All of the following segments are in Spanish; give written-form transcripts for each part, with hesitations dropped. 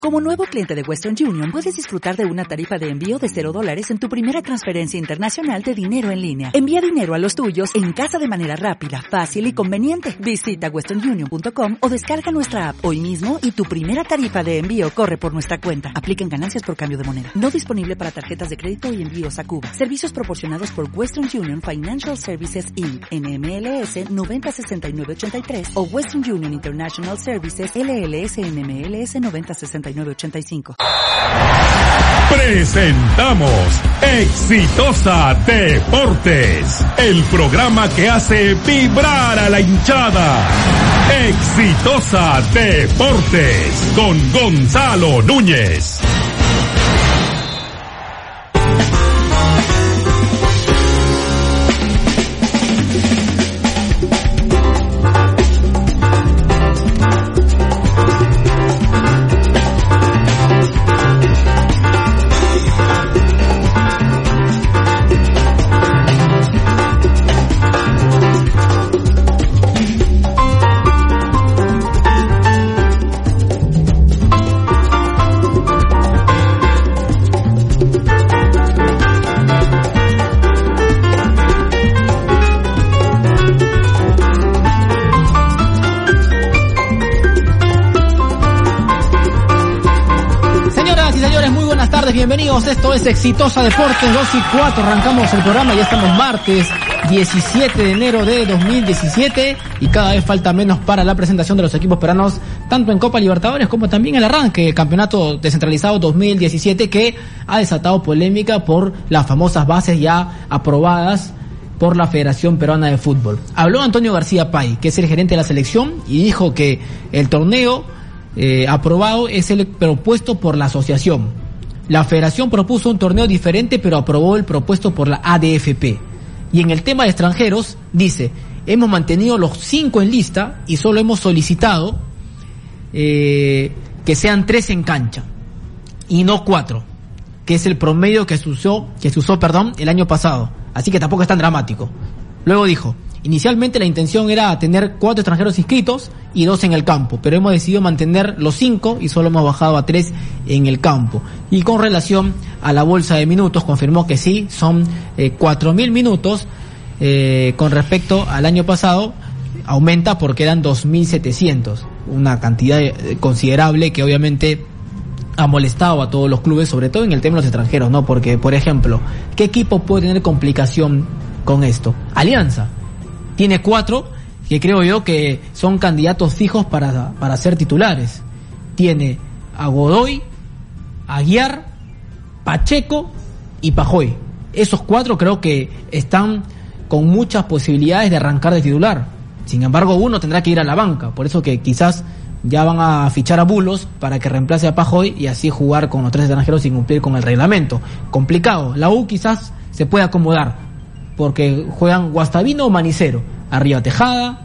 Como nuevo cliente de Western Union, puedes disfrutar de una tarifa de envío de $0 en tu primera transferencia internacional de dinero en línea. Envía dinero a los tuyos en casa de manera rápida, fácil y conveniente. Visita westernunion.com o descarga nuestra app hoy mismo y tu primera tarifa de envío corre por nuestra cuenta. Apliquen ganancias por cambio de moneda. No disponible para tarjetas de crédito y envíos a Cuba. Servicios proporcionados por Western Union Financial Services Inc. NMLS 906983 o Western Union International Services LLS NMLS 906985. Presentamos Exitosa Deportes, el programa que hace vibrar a la hinchada. Exitosa Deportes con Gonzalo Núñez. Bienvenidos, esto es Exitosa Deportes 2:04, arrancamos el programa, ya estamos martes 17 de enero de 2017 y cada vez falta menos para la presentación de los equipos peruanos, tanto en Copa Libertadores como también el arranque del Campeonato Descentralizado 2017, que ha desatado polémica por las famosas bases ya aprobadas por la Federación Peruana de Fútbol. Habló Antonio García Pay, que es el gerente de la selección, y dijo que el torneo aprobado es el propuesto por la asociación. La federación propuso un torneo diferente, pero aprobó el propuesto por la ADFP. Y en el tema de extranjeros, dice, hemos mantenido los 5 en lista y solo hemos solicitado que sean 3 en cancha y no 4, que es el promedio que se usó el año pasado. Así que tampoco es tan dramático. Luego dijo, inicialmente la intención era tener 4 extranjeros inscritos y 2 en el campo, pero hemos decidido mantener los 5 y solo hemos bajado a 3 en el campo. Y con relación a la bolsa de minutos, confirmó que sí, son 4.000 minutos, con respecto al año pasado, aumenta porque eran 2.700, una cantidad considerable que obviamente ha molestado a todos los clubes, sobre todo en el tema de los extranjeros, ¿no? Porque, por ejemplo, ¿qué equipo puede tener complicación con esto? Alianza tiene 4 que creo yo que son candidatos fijos para ser titulares. Tiene a Godoy, Aguiar, Pacheco y Pajoy. Esos 4 creo que están con muchas posibilidades de arrancar de titular. Sin embargo, uno tendrá que ir a la banca. Por eso que quizás ya van a fichar a Bulos para que reemplace a Pajoy y así jugar con los 3 extranjeros sin cumplir con el reglamento. Complicado. La U quizás se puede acomodar, porque juegan Guastavino o Manicero, arriba Tejada,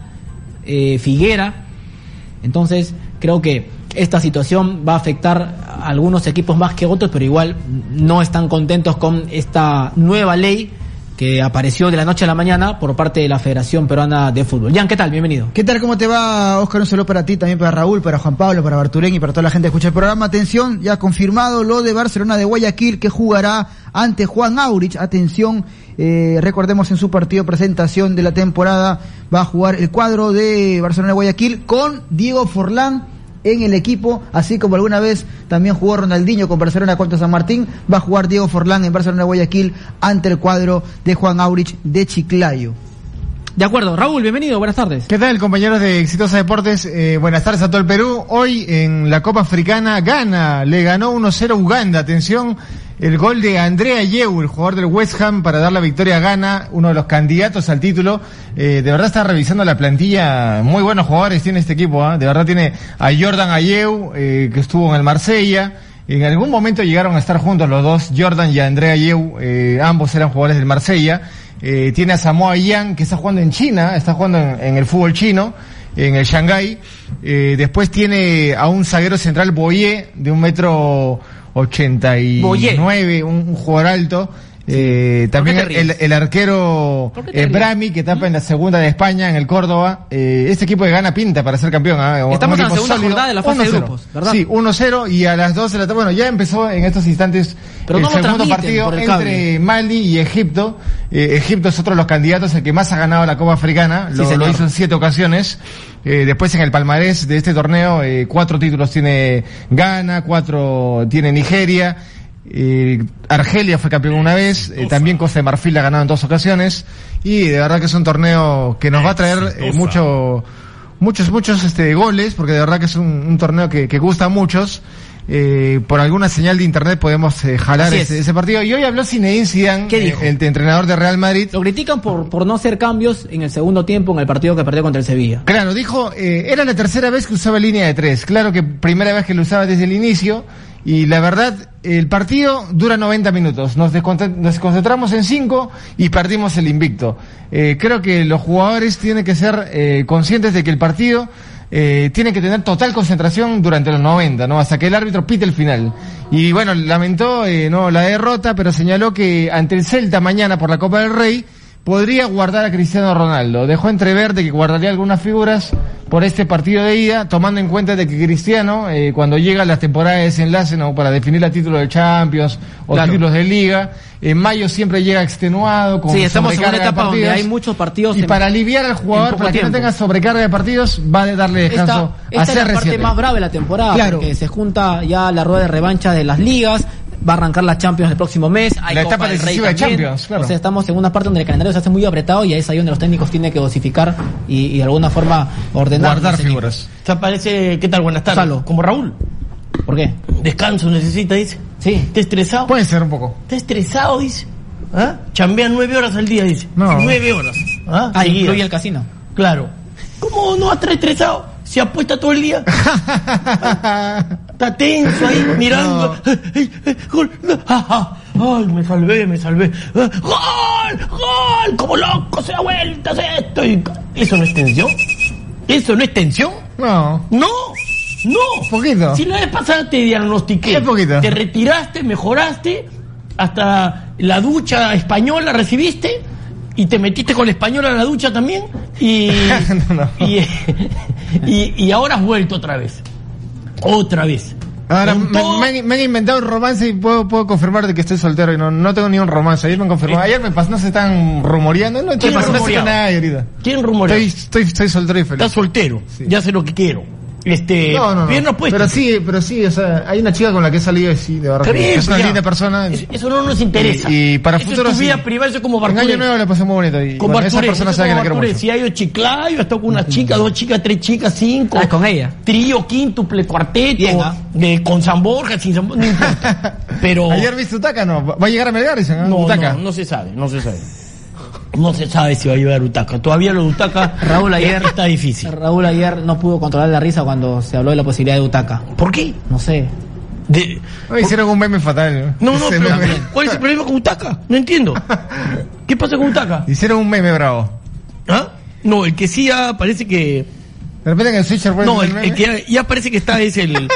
Figuera. Entonces creo que esta situación va a afectar a algunos equipos más que otros, pero igual no están contentos con esta nueva ley que apareció de la noche a la mañana por parte de la Federación Peruana de Fútbol. Jan, ¿qué tal? Bienvenido. ¿Qué tal? ¿Cómo te va, Oscar? Un saludo para ti, también para Raúl, para Juan Pablo, para Barturén y para toda la gente que escucha el programa. Atención, ya confirmado lo de Barcelona de Guayaquil, que jugará ante Juan Aurich. Atención, recordemos, en su partido presentación de la temporada va a jugar el cuadro de Barcelona de Guayaquil con Diego Forlán en el equipo, así como alguna vez también jugó Ronaldinho con Barcelona contra San Martín. Va a jugar Diego Forlán en Barcelona de Guayaquil ante el cuadro de Juan Aurich de Chiclayo. De acuerdo, Raúl, bienvenido, buenas tardes. ¿Qué tal, compañeros de Exitosa Deportes? Buenas tardes a todo el Perú. Hoy en la Copa Africana, Ghana le ganó 1-0 a Uganda. Atención, el gol de Andrea Ayew, el jugador del West Ham, para dar la victoria a Ghana, uno de los candidatos al título. De verdad está revisando la plantilla, muy buenos jugadores tiene este equipo, ¿eh? De verdad tiene a Jordan Ayew, que estuvo en el Marsella. En algún momento llegaron a estar juntos los dos, Jordan y Andrea Ayew, ambos eran jugadores del Marsella. Tiene a Samoa Yang, que está jugando en China, está jugando en el fútbol chino, en el Shanghái. Después tiene a un zaguero central, Boye, de 1,89 m, un jugador alto. También el arquero Brahmi, que tapa en la segunda de España, en el Córdoba. Este equipo de Gana pinta para ser campeón. Estamos en la segunda jornada de la fase de grupos, ¿verdad? Sí, 1-0 y a las 12 de la tarde, bueno, ya empezó en estos instantes pero el segundo partido entre Mali y Egipto. Egipto es otro de los candidatos, el que más ha ganado la Copa Africana, lo hizo en 7 ocasiones. Después en el palmarés de este torneo, 4 títulos tiene Ghana, 4 tiene Nigeria. Argelia fue campeón una vez, también Costa de Marfil la ha ganado en 2 ocasiones, y de verdad que es un torneo que nos va a traer muchos goles, porque de verdad que es un torneo que gusta a muchos. Por alguna señal de internet podemos jalar ese partido. Y hoy habló Zinedine Zidane, el entrenador de Real Madrid. Lo critican por no hacer cambios en el segundo tiempo en el partido que perdió contra el Sevilla. Claro, dijo, era la tercera vez que usaba línea de 3. Claro que primera vez que lo usaba desde el inicio. Y la verdad, el partido dura 90 minutos. Nos concentramos en 5 y perdimos el invicto. Creo que los jugadores tienen que ser conscientes de que el partido tiene que tener total concentración durante los 90, ¿no? Hasta que el árbitro pite el final. Y bueno, lamentó la derrota, pero señaló que ante el Celta mañana por la Copa del Rey podría guardar a Cristiano Ronaldo. Dejó entrever de que guardaría algunas figuras por este partido de ida, tomando en cuenta de que Cristiano, cuando llega a las temporadas de desenlace, ¿no? Para definir el título de Champions o títulos de Liga, en mayo siempre llega extenuado, con estamos en una etapa donde hay muchos partidos. Y para aliviar al jugador, para que no tenga sobrecarga de partidos, va a darle descanso a CR7. Esta es la parte más brava de la temporada, porque se junta ya la rueda de revancha de las ligas. Va a arrancar la Champions el próximo mes. Hay la etapa decisiva de Champions, claro. O sea, estamos en una parte donde el calendario se hace muy apretado y es ahí donde los técnicos tienen que dosificar y de alguna forma ordenar. Guardar figuras. O sea, parece, ¿qué tal? Buenas tardes. Salo. Como Raúl. ¿Por qué? Descanso necesita, dice. Sí. ¿Está estresado? Puede ser un poco. ¿Está estresado, dice? ¿Ah? Chambea 9 horas al día, dice. No. 9 horas. Incluye el casino. Claro. ¿Cómo no va a estar estresado? Se apuesta todo el día. Está tenso ahí, mirando. Gol. Ay, me salvé. Gol. Como loco se da vuelta, esto. ¿Eso no es tensión? ¿Eso no es tensión? No. Poquito. Si la vez pasada te diagnostiqué. Poquito. Te retiraste, mejoraste, hasta la ducha española recibiste. Y te metiste con la española a la ducha también y ahora has vuelto otra vez. Ahora me han inventado un romance y puedo confirmar de que estoy soltero y no tengo ni un romance. Ayer me confirmó. Ayer me pasó, no se están rumoreando. No estoy ahorita. ¿Quién rumorea? Estoy soltero y feliz. Estás soltero. Sí. Ya sé lo que quiero. No. Bien no puesto. Pero sí, o sea, hay una chica con la que he salido y sí, de verdad. Bien, es una linda persona. Eso no nos interesa. Y para eso futuro es tu vida privada, eso es como Bartures. En Año Nuevo le pasé muy bonito. Y con esa persona sabe que la quiero mucho. Si ha ido Chiclayo, ha estado con una chica, 2 chicas, 3 chicas, 5. Con ella. Trío, quíntuple, cuarteto. Bien, con San Borja, sin San Borja, no importa. Pero... ¿Ayer viste Utaca? No. ¿Va a llegar a Melgar? No se sabe. No se sabe si va a llegar Utaca. Todavía lo de Utaca, Raúl, ayer está difícil. Raúl ayer no pudo controlar la risa cuando se habló de la posibilidad de Utaca. ¿Por qué? No sé. Hicieron un meme fatal. No, pero ¿cuál es el problema con Utaca? No entiendo. ¿Qué pasa con Utaca? Hicieron un meme bravo. ¿Ah? No, el que sí parece que... De repente en el switcher puede no, el que ya parece que está es el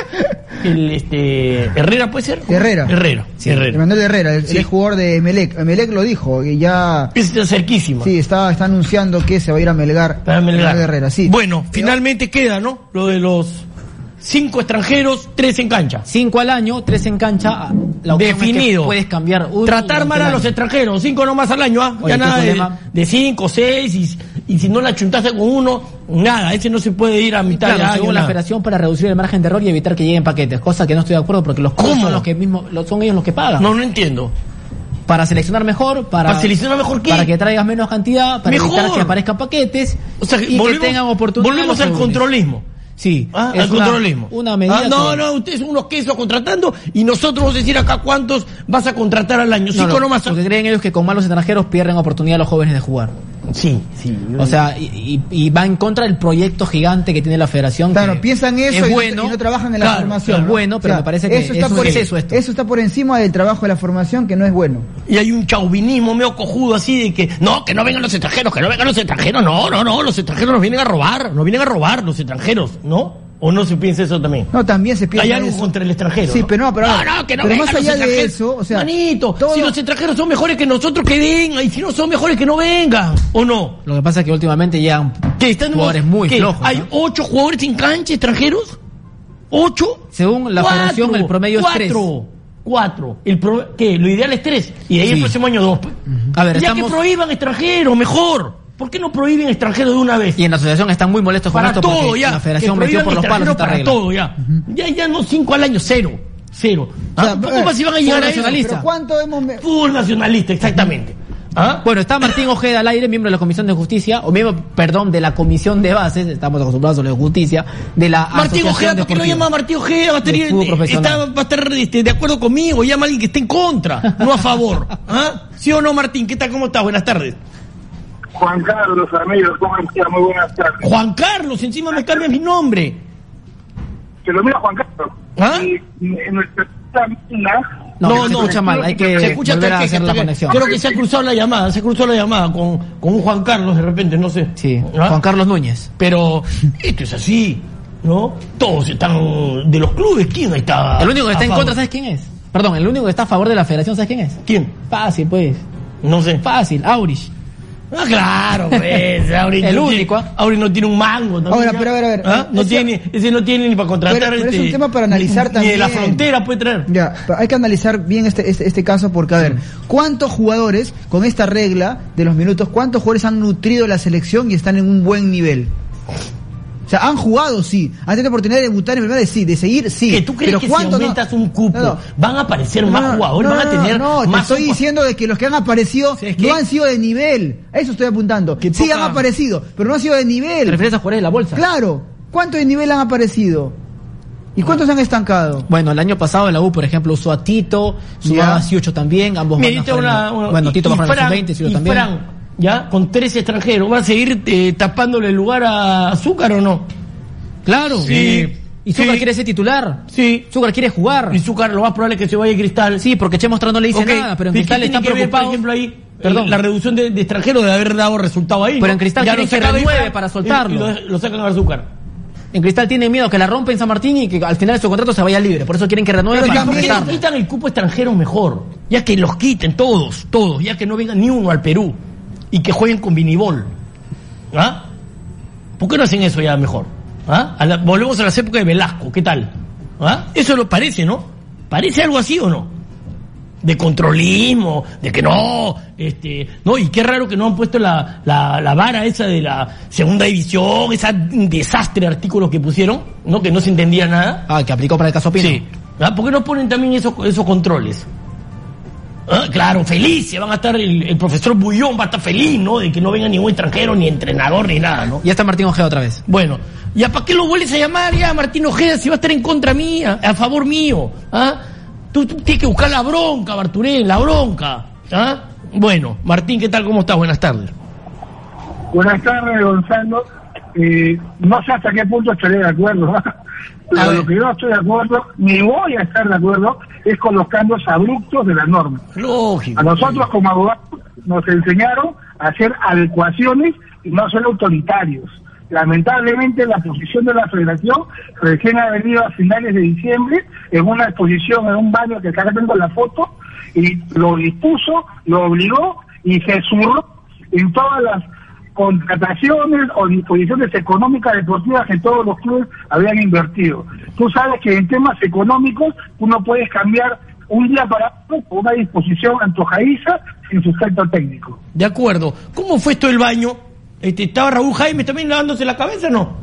Herrera, ¿puede ser? Herrera. Sí, Herrera. Emanuel Herrera, el jugador de Emelec. Emelec lo dijo, que ya... Está cerquísimo. Sí, está anunciando que se va a ir a Melgar. Herrera, sí. Bueno, finalmente queda, ¿no? Lo de los 5 extranjeros, 3 en cancha. 5 al año, 3 en cancha. Definido. Puedes cambiar tratar mal a los extranjeros, 5 nomás al año, ya nada de 5, 6, y si no la chuntaste con uno, nada, ese no se puede ir a mitad de año. Según la federación, para reducir el margen de error y evitar que lleguen paquetes, cosa que no estoy de acuerdo porque los costos son son ellos los que pagan. No entiendo. Para seleccionar mejor, ¿Para seleccionar mejor qué? Para que traigas menos cantidad, para evitar que aparezcan paquetes, o sea, y que tengan oportunidad. Volvemos al controlismo. Sí, al controlismo. Una medida. Ustedes son unos quesos contratando y nosotros vamos a decir acá cuántos vas a contratar al año. 5 nomás. Porque creen ellos que con malos extranjeros pierden oportunidad a los jóvenes de jugar. Sí. O sea, y va en contra del proyecto gigante que tiene la federación. Claro, piensan eso es y no trabajan en la formación. Es bueno, pero me parece que eso está por exceso esto. Eso está por encima del trabajo de la formación, que no es bueno. Y hay un chauvinismo medio cojudo así de que no vengan los extranjeros, no, los extranjeros nos vienen a robar los extranjeros, ¿no? ¿O no se piensa eso también? No, también se piensa hay algo eso. contra el extranjero. Sí, pero no, pero que no pero vengan más allá los de eso, o sea, manito, si los extranjeros son mejores que nosotros, que vengan, y si no son mejores, que no vengan, ¿o no? Lo que pasa es que últimamente llegan jugadores muy flojos. ¿Hay 8 jugadores sin cancha extranjeros? ¿8? Según la federación, el promedio es 3. 4. ¿Qué? Lo ideal es 3. Y de ahí el próximo año 2. A ver, ya que prohíban extranjeros, mejor. ¿Por qué no prohíben extranjeros de una vez? Y en la asociación están muy molestos con esto todo, porque ya, la federación metió por los palos esta para regla. todo, ya. Ya no 5 al año, 0. ¿Cómo más iban a llegar a eso? ¿Pero cuánto hemos... Fútbol nacionalista, exactamente. Bueno, está Martín Ojeda al aire, miembro de la Comisión de Justicia, o miembro, perdón, de la Comisión de Bases, estamos acostumbrados a lo de Justicia, de la Martín Asociación Ojeda, ¿por qué no llama a Martín Ojeda? Va a estar de acuerdo conmigo, llama a alguien que esté en contra, no a favor. ¿Sí o no, Martín? ¿Qué tal? ¿Cómo estás? Buenas tardes. Juan Carlos, amigos, ¿cómo estás? Muy buenas tardes. Juan Carlos, encima me cambias mi nombre. Se lo mira Juan Carlos. Y en nuestra No, se escucha mal, hay que volver a hacer la conexión. Creo que se ha cruzado la llamada, con un Juan Carlos de repente, no sé. Sí, Juan Carlos Núñez. Pero esto es así, ¿no? Todos están de los clubes, ¿quién está? El único que está en contra, ¿sabes quién es? Perdón, el único que está a favor de la federación, ¿sabes quién es? ¿Quién? Fácil, pues. No sé. Fácil, Aurich. Claro, pues, Aurich el único. Aurich no tiene un mango. Ahora, pero a ver. Ese no tiene ni para contratar. Pero es un tema para analizar también. Ni de la frontera puede traer. Ya, hay que analizar bien este caso porque, a ver, ¿cuántos jugadores, con esta regla de los minutos, cuántos jugadores han nutrido la selección y están en un buen nivel? O sea, han jugado, sí. Han tenido oportunidad de debutar en primera, sí. De seguir, sí. ¿Que tú crees que si aumentas un cupo van a aparecer más jugadores? ¿Van a tener más? No, te estoy diciendo de que los que han aparecido no han sido de nivel. A eso estoy apuntando. Sí han aparecido, pero no han sido de nivel. ¿Te refieres a jugadores de la bolsa? Claro. ¿Cuántos de nivel han aparecido? ¿Y cuántos han estancado? Bueno, el año pasado en la U, por ejemplo, usó a Tito, usó a Ciucho también, ambos van a bueno, Tito va a jugar en los 20, Ciucho también. Ya, con 3 extranjeros, ¿va a seguir tapándole el lugar a Azúcar o no? Claro. Sí. Y Zúcar quiere ser titular. Sí. Zúcar quiere jugar. Y Zúcar lo más probable es que se vaya a Cristal. Sí, porque Chemo Estrada no le dice nada, pero en Cristal está preocupado. Por ejemplo, ahí, la reducción de extranjeros debe haber dado resultado ahí. Pero en Cristal quieren que renueve para soltarlo. Y lo sacan a Azúcar. En Cristal tienen miedo que la rompa en San Martín y que al final de su contrato se vaya libre. Por eso quieren que renueve para soltarlo. ¿Por qué no quitan el cupo extranjero mejor? Ya que los quiten todos, ya que no venga ni uno al Perú. Y que jueguen con Vinibol. ¿Por qué no hacen eso ya mejor? Volvemos a las épocas de Velasco, ¿qué tal? Eso lo parece, ¿no? ¿Parece algo así o no? De controlismo, de que no, y qué raro que no han puesto la vara esa de la segunda división, ese desastre de artículos que pusieron, ¿no? Que no se entendía nada. Que aplicó para el caso Pino. Sí. ¿Por qué no ponen también esos controles? Claro, feliz, van a estar el profesor Bullón va a estar feliz, ¿no? De que no venga ningún extranjero, ni entrenador, ni nada, ¿no? Ya está Martín Ojeda otra vez. Bueno, ¿ya para qué lo vuelves a llamar ya Martín Ojeda si va a estar en contra mía, a favor mío? Tú tienes que buscar la bronca, Barturén, la bronca. Bueno, Martín, ¿qué tal? ¿Cómo estás? Buenas tardes. Buenas tardes, Gonzalo. No sé hasta qué punto estaré de acuerdo, pero lo que yo no estoy de acuerdo, ni voy a estar de acuerdo, es con los cambios abruptos de la norma. Lógico. A nosotros como abogados nos enseñaron a hacer adecuaciones y no ser autoritarios. Lamentablemente la posición de la federación recién ha venido a finales de diciembre en una exposición en un baño que acá tengo la foto y lo dispuso, lo obligó y se zurró en todas las contrataciones o disposiciones económicas deportivas que todos los clubes habían invertido. Tú sabes que en temas económicos tú no puedes cambiar un día para otro por una disposición antojadiza sin sustento técnico. De acuerdo. ¿Cómo fue esto del baño? ¿Estaba Raúl Jaime también lavándose la cabeza o no?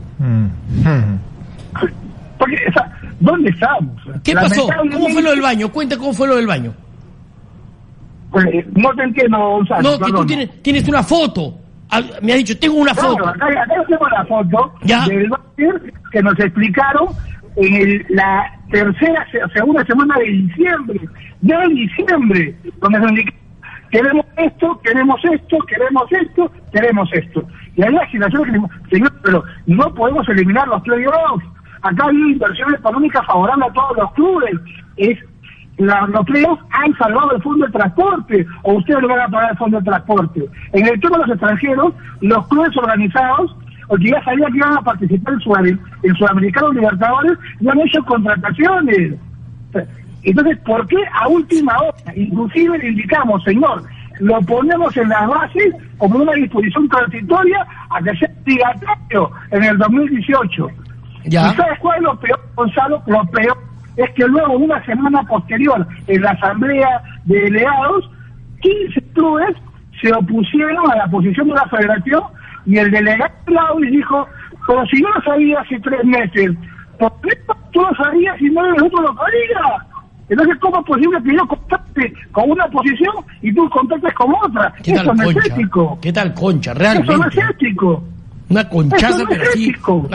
Porque, ¿dónde estamos? ¿Qué pasó? ¿Cómo fue lo del baño? Cuenta cómo fue lo del baño. Pues, no te entiendo, Gonzalo. No, que tú tienes una foto. Me ha dicho, tengo una foto. Acá tengo la foto del baño que nos explicaron en la segunda semana de diciembre. Ya en diciembre, donde nos indicaron queremos esto, queremos esto, queremos esto, queremos esto. Y hay legislación que decimos, señor, pero no podemos eliminar los playoffs. Acá hay una inversión económica favorable a todos los clubes. Los playoffs han salvado el fondo de transporte, o ustedes le van a pagar el fondo de transporte. En el tema de los extranjeros, los clubes organizados porque ya sabía que iban a participar en Sudamericano Libertadores y han hecho contrataciones. Entonces, ¿por qué a última hora? Inclusive le indicamos, señor, lo ponemos en las bases como una disposición transitoria a que sea obligatorio en el 2018. ¿Ya? ¿Y sabes cuál es lo peor, Gonzalo? Lo peor es que luego, una semana posterior, en la asamblea de delegados, 15 clubes se opusieron a la posición de la federación y el delegado Claudio dijo, pero si yo lo sabía hace 3 meses, ¿por qué tú lo sabías y no nosotros lo sabía? Entonces, ¿cómo es posible que yo contacte con una posición y tú contactes con otra? Eso no es ético. ¿Qué tal Concha? Realmente. Eso no es ético. Una conchaza, no pero es así, ético.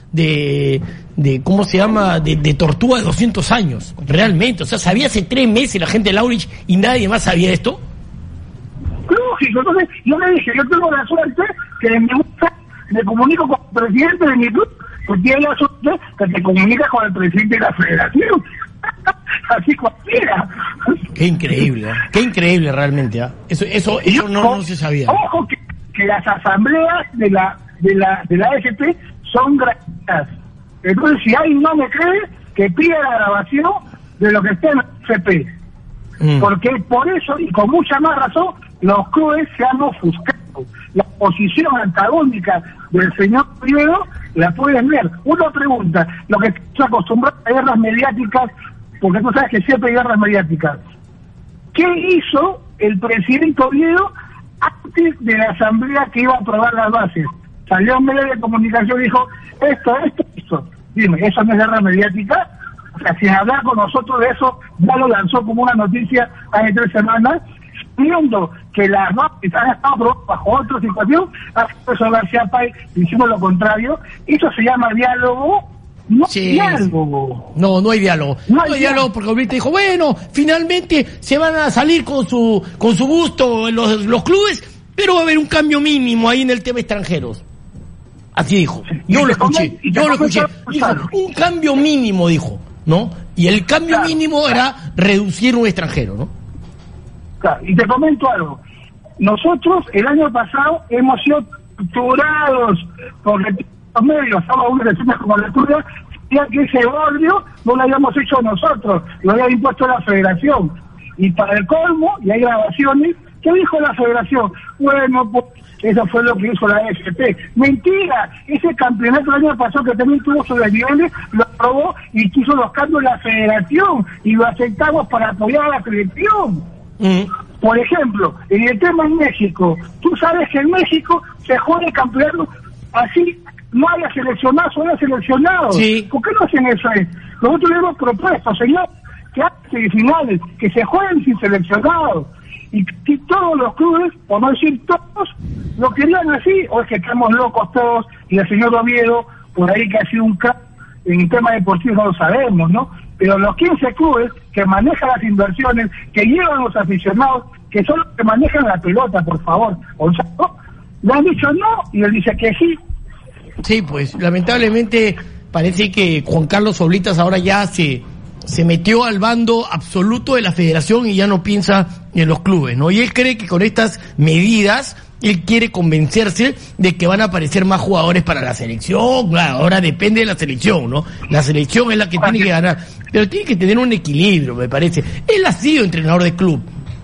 de ¿cómo se llama? De tortuga de 200 años. Realmente. O sea, sabía hace 3 meses la gente de Aurich y nadie más sabía esto. Lógico. Entonces, yo le dije, yo tengo la suerte que en mi WhatsApp me comunico con el presidente de mi club, pues tiene la suerte que te comunicas con el presidente de la federación. Así cualquiera. Qué increíble realmente, ¿eh? Eso no se sabía. Ojo que las asambleas de la AFP son gratuitas. Entonces, si alguien no me cree, que pida la grabación de lo que esté en la AFP. Porque por eso, y con mucha más razón, los clubes se han ofuscado. La posición antagónica del señor Priedo la pueden ver. Una pregunta, lo que se acostumbra a guerras mediáticas, porque tú sabes que siempre hay guerras mediáticas. ¿Qué hizo el presidente Oviedo antes de la asamblea que iba a aprobar las bases? Salió en medio de comunicación y dijo, esto. Dime, ¿eso no es guerra mediática? O sea, sin hablar con nosotros de eso, ya lo lanzó como una noticia hace 3 semanas, viendo que las bases han estado aprobadas bajo otra situación, hace eso García Páez diciendo lo contrario. Eso se llama diálogo. No hay diálogo. No hay diálogo. No hay diálogo porque ahorita dijo, bueno, finalmente se van a salir con su gusto los clubes, pero va a haber un cambio mínimo ahí en el tema extranjeros. Así dijo. Yo lo escuché. Dijo, un cambio mínimo, dijo, ¿no? Y el cambio mínimo era reducir un extranjero, ¿no? Claro, y te comento algo. Nosotros el año pasado hemos sido torturados porque los medios, estamos unas elecciones como la tuya, ya que ese barrio no lo habíamos hecho nosotros, lo había impuesto la federación. Y para el colmo, y hay grabaciones, ¿qué dijo la federación? Bueno, pues eso fue lo que hizo la AFP. Mentira, ese campeonato el año pasado que también tuvo sus desniveles, lo aprobó y quiso los cambios de la federación y lo aceptamos para apoyar a la selección. Por ejemplo, en el tema en México, tú sabes que en México se juega el campeonato así, no haya seleccionados o haya seleccionados. Sí. ¿Por qué no hacen eso? Nosotros le hemos propuesto, señor, que hagan semifinales, que se jueguen sin seleccionados. Y que todos los clubes, por no decir todos, lo querían así, o es que estamos locos todos, y el señor Oviedo, por ahí que ha sido un crack en el tema deportivo, no lo sabemos, ¿no? Pero los 15 clubes que manejan las inversiones, que llevan los aficionados, que son los que manejan la pelota, por favor, Gonzalo, le han dicho no, y él dice que sí. Sí, pues lamentablemente parece que Juan Carlos Oblitas ahora ya se metió al bando absoluto de la federación y ya no piensa en los clubes, ¿no? Y él cree que con estas medidas él quiere convencerse de que van a aparecer más jugadores para la selección. Claro, ahora depende de la selección, ¿no? La selección es la que tiene que ganar, pero tiene que tener un equilibrio, me parece. Él ha sido entrenador de club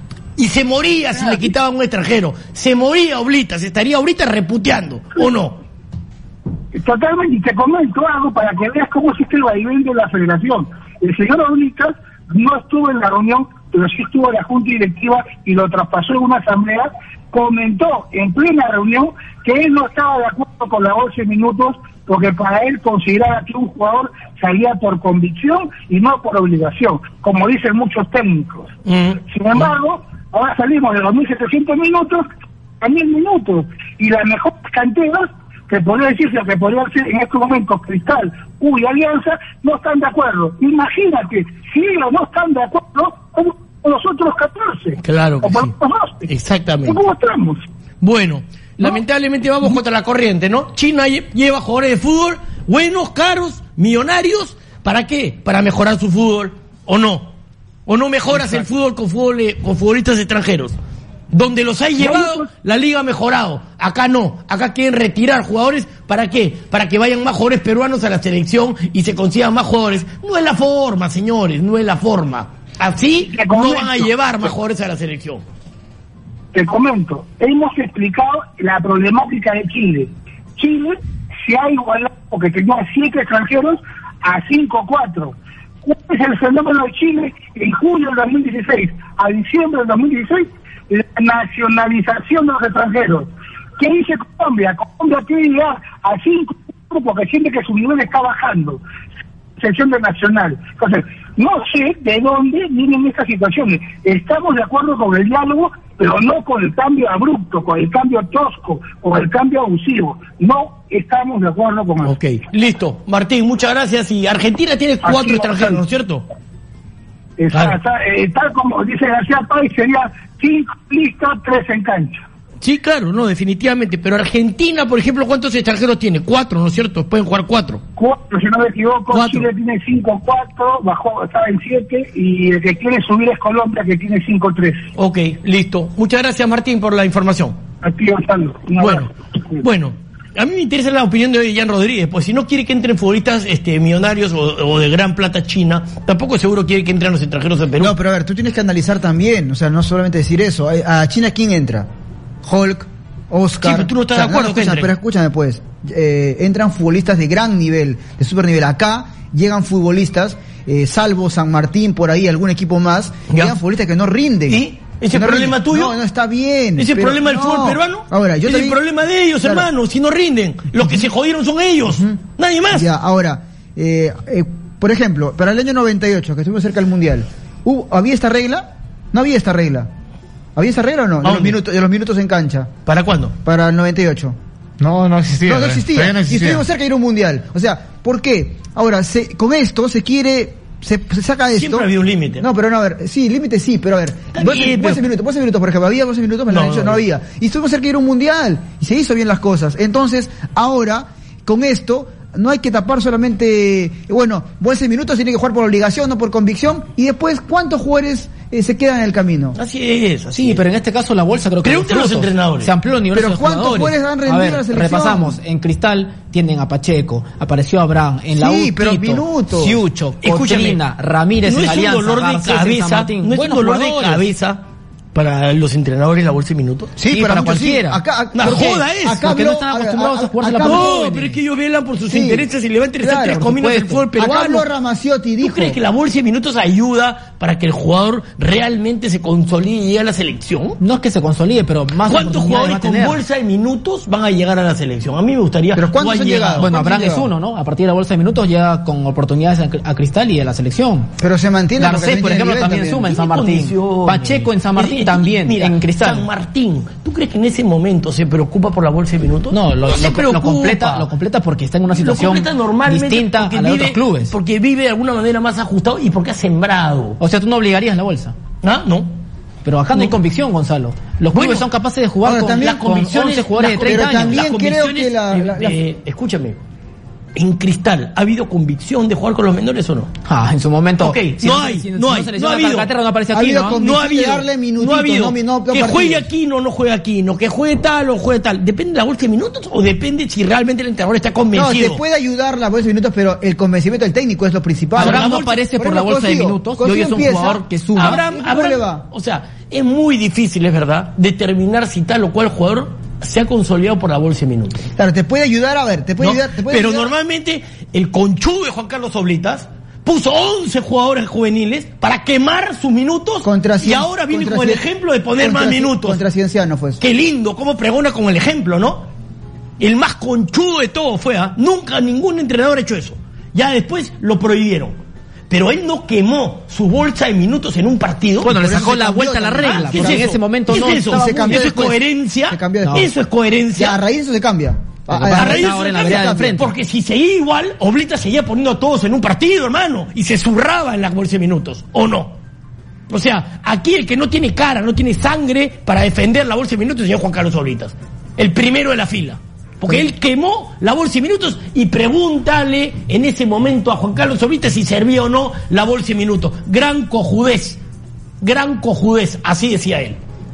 y se moría si le quitaban un extranjero. Se moría Oblitas, estaría ahorita reputeando, ¿o no? Totalmente, y te comento algo para que veas cómo existe el vaivén de la federación. El señor Oblitas no estuvo en la reunión, pero sí estuvo en la junta directiva y lo traspasó en una asamblea. Comentó en plena reunión que él no estaba de acuerdo con las 11 minutos porque para él consideraba que un jugador salía por convicción y no por obligación, como dicen muchos técnicos. Sin embargo, ahora salimos de 2.700 minutos a 1.000 minutos y las mejores canteras que podría decirse que podrían ser en estos momentos Cristal, U y Alianza, no están de acuerdo. Imagínate, si ellos no están de acuerdo, como los otros 14. Claro que o por sí. los 12. Exactamente. ¿Cómo estamos? Bueno, lamentablemente vamos contra la corriente, ¿no? China lleva jugadores de fútbol buenos, caros, millonarios. ¿Para qué? Para mejorar su fútbol, ¿o no? ¿O no mejoras el fútbol con futbolistas extranjeros? Donde los hay llevado, la liga ha mejorado. Acá no. Acá quieren retirar jugadores. ¿Para qué? Para que vayan más jugadores peruanos a la selección y se consigan más jugadores. No es la forma, señores, no es la forma. Así no van a llevar más jugadores a la selección. Te comento, hemos explicado la problemática de Chile. Chile se ha igualado porque tenía 7 extranjeros a 5-4. ¿Cuál es el fenómeno de Chile en julio del 2016 a diciembre del 2016? La nacionalización de los extranjeros. ¿Qué dice Colombia? Colombia quiere llegar a 5 porque siente que su nivel está bajando. Selección de nacional. Entonces, no sé de dónde vienen estas situaciones. Estamos de acuerdo con el diálogo, pero no con el cambio abrupto, con el cambio tosco, con el cambio abusivo. No estamos de acuerdo con eso. Ok, listo. Martín, muchas gracias. Y Argentina tiene 4 extranjeros, ¿no es cierto? Tal como dice García Páez, sería 5 listos, 3 en cancha. Sí, claro, no, definitivamente. Pero Argentina, por ejemplo, ¿cuántos extranjeros tiene? 4, ¿no es cierto? Pueden jugar 4. 4, si no me equivoco. 4. Chile tiene 5-4, estaba en 7, y el que quiere subir es Colombia, que tiene 5-3. Ok, listo. Muchas gracias, Martín, por la información. Aquí, Gonzalo. Bueno, a mí me interesa la opinión de Jan Rodríguez, pues si no quiere que entren futbolistas millonarios o de gran plata china, tampoco seguro quiere que entren los extranjeros en Perú. No, pero a ver, tú tienes que analizar también, o sea, no solamente decir eso. A China, ¿quién entra? Hulk, Oscar. Sí, pero tú no estás de acuerdo, pero escúchame pues, entran futbolistas de gran nivel, de super nivel. Acá llegan futbolistas, salvo San Martín, por ahí, algún equipo más, llegan futbolistas que no rinden. ¿Y? ¿Ese es problema tuyo? No, está bien. ¿Ese es problema del fútbol peruano? Ahora, es el problema de ellos, claro, hermano, si no rinden. Los que se jodieron son ellos, nadie más. Ya, ahora, por ejemplo, para el año 98, que estuvimos cerca del Mundial, ¿había esta regla? No había esta regla. ¿Había esa regla o no? De los minutos en cancha. ¿Para cuándo? Para el 98. No existía. No existía. Y estuvimos cerca de ir a un mundial. O sea, ¿por qué? Ahora, con esto se quiere... Se saca esto. Siempre había un límite. No, pero no, a ver, sí, límite sí, pero a ver. 12 minutos, por ejemplo, había 12 minutos, pero no había. Y estuvimos cerca de ir a un mundial. Y se hizo bien las cosas. Entonces, ahora, con esto, no hay que tapar solamente, 12 minutos, tiene que jugar por obligación, no por convicción. Y después, ¿cuántos jugadores se quedan en el camino? Así es. Pero en este caso la bolsa creo que Pregúntale a los entrenadores. Se amplió el nivel de los ¿cuántos jugadores han rendido a la selección? Repasamos. En Cristal tienen a Pacheco, apareció Abraham, en la U pero Tito, minutos. Ciucho, Cotrina, Ramírez, no en es Alianza, un dolor de Garcés, cabeza, San Martín. no es un dolor de cabeza para los entrenadores la bolsa de minutos. Sí, para cualquiera. Sí. La joda es. Porque no están acostumbrados a jugar la pelota. No, pero es que ellos velan por sus intereses y le va a interesar 3 comidas del fútbol peruano. Acá habló Ramaciotti, dijo. ¿Tú crees que la bolsa de minutos ayuda para que el jugador realmente se consolide y llegue a la selección? No es que se consolide, pero más. ¿Cuántos jugadores con bolsa de minutos van a llegar a la selección? A mí me gustaría. ¿Pero cuántos han llegado? Bueno, Abraham es uno, ¿no? A partir de la bolsa de minutos llega con oportunidades a Cristal y a la selección. Pero se mantiene. Garcés, por ejemplo, también suma en San Martín. Pacheco en San Martín también. Mira, Cristal. San Martín, ¿tú crees que en ese momento se preocupa por la bolsa de minutos? No, lo completa porque está en una situación distinta a la de otros clubes. Porque vive de alguna manera más ajustado y porque ha sembrado. O sea, tú no obligarías la bolsa. ¿Ah? No. Pero acá no hay convicción, Gonzalo. Los clubes son capaces de jugar con las convicciones de jugadores de 30 años. También creo que escúchame. En Cristal, ¿ha habido convicción de jugar con los menores o no? En su momento. Ok, no ha habido. No aparece aquí, no ha habido. Darle minutitos, no ha habido. No que juegue aquí, no juegue aquí, que juegue tal o juegue tal. ¿Depende de la bolsa de minutos o depende si realmente el entrenador está convencido? No, te puede ayudar la bolsa de minutos, pero el convencimiento del técnico es lo principal. Abraham no aparece por la bolsa de minutos y hoy es un jugador que suma. Abraham, o sea, es muy difícil, es verdad, determinar si tal o cual jugador se ha consolidado por la bolsa de minutos. Claro, te puede ayudar, pero normalmente el conchudo de Juan Carlos Oblitas puso 11 jugadores juveniles para quemar sus minutos y ahora viene con el ejemplo de poner más minutos. Contra Cienciano fue eso. Qué lindo, cómo pregona con el ejemplo, ¿no? El más conchudo de todos fue, nunca ningún entrenador ha hecho eso. Ya después lo prohibieron. Pero él no quemó su bolsa de minutos en un partido. Bueno, le sacó la vuelta a la regla. ¿Qué es eso? En ese momento no estaba eso es coherencia. Eso es coherencia. Ya, a raíz de eso se cambia. A raíz de eso se cambia. Porque si seguía igual, Oblita seguía poniendo a todos en un partido, hermano. Y se zurraba en la bolsa de minutos. ¿O no? O sea, aquí el que no tiene cara, no tiene sangre para defender la bolsa de minutos es el señor Juan Carlos Oblitas. El primero de la fila. Porque él quemó la bolsa de minutos y pregúntale en ese momento a Juan Carlos Oblitas si servía o no la bolsa de minutos. Gran cojudez, así decía él.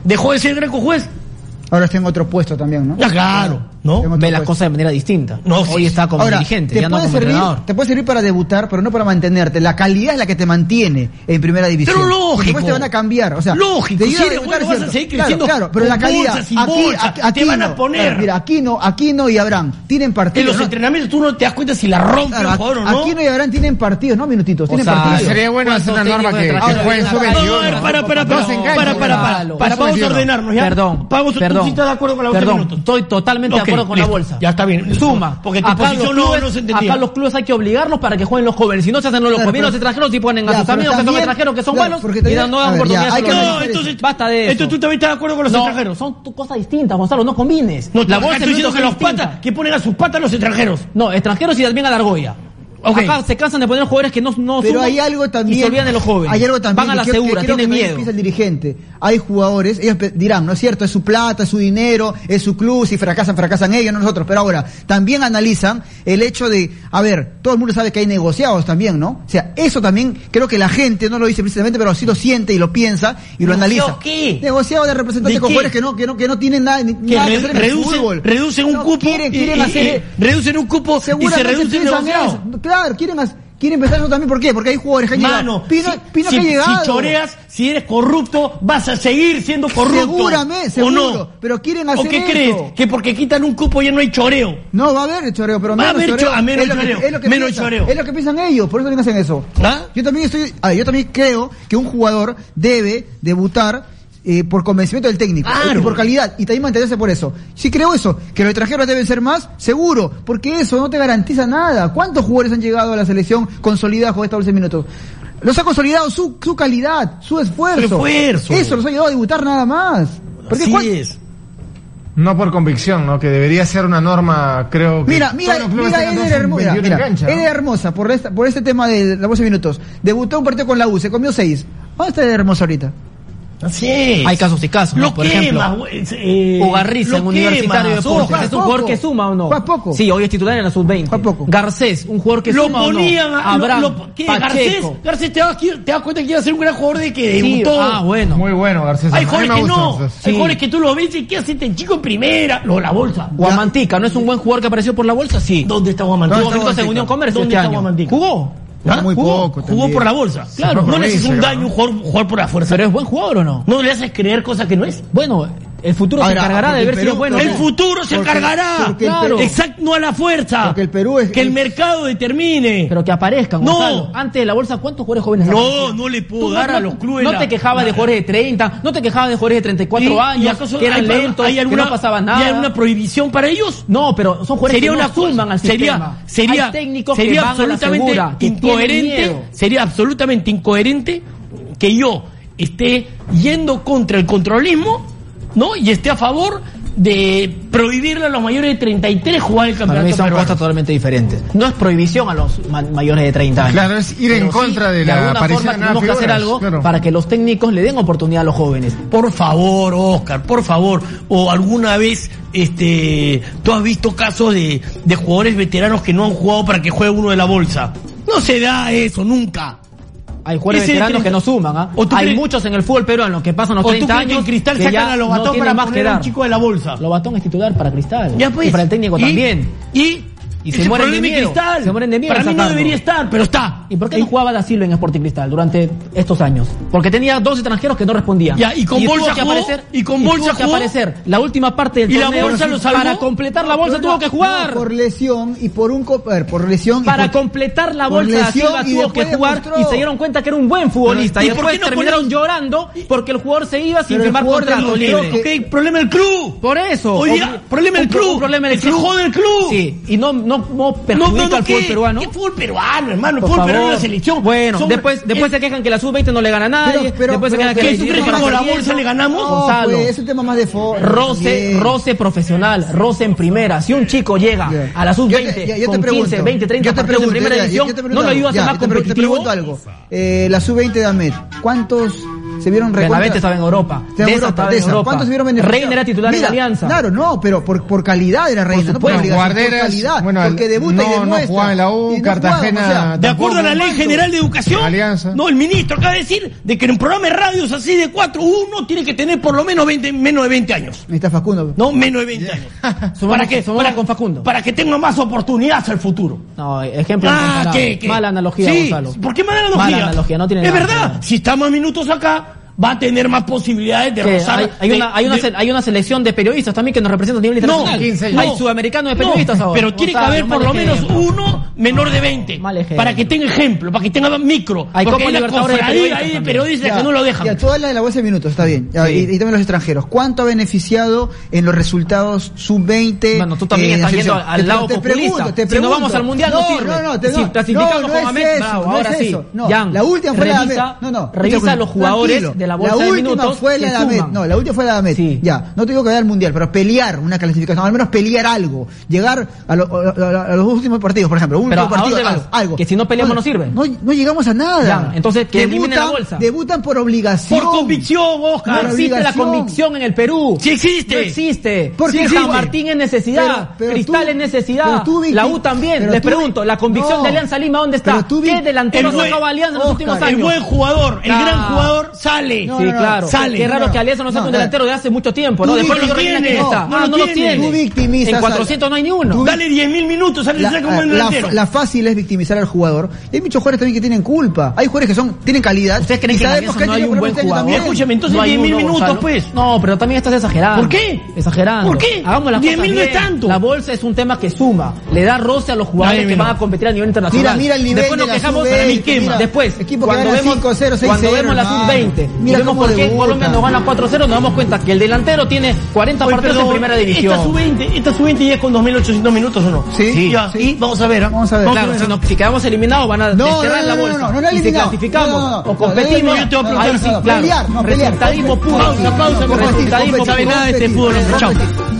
Dejó de ser Greco juez. Ahora está en otro puesto también, ¿no? Ya, claro, ¿no? Ve las cosas de manera distinta. No, Hoy sí. está como Ahora, dirigente, te ya no puede como servir, entrenador. te puede servir para debutar, pero no para mantenerte. La calidad es la que te mantiene en primera división. Pero lógico. Porque después te van a cambiar, o sea, Lógico, te ayuda si a eres debutar, bueno es vas a cierto. seguir creciendo Claro, pero con la calidad, bolsa, sin bolsa, te van a poner. Claro, mira, Aquino y Abraham tienen En partidos. los entrenamientos tú no te das cuenta si la rompe Claro, el jugador o no. Aquino y Abraham tienen partidos, no minutitos, tienen sea, partidos. Sería bueno hacer una norma que jueguen No, sub-21. No, a ver, No se enganchen, vamos a ordenarnos, ¿ya? Perdón. Vamos, ¿tú sí estás de acuerdo con la bolsa de minutos? Estoy totalmente de Ok, acuerdo con listo. la bolsa. Ya está bien. Suma. Porque tu Acá posición los clubes, no se entendía. acá los clubes hay que obligarlos para que jueguen los jóvenes. Si no se hacen los Claro, jóvenes, los pero- extranjeros y ponen a Ya, sus pero amigos que son también- extranjeros que son claro, buenos porque y también- dan nuevas a ver, ya, oportunidades. hay que a los No, jóvenes. entonces, Basta de eso. Entonces tú también estás de acuerdo con los No, extranjeros. son cosas distintas, Gonzalo, no combines. No, la acá bolsa estoy diciendo que los distinta. patas, que ponen a sus patas los extranjeros. No, extranjeros y también a la argolla. Ok. Acá se cansan de poner jugadores que no Pero suman hay algo también. y se olvidan de los jóvenes. Hay algo también Van a la que quiero- segura, que quiero tienen que miedo. también piense el dirigente. Hay jugadores, ellos dirán, no es cierto, es su plata, es su dinero, es su club, si fracasan ellos, no nosotros. Pero ahora, también analizan el hecho de, a ver, todo el mundo sabe que hay negociados también, ¿no? O sea, eso también creo que la gente no lo dice precisamente, pero sí lo siente y lo piensa y lo analiza. ¿Qué? Negociado de representantes ¿De con qué? jugadores que no tienen nada, Que nada que hacer en el fútbol. reducen un No, cupo. quieren hacer, reducen un cupo y se seguramente reduce el piensan negociado. eso. Claro, quieren empezar eso también. ¿Por qué? Porque hay jugadores que han Mano, llegado. Pino si, que ha llegado. si choreas, si eres corrupto, vas a seguir siendo corrupto. Seguramente, ¿o seguro. no? Pero quieren ¿O hacer qué eso. crees? Que porque quitan un cupo ya no hay choreo. No, va a haber choreo, pero Va a menos haber choreo. menos Es lo que- choreo, es lo que menos piensan, choreo. Es lo que piensan ellos, por eso también hacen eso. ¿Ah? Yo también creo que un jugador debe debutar por convencimiento del técnico Claro. y por calidad y también mantenerse por eso. Sí creo eso, que los extranjeros deben ser más, seguro, porque eso no te garantiza nada. ¿Cuántos jugadores han llegado a la selección consolidados con esta 11 minutos? Los ha consolidado su calidad, su esfuerzo. Su esfuerzo. Eso los ha ayudado a debutar nada más. Porque Así es. No por convicción, ¿no? Que debería ser una norma, creo que... Mira, todos los clubes tengan Eder Hermosa, sub-21 en cancha, ¿no? Eder Hermosa, por este tema de los 12 minutos, debutó un partido con la U, se comió 6. ¿Dónde está Eder Hermosa ahorita? Así es. Hay casos y casos, ¿no? Lo Por quemas, ejemplo, Ugarriza en Universitario de Deportes. Juega ¿Es un jugador poco. que suma o no? Juega poco. Sí, hoy es titular en la sub-20. Juega poco. Garcés, un jugador que Lo suma ponían o no. a Abraham, ¿qué? Pacheco. Garcés, te das cuenta que iba a ser un gran jugador de que Sí, debutó. bueno. Muy bueno, Garcés. Hay A mí jugadores me que gustan no. esos. Hay Sí. jugadores que tú lo ves y ¿qué hace este chico en primera? La bolsa. Guamantica, ¿no es un buen jugador que apareció por la bolsa? Sí. ¿Dónde está Guamantica? Tuvo minutos en Unión Comercio ¿Dónde este está año. Guamantica? ¿Jugó? Jugó muy poco Jugó también. por la bolsa. Claro, fue no por le haces un Valencia, daño ¿no? jugar por la fuerza. ¿Pero es buen jugador o no? No le haces creer cosas que no es. Bueno, el futuro Ahora, se encargará de porque ver el si es Perú- bueno. o El no. futuro se Porque- encargará. porque el Claro. Perú- Exacto, no a la fuerza. Porque el Perú es- Que el mercado determine. Pero que aparezcan, No. Gonzalo. Antes de la bolsa, ¿cuántos jugadores jóvenes No, aparecían? no le puedo Tú dar a los clubes No la- te quejabas de jugadores de 30, no te quejabas de jugadores de 34 años, acaso que eran hay- lentos, hay alguna, que no pasaba nada. ¿Y hay alguna prohibición para ellos? No, pero son jugadores Sería que una no suman al sistema. sería Hay técnicos sería que van a la absolutamente segura, que tienen incoherente, miedo. sería absolutamente incoherente que yo esté yendo contra el controlismo, ¿no? Y esté a favor de prohibirle a los mayores de 33 jugar el Para mí campeonato son peruano. cosas totalmente diferentes. No es prohibición a los mayores de 30 años. Claro, es ir en Pero contra de de la alguna aparición forma de tenemos que nuevas hacer figuras, algo claro. para que los técnicos le den oportunidad a los jóvenes. Por favor, Oscar, por favor. O alguna vez, tú has visto casos de jugadores veteranos que no han jugado para que juegue uno de la bolsa. No se da eso, nunca. Hay jugadores Ese de veteranos 30 que no suman, ¿ah? ¿O tú Hay crees- muchos en el fútbol peruano que pasan los ¿O tú 30 crees que años en Cristal que sacan ya a los no Batón tienen para más que poner a un dar. chico de la bolsa? Lobatón es titular para Cristal. Ya pues. Y para el técnico también. Y se ese mueren de problema es miedo. Cristal. Se mueren de miedo Para de mí no sacarlo. debería estar, pero está. ¿Y por qué no jugaba Da Silva en Sporting Cristal durante estos años? Porque tenía dos extranjeros que no respondían. Ya, y con tuvo Bolsa que jugó, aparecer, y con Bolsa tuvo que jugó. aparecer la última parte del ¿Y la torneo. Bolsa lo salvó? Para completar la bolsa tuvo que jugar. Por lesión y por un por lesión. Para y por, completar la por bolsa, Da lesión Silva y tuvo que después jugar demostró. y se dieron cuenta que era un buen futbolista. ¿Y Y por después qué no terminaron ponemos- llorando porque el jugador se iba sin Pero el firmar jugador contrato demostró libre. que- Ok, problema del club. Por eso. Hoy día, problema del club. Un problema del Que se club. jode el club. Sí, y no perjudica al fútbol peruano. ¿Qué fútbol peruano, hermano? El Por fútbol peruano favor. es la selección. Bueno, Son- después se quejan que la sub-20 no le gana a nadie. Después se quejan que ¿qué, la tú crees que para con la perdiendo. bolsa le ganamos? No, Gonzalo. pues, es un tema más de forma. Roce profesional, roce en primera. Si un chico llega Ya. a la Yo sub-20 te con 15, pregunto, 20, 30 yo te partidos en primera ya, división, yo te ¿no lo ayuda a ser ya, más te competitivo? pregunto algo. La sub-20 de Ahmed, ¿cuántos se vieron Benavente estaba en Europa. Deza estaba en Europa. ¿Cuántos se vieron beneficiados? Reina era titular en Alianza. Claro, no, pero por calidad era Reina, no por obligación, Guarderas, por calidad, bueno, porque debuta y demuestra. No jugaba en la U, Y Cartagena. jugaba, o sea, De acuerdo a la Ley General de Educación, Alianza. no, el ministro acaba de decir de que en un programa de radios así de 4, uno tiene que tener por lo menos menos de 20 años. Ahí está Facundo. No, menos de 20 años. Sumamos con Facundo. Para que tenga más oportunidades al futuro. No, ejemplo. ¿Qué? Mala analogía, sí, Gonzalo. ¿por qué mala analogía? Mala analogía, no tiene Es nada que verdad, ver. si está más minutos acá, va a tener más posibilidades de rozar. Hay una selección de periodistas también que nos representan a nivel internacional. 15 Hay sudamericanos de periodistas ahora. Pero tiene que Gonzalo, haber por mal lo menos ejemplo. uno menor de 20. Mal ejemplo. Para que tenga ejemplo, para que tenga micro. Hay porque Copa hay la Libertadores de cofradía periodistas ahí de también. periodistas que no lo dejan. Ya, tú hablas de la bolsa de minutos, está bien. Ya, Sí. y también los extranjeros. ¿Cuánto ha beneficiado en los resultados sub-20? Bueno, tú también estás yendo al lado populista. Si no vamos al Mundial no sirve. Si clasificamos con Ahmed, bravo, ahora sí. Jan, la última fue la de Revisa los jugadores de la bolsa de minutos. Fue la de Ahmed. No, la última fue la de Ahmed. Sí. Ya, no te digo que vaya al Mundial, pero pelear una clasificación, al menos pelear algo. Llegar a los últimos partidos, por ejemplo. Pero último partido, ¿a dónde vas? algo. Que si no peleamos no sirve. No llegamos a nada. Ya, entonces que eliminen la bolsa. Debutan por obligación. Por convicción, Oscar. No existe la convicción en el Perú. Sí existe. No existe. Porque Sí, existe. San Martín es necesidad. Pero Cristal tú- es necesidad. pero tú, Vicky, la U también. pero Les tú- pregunto, la convicción no. de Alianza Lima, ¿dónde está? Pero tú, ¿Qué Vicky, delantero el buen- sacaba Alianza en los Oscar, últimos El años? buen jugador, el Claro. gran jugador sale. No, Sí, claro. Sale. Qué raro No, que Alianza no saque no, un delantero de hace mucho tiempo, ¿no? Tú Después no de lo Reina, tiene, ¿quién está? no lo lo tiene. tiene. Tú victimizas En 400 no hay ni uno. Dale 10.000 minutos, sale como un delantero. La fácil es victimizar al jugador. Y hay muchos jugadores también que tienen culpa. Hay jugadores que tienen calidad. ¿Ustedes creen y que en sabemos Alianza no hay tienen un buen problemas este año jugador? también. Escúchame, entonces No hay 10.000 uno, minutos, Gonzalo. pues. No, pero también estás exagerando. ¿Por qué? Exagerando. ¿Por qué? Hagamos las 10.000 cosas no es bien. tanto. La bolsa es un tema que suma. Le da roce a los jugadores Ay, que no. van a competir a nivel internacional. Mira el nivel Después de nos la quejamos sub-20, para mí quema. mira, Después, equipo que cuando gana vemos 5-0, 6-0, cuando vemos la hermano. sub-20 y Mira vemos cómo por qué debutan. Colombia nos gana 4-0, nos damos cuenta que el delantero tiene 40 Oye, partidos perdón, en primera división. Esta sub-20 ya es con 2.800 minutos o no? Sí. Ya, Sí. y vamos a ver. ¿ah? Vamos a ver. Claro, si quedamos eliminados van a desterrar la bolsa. no y si eliminado. clasificamos No, o competimos, no, yo te voy a preguntar, ahí sí, no, claro. pelear, no, pelear. Resultadismo puro. Pausa, Resultadismo no sabe puro. nada de este fútbol. Chao.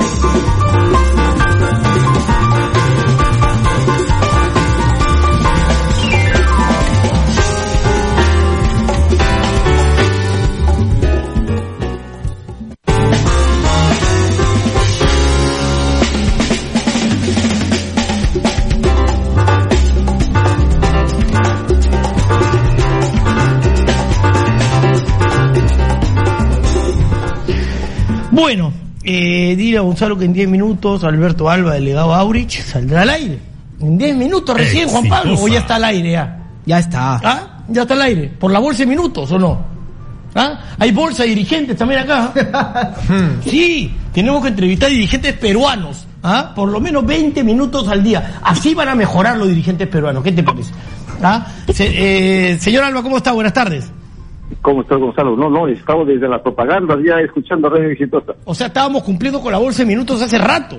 Bueno, dile a Gonzalo que en 10 minutos Alberto Alba, delegado Aurich, saldrá al aire. En 10 minutos recién, Juan Pablo, o ya está al aire ya. Ya está. ¿Ah? Ya está al aire. ¿Por la bolsa de minutos o no? ¿Ah? Hay bolsa de dirigentes también acá. Sí, tenemos que entrevistar dirigentes peruanos. ¿Ah? Por lo menos 20 minutos al día. Así van a mejorar los dirigentes peruanos. ¿Qué te parece? ¿Ah? Señor Alba, ¿cómo está? Buenas tardes. ¿Cómo está, Gonzalo? No, estamos desde la propaganda ya escuchando Radio Exitosa. O sea, estábamos cumpliendo con la bolsa de minutos hace rato.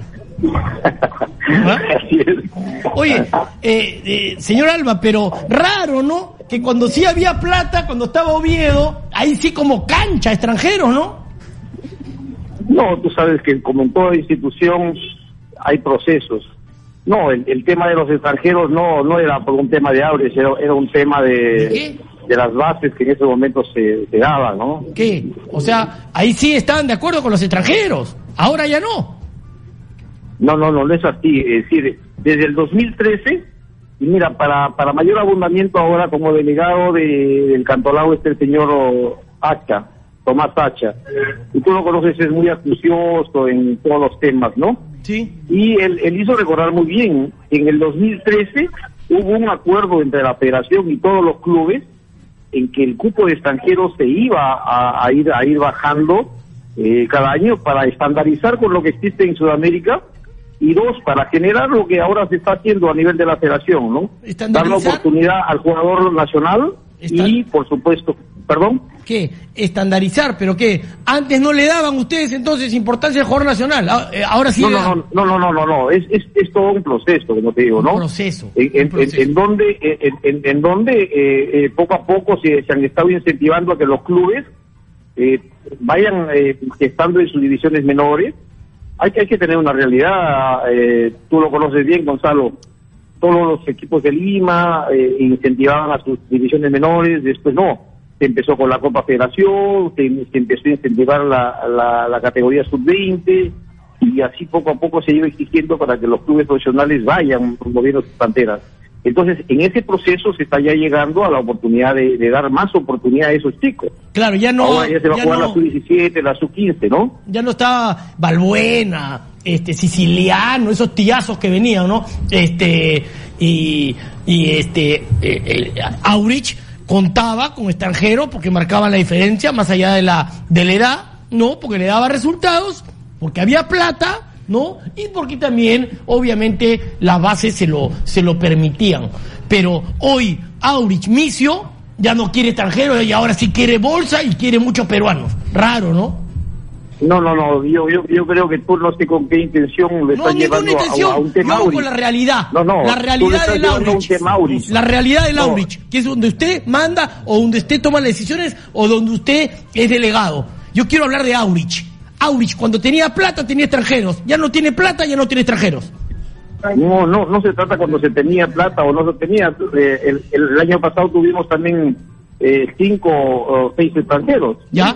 Así es. Oye, señor Alba, pero raro, ¿no? Que cuando sí había plata, cuando estaba Oviedo, ahí sí como cancha, extranjeros, ¿no? No, tú sabes que como en toda institución hay procesos. No, el tema de los extranjeros no era por un tema de Aures, era un tema ¿De qué? de las bases que en ese momento se daban, ¿no? ¿Qué? O sea, ahí sí estaban de acuerdo con los extranjeros, ahora ya no. No es así. Es decir, desde el 2013, y mira, para mayor abundamiento ahora como delegado del Cantolao está el señor Hacha, Tomás Hacha. Y tú lo conoces, es muy acucioso en todos los temas, ¿no? Sí. Y él hizo recordar muy bien, en el 2013 hubo un acuerdo entre la federación y todos los clubes en que el cupo de extranjeros se iba a ir bajando cada año para estandarizar con lo que existe en Sudamérica, y dos, para generar lo que ahora se está haciendo a nivel de la federación, ¿no? Dar la ¿Estandarizar? oportunidad al jugador nacional y, por supuesto, ¿perdón? ¿Qué? Estandarizar, pero ¿qué? Antes no le daban ustedes entonces importancia al jugador nacional, ahora sí. No, es todo un proceso, como te digo, ¿no? Un proceso. En donde poco a poco se han estado incentivando a que los clubes vayan estando en sus divisiones menores. Hay que tener una realidad, tú lo conoces bien, Gonzalo. Todos los equipos de Lima incentivaban a sus divisiones menores, después no. se empezó con la Copa Federación, se empezó a incentivar la categoría sub-20, y así poco a poco se iba exigiendo para que los clubes profesionales vayan promoviendo sus canteras. Entonces, en ese proceso se está ya llegando a la oportunidad de dar más oportunidad a esos chicos. Claro, ya no... Ahora ya se va a jugar la sub-17, la sub-15, ¿no? Ya no está Balbuena, Siciliano, esos tillazos que venían, ¿no? Aurich contaba con extranjeros porque marcaban la diferencia más allá de la edad, ¿no? Porque le daba resultados, porque había plata, ¿no? Y porque también, obviamente, las bases se lo permitían. Pero hoy, Aurich Micio ya no quiere extranjeros y ahora sí quiere bolsa y quiere muchos peruanos. Raro, ¿no? No, yo creo que tú no sé con qué intención le estás llevando a un tema Aurich. Con la realidad. La realidad del Aurich. La realidad del Aurich, que es donde usted manda o donde usted toma las decisiones o donde usted es delegado. Yo quiero hablar de Aurich. Aurich, cuando tenía plata, tenía extranjeros. Ya no tiene plata, ya no tiene extranjeros. No se trata cuando se tenía plata o no se tenía. El año pasado tuvimos también 5 o 6 extranjeros. ¿Ya?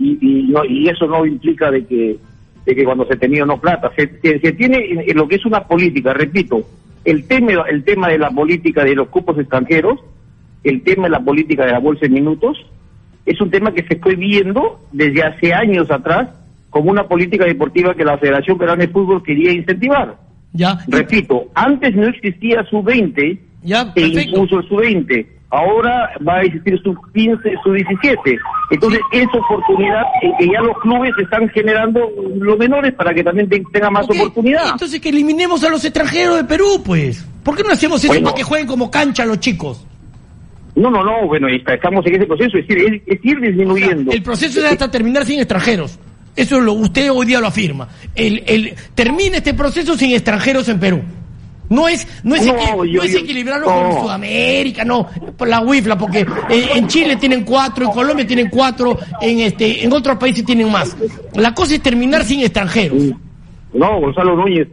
Y eso no implica de que cuando se tenía o no plata. Se tiene en lo que es una política, repito, el tema de la política de los cupos extranjeros, el tema de la política de la bolsa de minutos, es un tema que se fue viendo desde hace años atrás como una política deportiva que la Federación Peruana de Fútbol quería incentivar. Ya. Repito, antes no existía sub-20, se impuso el sub-20, ahora va a existir sub-15, sub-17. Entonces, es oportunidad en que ya los clubes están generando los menores para que también tengan más oportunidad. Entonces, que eliminemos a los extranjeros de Perú, pues. ¿Por qué no hacemos eso para que jueguen como cancha los chicos? No, bueno, estamos en ese proceso, es decir, es ir disminuyendo. O sea, el proceso es hasta terminar sin extranjeros. Eso usted hoy día lo afirma. Termina este proceso sin extranjeros en Perú. No es equilibrarlo con Sudamérica, no, por la UIFLA, porque en Chile tienen 4, en Colombia tienen 4, en otros países tienen más. La cosa es terminar sin extranjeros. No, Gonzalo Núñez,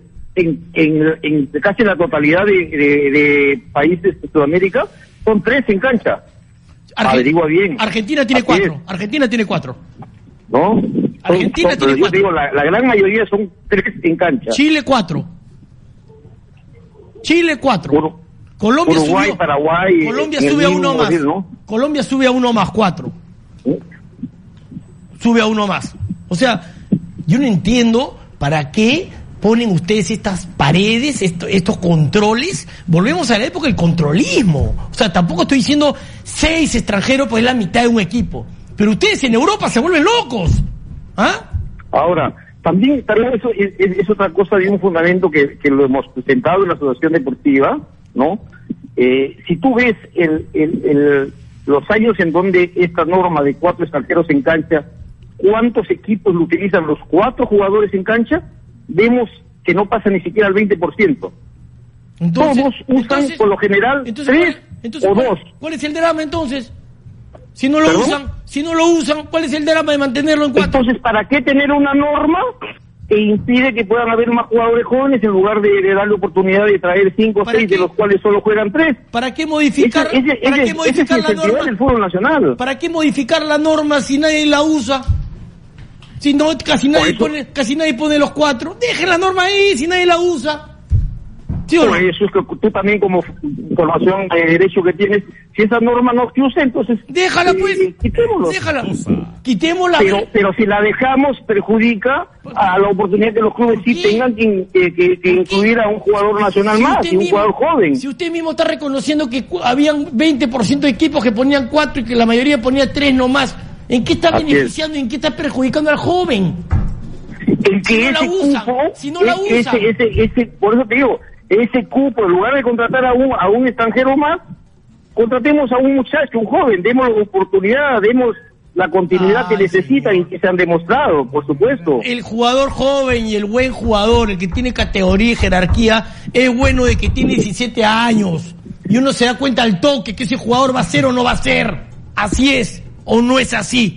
en casi la totalidad de países de Sudamérica son 3 en cancha. Averigua bien. Argentina tiene 4. Argentina tiene 4. ¿No? Argentina tiene 4. Yo digo, la gran mayoría son 3 en cancha. Chile 4. Colombia Uruguay, subió. Paraguay. Colombia sube a 1 más. ¿No? Colombia sube a 1 más, 4. Sube a 1 más. O sea, yo no entiendo para qué ponen ustedes estas paredes, estos controles. Volvemos a la época del controlismo. O sea, tampoco estoy diciendo 6 extranjeros, pues es la mitad de un equipo. Pero ustedes en Europa se vuelven locos. ¿Ah? Ahora, también eso es otra cosa de un fundamento que lo hemos presentado en la Asociación Deportiva, ¿no? Si tú ves los años en donde esta norma de 4 extranjeros en cancha, ¿cuántos equipos lo utilizan los 4 jugadores en cancha? Vemos que no pasa ni siquiera al 20%. Todos usan por lo general 3 o 2. ¿Cuál es el drama entonces? Si no lo usan, ¿cuál es el drama de mantenerlo en 4? Entonces, ¿para qué tener una norma que impide que puedan haber más jugadores jóvenes en lugar de darle oportunidad de traer 5 o 6, de los cuales solo juegan 3? ¿Para qué modificar, la norma del fútbol nacional? ¿Para qué modificar la norma si nadie la usa? Si no, casi nadie pone los 4. Dejen la norma ahí si nadie la usa. ¿Sí o no? Eso es que tú también, como formación de derecho que tienes, si esa norma no se usa, entonces déjala pues, quitémosla. Pero si la dejamos, perjudica a la oportunidad que los clubes sí tengan que incluir a un jugador nacional más y un jugador joven. Si usted mismo está reconociendo que habían 20% de equipos que ponían 4 y que la mayoría ponía 3 nomás, ¿en qué está beneficiando y en qué está perjudicando al joven? En que si no la usan. Por eso te digo, ese cupo, en lugar de contratar a un extranjero más, contratemos a un muchacho, un joven, demos la oportunidad, demos la continuidad que necesitan y que se han demostrado, por supuesto. El jugador joven y el buen jugador, el que tiene categoría y jerarquía, es bueno de que tiene 17 años. Y uno se da cuenta al toque que ese jugador va a ser o no va a ser. Así es, o no es así.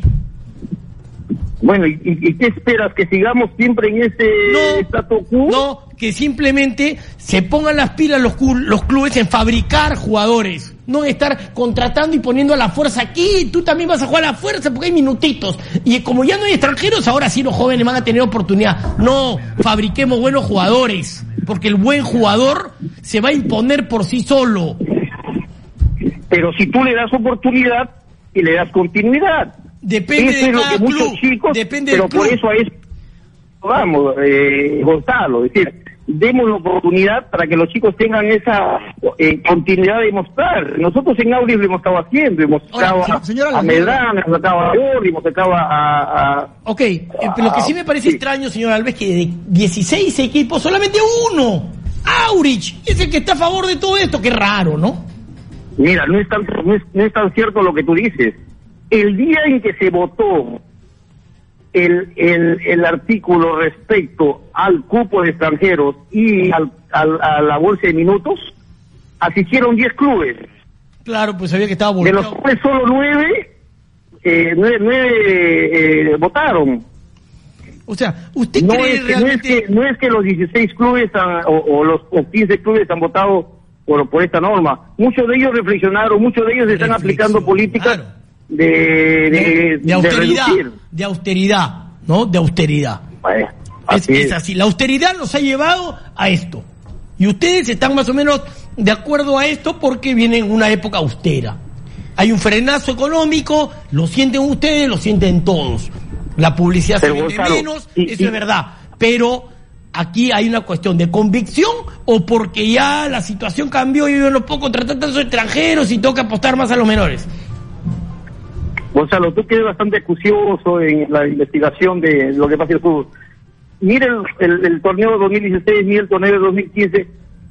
Bueno, ¿y qué esperas? ¿Que sigamos siempre en este statu quo? No, que simplemente se pongan las pilas los clubes en fabricar jugadores. no estar contratando y poniendo a la fuerza aquí, tú también vas a jugar a la fuerza porque hay minutitos. Y como ya no hay extranjeros, ahora sí los jóvenes van a tener oportunidad. No, fabriquemos buenos jugadores, porque el buen jugador se va a imponer por sí solo. Pero si tú le das oportunidad y le das continuidad. Depende eso de es lo cada que muchos club, chicos, depende pero del club. por eso es, vamos, Gonzalo, es decir, demos la oportunidad para que los chicos tengan esa continuidad de mostrar. Nosotros en Audi lo hemos estado haciendo, hemos sacado a Medrano, hemos sacado a Jordi, hemos sacado a... Ok, lo que sí me parece extraño, señor Alves, que de 16 equipos, solamente uno, Aurich, es el que está a favor de todo esto. Qué raro, ¿no? Mira, no es tan cierto lo que tú dices. El día en que se votó el artículo respecto al cupo de extranjeros y a la bolsa de minutos, asistieron 10 clubes. Claro, pues sabía que estaba volcado. De los cuales solo 9 votaron. O sea, ¿usted cree realmente...? No es que los 16 clubes o 15 clubes han votado por esta norma. Muchos de ellos reflexionaron, muchos de ellos están aplicando políticas de austeridad, reducir. De austeridad, ¿no? De austeridad. Bueno, es así. La austeridad nos ha llevado a esto. Y ustedes están más o menos de acuerdo a esto porque viene en una época austera. Hay un frenazo económico, lo sienten ustedes, lo sienten todos. La publicidad se vende menos, eso es verdad. Pero aquí hay una cuestión de convicción o porque ya la situación cambió y yo no puedo contratar tantos extranjeros y tengo que apostar más a los menores. Gonzalo, tú que eres bastante acucioso en la investigación de lo que pasa en el fútbol. Mira el torneo de 2016, mira el torneo de 2015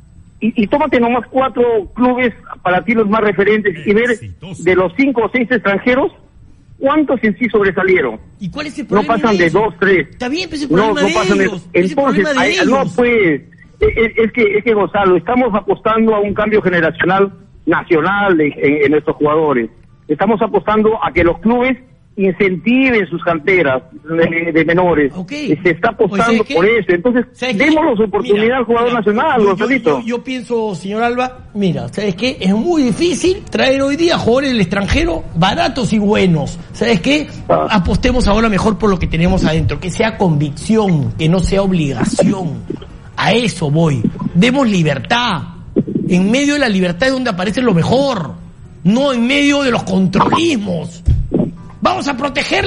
y tómate nomás 4 clubes para ti los más referentes y ver de los 5 o 6 extranjeros ¿cuántos en sí sobresalieron? ¿Y cuál es el problema? No pasan de 2, 3. Está bien, pero es el problema de pasan ellos. Entonces, no pues, es que Gonzalo, estamos apostando a un cambio generacional nacional en nuestros jugadores. Estamos apostando a que los clubes incentiven sus canteras de menores. Okay. Se está apostando por eso. Entonces, démosle oportunidad al jugador nacional, Gonzalito. Yo pienso, señor Alba, mira, ¿sabes qué? Es muy difícil traer hoy día jugadores del extranjero baratos y buenos. ¿Sabes qué? Apostemos ahora mejor por lo que tenemos adentro, que sea convicción, que no sea obligación. A eso voy. Demos libertad. En medio de la libertad es donde aparece lo mejor, no en medio de los controlismos. Vamos a proteger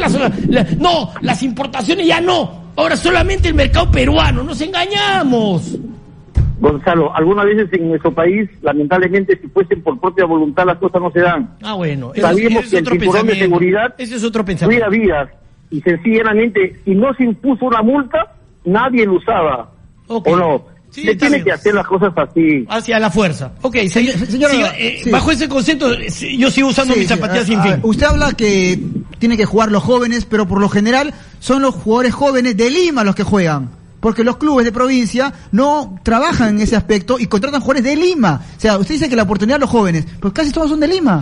las importaciones ya no. Ahora solamente el mercado peruano. Nos engañamos. Gonzalo, algunas veces en nuestro país, lamentablemente, si fuesen por propia voluntad, las cosas no se dan. Ah, bueno. Sabíamos que el cinturón de seguridad cuida vidas. Y sencillamente, si no se impuso una multa, nadie lo usaba. Okay. ¿O no? Sí, se tiene que hacer las cosas así. Hacia la fuerza. Ok, señora, bajo ese concepto, yo sigo usando mis zapatillas sin fin. Usted habla que tiene que jugar los jóvenes, pero por lo general son los jugadores jóvenes de Lima los que juegan. Porque los clubes de provincia no trabajan en ese aspecto y contratan jugadores de Lima. O sea, usted dice que la oportunidad de los jóvenes, pues casi todos son de Lima.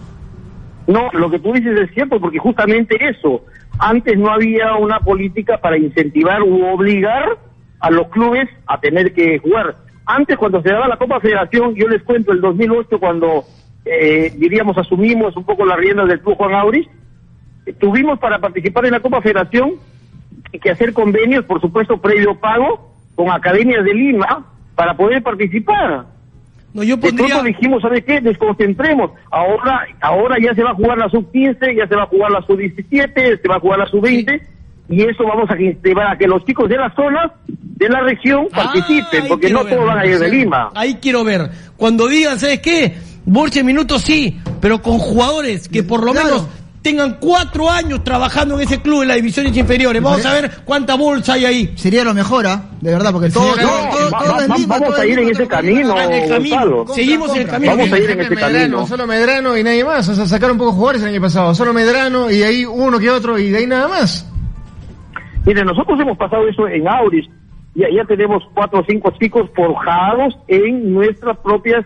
No, lo que tú dices es cierto, porque justamente eso. Antes no había una política para incentivar u obligar a los clubes a tener que jugar. Antes, cuando se daba la Copa Federación, yo les cuento, el 2008, cuando, diríamos, asumimos un poco las riendas del Club Juan Aurich, tuvimos para participar en la Copa Federación que hacer convenios, por supuesto, previo pago, con academias de Lima, para poder participar. No, yo pondría... De pronto dijimos, ¿sabe qué? Desconcentremos. Ahora ya se va a jugar la sub-15, ya se va a jugar la sub-17, se va a jugar la sub-20, y eso vamos a incentivar a que los chicos de la zona, de la región, participen, porque no todos van a ir de Lima. Ahí quiero ver. Cuando digan, ¿sabes qué? Bolche minutos sí, pero con jugadores que por lo menos tengan 4 años trabajando en ese club en las divisiones inferiores. Vamos a ver cuánta bolsa hay ahí. Sería lo mejor, de verdad, porque vamos a ir en ese camino. Seguimos en el camino. Vamos a ir en ese camino. Solo Medrano y nadie más. O sea, sacaron un poco de jugadores el año pasado. Solo Medrano y ahí uno que otro y de ahí nada más. Mire, nosotros hemos pasado eso en Aurich. Ya tenemos 4 o 5 chicos forjados en nuestras propias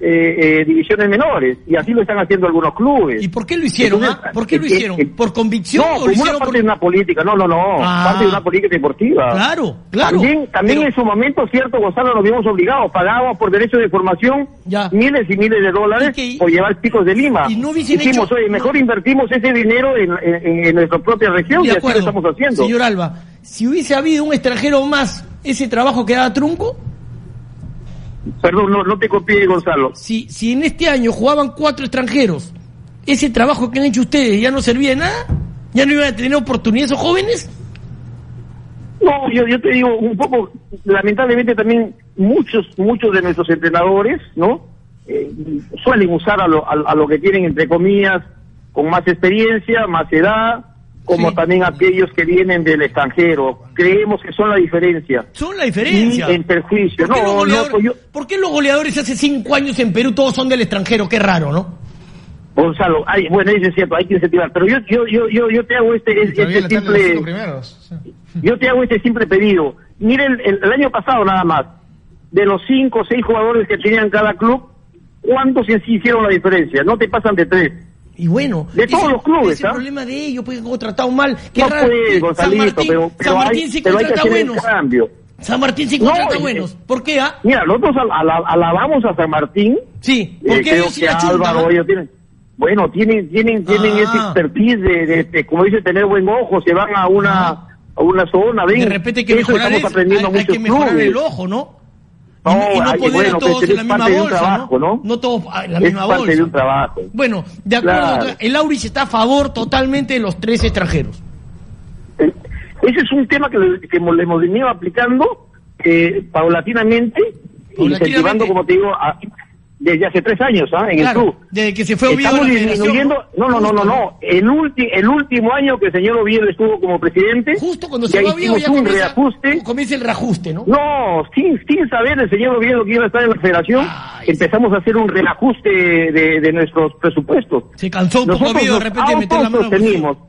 divisiones menores, y así lo están haciendo algunos clubes. ¿Y por qué lo hicieron? Entonces, ¿Por qué lo hicieron? ¿Por convicción? No, ¿O lo como hicieron una parte de una política, parte de una política deportiva. Claro. También Pero- en su momento, cierto, Gonzalo, nos vimos obligados, pagábamos por derechos de formación miles y miles de dólares por llevar Picos de Lima. Y no hubiesen Dijimos, hecho- oye, mejor invertimos ese dinero en nuestra propia región, De y así acuerdo. lo estamos haciendo. Señor Alba, si hubiese habido un extranjero más, ¿ese trabajo quedaba trunco? Perdón, no te copié, Gonzalo. Si en este año jugaban 4 extranjeros, ¿ese trabajo que han hecho ustedes ya no servía de nada? ¿Ya no iban a tener oportunidad esos jóvenes? No, yo te digo, un poco, lamentablemente también muchos de nuestros entrenadores, ¿no? Suelen usar a lo que tienen, entre comillas, con más experiencia, más edad, como también aquellos que vienen del extranjero. Creemos que son la diferencia. Son la diferencia. Y en perjuicio. ¿Por qué los goleadores hace 5 años en Perú todos son del extranjero? Qué raro, ¿no? Gonzalo, bueno, eso es cierto, hay que incentivar, pero yo te hago este simple pedido. Miren, el año pasado nada más, de los 5 o 6 jugadores que tenían cada club, ¿cuántos en sí hicieron la diferencia? No te pasan de 3. Y bueno, de todos los clubes, es el problema de ellos, porque han contratado mal. Qué no raro. puede, Gonzalito, San Martín sí contrata buenos. San Martín sí contrata buenos. ¿Por qué? Mira, nosotros alabamos a San Martín. Sí, porque ellos sí la chuntan. Ellos tienen ese expertise de, como dice, tener buen ojo, se van a una zona, ven. De repente hay que mejorar eso, hay que mejorar el ojo, ¿no? Y no poner a todos en la misma bolsa, ¿no? No todos en la misma bolsa. Es parte de un trabajo. Bueno, de acuerdo, claro. El Aurich está a favor totalmente de los 3 extranjeros. Ese es un tema que le hemos venido aplicando paulatinamente, incentivando, como te digo, desde hace 3 años, en el club. Desde que se fue Oviedo. Estamos disminuyendo. No. El último año que el señor Oviedo estuvo como presidente. Justo cuando se fue Oviedo, ya comienza el reajuste, ¿no? No, sin saber el señor Oviedo que iba a estar en la federación, empezamos a hacer un reajuste de nuestros presupuestos. Se cansó un poco Oviedo, de repente meter la mano.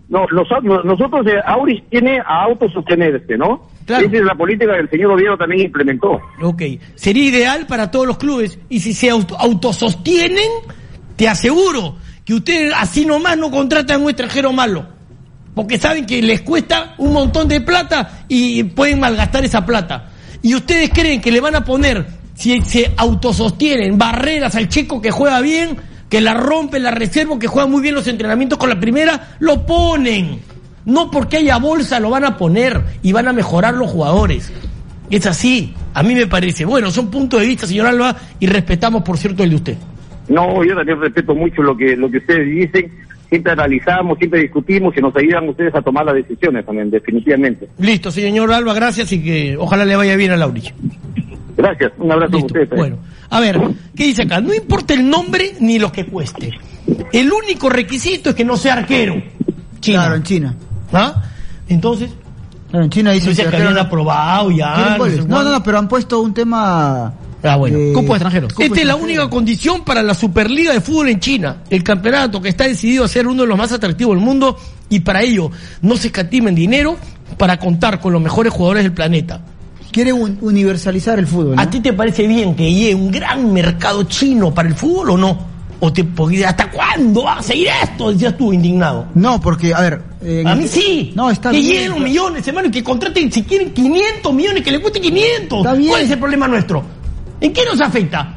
Nosotros, Aurich tiene a autosostenerse, ¿no? Claro. Esa es la política que el señor Oviedo también implementó. Ok. Sería ideal para todos los clubes. Y si se autosostienen, te aseguro que ustedes así nomás no contratan a un extranjero malo. Porque saben que les cuesta un montón de plata y pueden malgastar esa plata. Y ustedes creen que le van a poner, si se autosostienen, barreras al chico que juega bien, que la rompe, la reserva, que juega muy bien los entrenamientos con la primera, lo ponen. No porque haya bolsa lo van a poner y van a mejorar los jugadores. Es así, a mí me parece. Bueno, son puntos de vista, señor Alba, y respetamos, por cierto, el de usted. No, yo también respeto mucho lo que ustedes dicen. Siempre analizamos, siempre discutimos, y nos ayudan ustedes a tomar las decisiones también, definitivamente. Listo, señor Alba, gracias, y que ojalá le vaya bien a Aurich. Gracias, un abrazo a ustedes. Bueno, a ver, ¿qué dice acá? No importa el nombre ni lo que cueste. El único requisito es que no sea arquero. China. Claro, en China. ¿Ah? Entonces, claro, en China dicen que habían aprobado ya. No, pero han puesto un tema. Cupo de extranjeros. Esta es la única condición para la Superliga de Fútbol en China. El campeonato que está decidido a ser uno de los más atractivos del mundo, y para ello no se escatima en dinero para contar con los mejores jugadores del planeta. Quiere universalizar el fútbol, ¿no? ¿A ti te parece bien que llegue un gran mercado chino para el fútbol o no? Porque ¿hasta cuándo va a seguir esto? Decías tú, indignado. No, porque, a ver... a mí sí. No, está que bien. Que lleguen los millones, hermano, y que contraten, si quieren 500 millones, que le cueste 500. Está bien. ¿Cuál es el problema nuestro? ¿En qué nos afecta?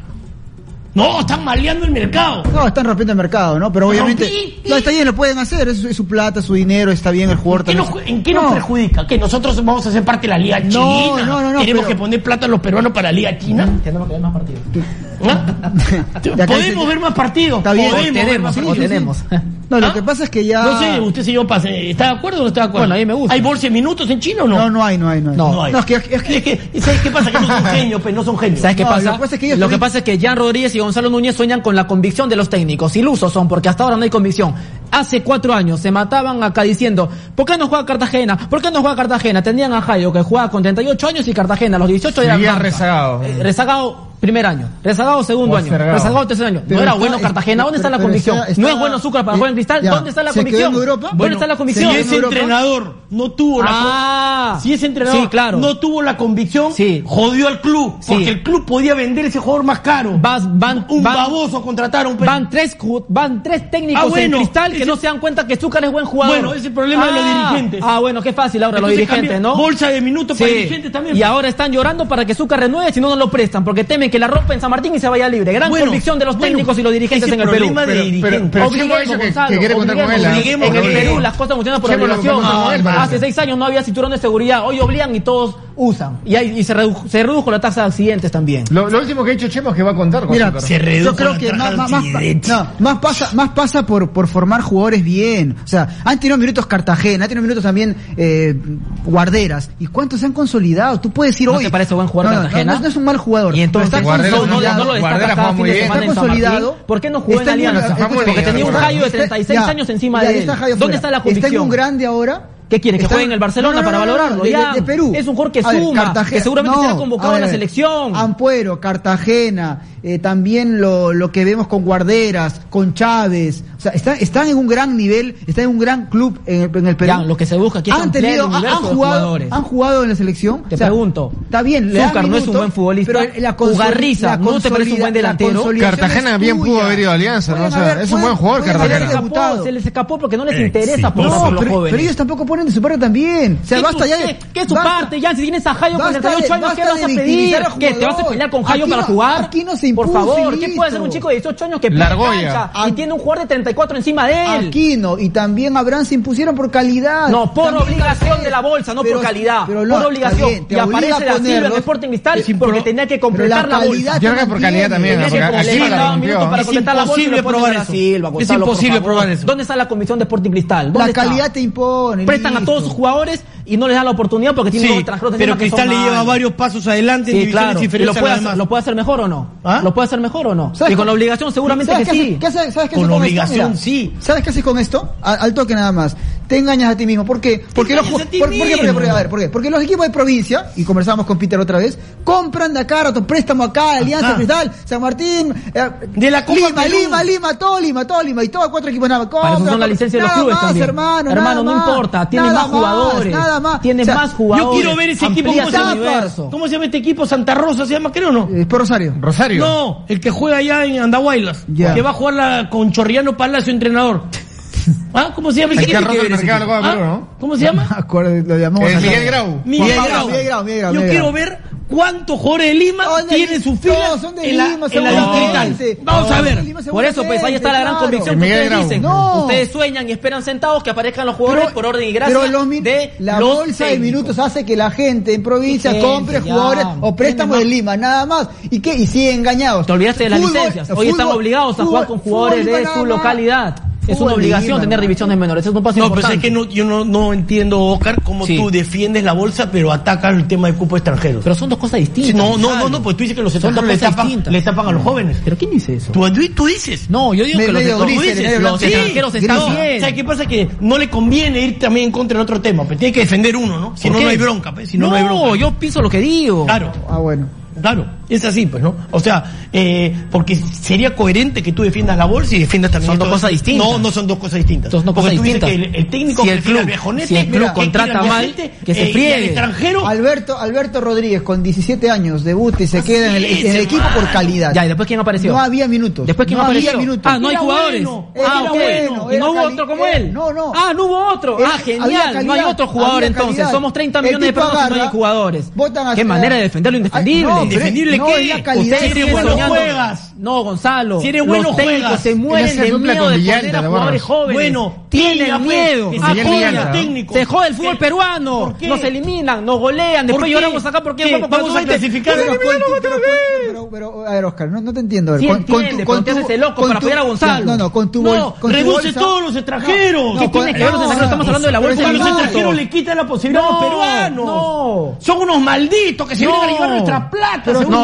No, están maleando el mercado. No, están rompiendo el mercado, ¿no? Pero obviamente... No, está bien, lo pueden hacer, es su plata, su dinero, está bien el jugador también. ¿En qué nos perjudica? ¿Que nosotros vamos a ser parte de la Liga China? No, ¿Tenemos que poner plata a los peruanos para la Liga China? Tenemos que ver más partidos. ¿Podemos ver más partidos? Está bien. Tenemos. No, lo que pasa es que ya... No sé, usted, señor Pase, ¿está de acuerdo o no está de acuerdo? Bueno, a mí me gusta. ¿Hay bolsa de minutos en China o no? No hay. No hay. No, es que ¿sabes qué pasa? Que no son genios, no son genios. ¿Sabes qué pasa? Lo que pasa es que Jan Rodríguez y Gonzalo Núñez sueñan con la convicción de los técnicos. Ilusos son, porque hasta ahora no hay convicción. Hace 4 años se mataban acá diciendo, ¿por qué no juega Cartagena? ¿Por qué no juega Cartagena? Tenían a Jairo, que jugaba con 38 años, y Cartagena a los 18 era rezagado. Rezagado primer año. Rezagado, segundo año. Postergado. Rezagado, tercer año. Pero No era está- bueno Cartagena. ¿Dónde está la pero convicción? está- No es bueno Zúcar para jugar en Cristal. ya. ¿Dónde está la ¿Se quedó en convicción? Europa? ¿Dónde está la convicción? Si ese Europa? entrenador no tuvo Si ese entrenador sí, claro. no tuvo la convicción, Sí. jodió al club, Sí. porque el club podía vender ese jugador más caro. Un baboso a contratar a un Van tres técnicos bueno, en Cristal que ese- no se dan cuenta que Zúcar es buen jugador. Bueno, ese es el problema de los dirigentes. Bueno, qué fácil ahora Entonces los dirigentes, cambia ¿no? bolsa de minutos para dirigentes también. Y ahora están llorando para que Zúcar renueve, si no, no lo prestan, porque temen que la rompa en San Martín y se vaya libre. Gran Bueno, convicción de los bueno, técnicos y los dirigentes ese en el Perú. problema de dirigentes. pero Obliguemos, Chemo ha dicho Gonzalo, que quiere contar con él. obliguemos. En el Obliguemos. Perú las cosas funcionan por Chemo lo obligación. contar con él, Hace parece. 6 años no había cinturón de seguridad, hoy obligan y todos usan. Y se redujo la tasa de accidentes también. Lo último que ha dicho Chemo es que va a contar con Mira, Zúcar. Se redujo yo creo la que tasa de más accidentes. pasa por formar jugadores bien. O sea, han tenido minutos Cartagena, han tenido minutos también Guarderas. ¿Y cuántos se han consolidado? Tú puedes ir ¿No hoy. te parece buen jugador Cartagena? No es un mal jugador. Y entonces, pero está Guarderas consolidado. no lo destaca Guarderas cada juega fin muy de bien. semana Está en San Martín. consolidado. ¿Por qué no jugó en Está en un- Alianza? está muy Porque bien, tenía un Guarderas. Jayo de 36 Ya, años encima ya, de él. está Jayo ¿Dónde fuera. está la Está en convicción? un grande ahora. ¿Qué quiere? ¿Que Está- juegue en el Barcelona para valorarlo? Ya. De Perú. Es un jugador que A ver, suma, Cartagena- que seguramente no, será convocado a en la ver, selección. Ampuero, Cartagena, también lo que vemos con Guarderas, con Chávez. O sea, están en un gran nivel, están en un gran club en el Perú. Ya, lo que se busca aquí es ampliar el universo de jugadores. Han jugado en la selección. Te pregunto. Está bien, le dan Zúcar no es un minutos, buen futbolista. pero Ugarriza, ¿no te parece un buen delantero? Cartagena bien pudo haber ido a Alianza, ¿no? O sea, es un buen jugador Cartagena. Se les escapó porque no les Exitoso. interesa apostar por los jóvenes. pero ellos tampoco ponen de su parte también. O sea, basta ya. ¿Qué es su parte, Jan? Si tienes a Jayo con basta 38 años, de- ¿qué vas a basta de pedir? victimizar al ¿Qué? ¿Te vas a jugador? pelear con Jayo Aquí para no- jugar? aquí no se impuso Por favor, y ¿qué listo. puede hacer un chico de 18 años que La pega argolla. cancha y tiene un jugador de 34 encima de él? Aquino y también Abraham se impusieron por calidad. No, por También obligación Garcés. de la bolsa, no Pero- por calidad. pero no, por obligación. está bien, te Y obliga aparece a la Silva en ponerlos. Sporting Cristal Es porque tenía que completar la bolsa. Yo creo que por calidad también, Tenía porque que aquí completar la cada rompió. minuto para Es completar la bolsa y imposible lo ponen probar a la eso. Silva, Es Gonzalo, por imposible favor. probar eso. ¿Dónde está la comisión de Sporting Cristal? ¿Dónde La está? calidad te impone. Prestan a listo. todos sus jugadores y no les dan la oportunidad porque tienen Sí, dos extranjeros pero encima que son Cristal le lleva malos. varios pasos adelante en Sí, divisiones claro. ¿Y inferiores lo a puede, las hacer, demás. ¿Lo puede hacer mejor o no? ¿Ah? ¿Lo puede hacer mejor o no? ¿Sabes Y con qué- obligación seguramente ¿sabes que qué sí. ¿Sabes qué haces Con esto? obligación, Mira, sí. ¿Sabes qué haces con esto? Al toque nada más. Te engañas a ti mismo. ¿Por qué? Porque los engañas a ti ¿por qué? mismo. A ver, ¿por qué? Porque los equipos de provincia, y conversamos con Peter otra vez, compran de acá, rato, préstamo acá, Alianza Ajá. Cristal, San Martín, De la Copa Lima, Perú. todo Lima, y todos 4 equipos nada más. Para eso son la licencia de los Nada clubes más, también. hermano, no nada importa, tienes nada más jugadores. Nada más. Tienes O sea, más jugadores. Yo quiero ver ese equipo, Amplías ¿cómo se llama? el universo. ¿Cómo se llama este equipo? Santa Rosa se llama, creo o no. Por Rosario. Rosario. No, el que juega allá en Andahuaylas. Ya. Que va a jugar con Chorriano Palacio, entrenador. ¿Ah? ¿Cómo se llama ese Hay que equipo? arrojar el mercado de la Copa ¿Ah? Perú, ¿no? ¿Cómo se llama? Lo llamamos Es acá. Miguel Grau. Miguel Juan Grau. Pablo, Miguel Grau. Yo Miguel quiero Grau. ver cuántos jugadores de Lima ¿Dónde? tienen sus filas Todos son de en la Lima, Distrital. seguramente. Vamos a Todos ver. de Lima, Por eso, pues ahí está la gran claro. convicción que Miguel ustedes Grau. dicen. No. Ustedes sueñan y esperan sentados que aparezcan los jugadores por orden y gracia pero de la los bolsa de técnicos. minutos hace que la gente en provincia ¿Qué compre gente? jugadores Ya, o préstamos de tiene más. Lima, nada más. ¿Y qué? Y siguen engañados. Te olvidaste de las Fútbol- licencias. Hoy están fútbol- obligados a jugar con jugadores fútbol de nada su más. localidad. Es Fútbol una obligación Lima, tener ¿no? divisiones menores. Es un paso No, pero importante. es que yo no entiendo, Oscar, cómo Sí. tú defiendes la bolsa, pero atacas el tema de cupo extranjeros. Pero son dos cosas distintas. Sí, no, Gonzalo. pues tú dices que los Son dos extranjeros cosas distintas. le tapan a los jóvenes. ¿Pero quién dice eso? Tú dices. No, yo digo que los Medio ¿cómo grises, dices? medio Los blanco. extranjeros están No, bien. ¿sabes qué pasa? Que no le conviene ir también en contra de otro tema, pero tiene que defender uno, ¿no? Si ¿Por no, qué? no hay bronca, pues. Si no, no hay bronca. yo pienso lo que digo. Claro. Ah, bueno. Claro, es así, pues, ¿no? O sea, porque sería coherente que tú defiendas la bolsa y defiendas también... Son dos cosas distintas. No son dos cosas distintas. Son dos Porque cosas tú dices distintas. que el técnico Si el prefiere al club- viajonete, si el club mira, contrata quiere al mal, viajante, que se y al friegue. extranjero... Alberto Rodríguez con 17 años debuta y se queda en el equipo por calidad. Ya, ¿y después quién apareció? No había minutos. ¿Después quién no apareció? había minutos. Ah, no hay Era jugadores. bueno, era Ok. bueno, ¿Y no hubo era otro como cali- él? no. Ah, no hubo otro. Era- Ah, había genial. calidad, No hay otro jugador había entonces. calidad. Somos 30 El millones de tipo personas y no hay agarra, jugadores. votan a- Qué manera de defender lo indefendible. Ay, no, pero- ¿Indefendible no, qué? es la calidad. Ustedes Si eres siguen bueno, soñando. juegas. No, Gonzalo. Si eres bueno, los técnicos juegas. se mueren Él hace de dupla miedo con de Villalta, poner a de jugadores Barros. jóvenes. Bueno, tienen diga, pues, miedo. que se Miguel jodan Villalta. los técnicos. Se jode el fútbol peruano. ¿Por qué? Nos eliminan, nos golean. Después qué? lloramos acá porque ¿Qué? Vamos a clasificar. Pero, a ver, Oscar, no te entiendo. A ver, Sí entiende, pero te haces el loco para apoyar a Gonzalo. No, con tu No, con tu reduce bolsa- todos los extranjeros. ¿Qué tiene que ver los extranjeros? Estamos hablando de la bolsa Porque de a los minutos. extranjeros le quitan la posibilidad a los No, peruanos. no. Son unos malditos que se No. vienen a llevar nuestra plata. Pero según No, tú.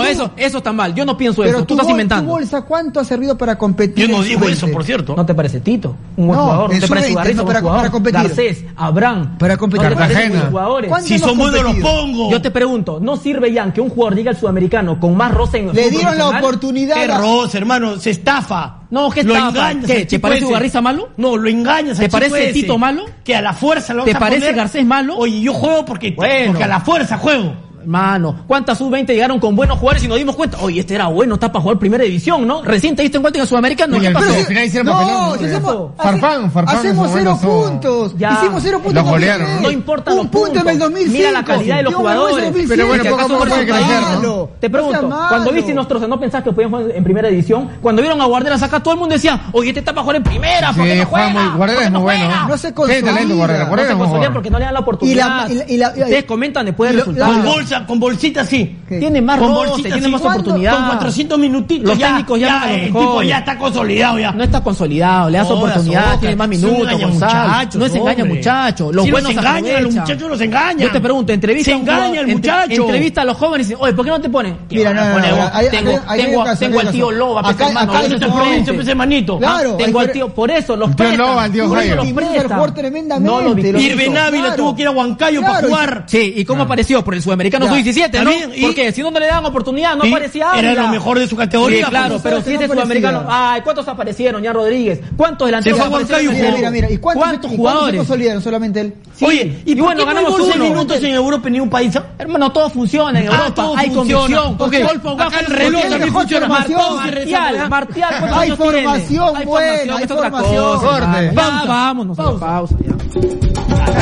eso está mal. Yo no pienso Pero eso. Tú estás inventando. ¿Tu bolsa cuánto ha servido para competir? Yo no en digo sub-20? eso, por cierto. ¿No te parece Tito? Un buen No, jugador. ¿No en te parece sub-20, Ugarriza no, un buen para jugador? competir. Garcés, Abraham. Para competir. ¿No te parecen Cartagena. buenos jugadores? ¿Cuántos Si hemos son buenos los competido? pongo. Yo te pregunto, ¿no sirve ya que un jugador llegue al sudamericano con más roce en el Le fútbol dieron la nacional? oportunidad. Qué rosa, hermano, se estafa. No, ¿qué lo estafa? engañas. ¿Qué? al ¿Te chico parece ese. Ugarriza malo? No, lo engañas. ¿Te al chico parece ese. Tito malo? Que a la fuerza lo ¿Te vas a parece poner. Garcés malo? Oye, yo juego porque a la fuerza juego. Mano, ¿cuántas sub-20 llegaron con buenos jugadores y nos dimos cuenta? Oye, este era bueno, está para jugar primera división, ¿no? Recién te diste en cuenta en el sudamericano. Y ¿Qué al pasó? final hicieron No, papelón. si hacemos, Farfán hacemos es 0 bueno, puntos. Ya. Hicimos 0 puntos. Lo en golearon, 2010. No importa los Un punto puntos. en el 2005. Mira la calidad de los Dio vergüenza jugadores. en 2007. Pero bueno, poco a poco ¿Acaso puede no es crecer, malo? ¿no? Te pregunto, No sea malo. cuando viste Nostroza, ¿no pensaste que podían jugar en primera división? Cuando vieron a Guardiola sacar, todo el mundo decía, oye, este está para jugar en primera, ¿por qué Sí, no juega juega? muy, Guardiola es muy bueno. No se Tiene talento consolida. Guardiola. No Guardiola se es muy consolida bueno. porque no le dan la oportunidad. Ustedes comentan después del y lo- resultado. Con bolsita sí. ¿Qué? Tiene más Con roce, bolsita, tiene sí. más ¿Cuándo? oportunidad. Con 400 minutitos. Los ya, técnicos llaman a los el tipo mejores. ya está consolidado ya. No está consolidado, le das Jodas, oportunidad, Oscar, tiene más se minutos, engañan Gonzalo. muchachos, No se engaña hombre. muchachos. Los Sí, buenos los engañan, aprovechan. los muchachos los engañan. Yo te pregunto, entrevista Se a un jugador, engaña el muchacho. Entrevista a los jóvenes y dicen, oye, ¿por qué no te ponen? Mira, no, Tengo al tío Loba, acá, hermano, acá ese hay es el provincia, frente. ese manito. Claro, Tengo hay al tío, por eso los Tío prestan. Loba, el tío Por eso Jairo. los Optimiza el prestan. jugador tremendamente. No lo Los vitimizo. Irben Ávila Claro. tuvo que ir a Huancayo Claro, para y- jugar. Sí, ¿y cómo apareció? Por el sudamericano Ya. sub-17, ¿no? También, y- Porque si no le daban oportunidad, no Y aparecía era Ávila. lo mejor de su categoría. Sí, claro, pues. pero no si es de aparecía. sudamericano, ay, ¿cuántos aparecieron? Ya Rodríguez, ¿cuántos delanteros Se fue a aparecieron? Huancayo, Mira, ¿y cuántos jugadores? se consolidaron? Solamente él. Sí, Oye, ¿y por bueno, qué no hay ganamos 11 uno. minutos en Europa en ningún país? Hermano, todo funciona en Europa, todo hay funciona. convicción. Ok, Paul Pogba acá el fue reloj mejor también funciona. formación. Martial, ¿cuántos Hay años tiene? formación buena, hay es otra formación. cosa, Corte. hermano. Ya, vámonos, pausa. Ya.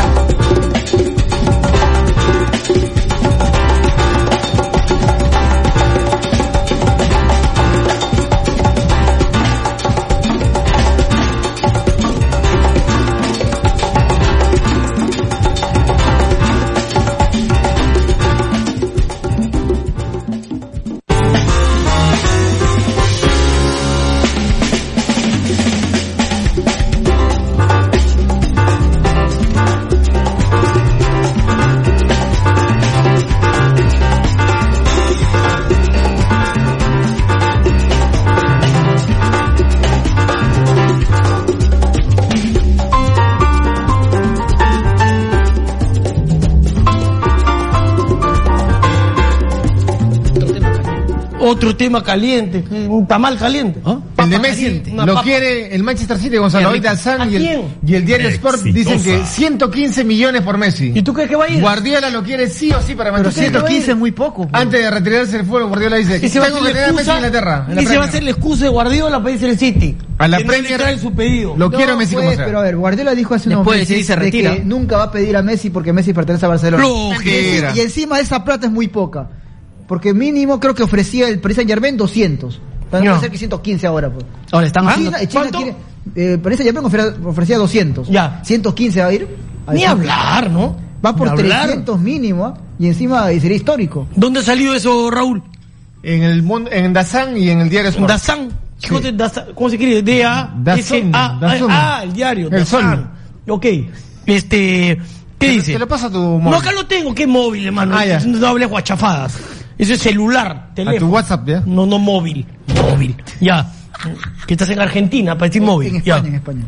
Otro tema caliente, un tamal caliente. El de Messi lo quiere el Manchester City, Gonzalo. Ahorita el Sun ¿A y quién? el diario Sport dicen que Exitosa. 115 millones por Messi. ¿Y tú crees que va a ir? Guardiola lo quiere sí o sí para Pero Manchester. 115 es muy poco. pues. Antes de retirarse del fútbol, Guardiola dice ¿Y que se va a tengo hacer que la tener a Messi en excusa? Inglaterra. en la ¿Y se va a Premier. hacer la excusa de Guardiola para irse al City? A la Que no le Premier traen su pedido. lo quiero a Messi como Pues, sea. pero a ver, Guardiola dijo hace unos Después meses sí se de retira. que nunca va a pedir a Messi porque Messi pertenece a Barcelona. Mentira. Y encima esa plata es muy poca. Porque mínimo creo que ofrecía el Paris Saint-Germain 200. También puede ser que 115 ahora. Pues. Ahora están haciendo... China ¿Cuánto? quiere... Paris Saint-Germain ofrecía 200. Ya. 115 va a ir. Ni hablar, ¿no? Va por Ni hablar. 300 mínimo. Y encima y sería histórico. ¿Dónde ha salido eso, Raúl? En el mundo, en Dazan y en el diario Sport. Dazan. ¿Cómo se escribe? Dazón, D-A-S-A. El diario. El Sol. Dazan. Ok. ¿Qué dice? Te lo pasa a tu móvil. No, acá lo tengo. ¿Qué móvil, hermano? Ah, ya. No hables guachafadas. Eso es celular, A teléfono. tu WhatsApp, ¿ya? No, móvil. Móvil. Ya. Que estás en Argentina para decir móvil. En Ya. España, en España.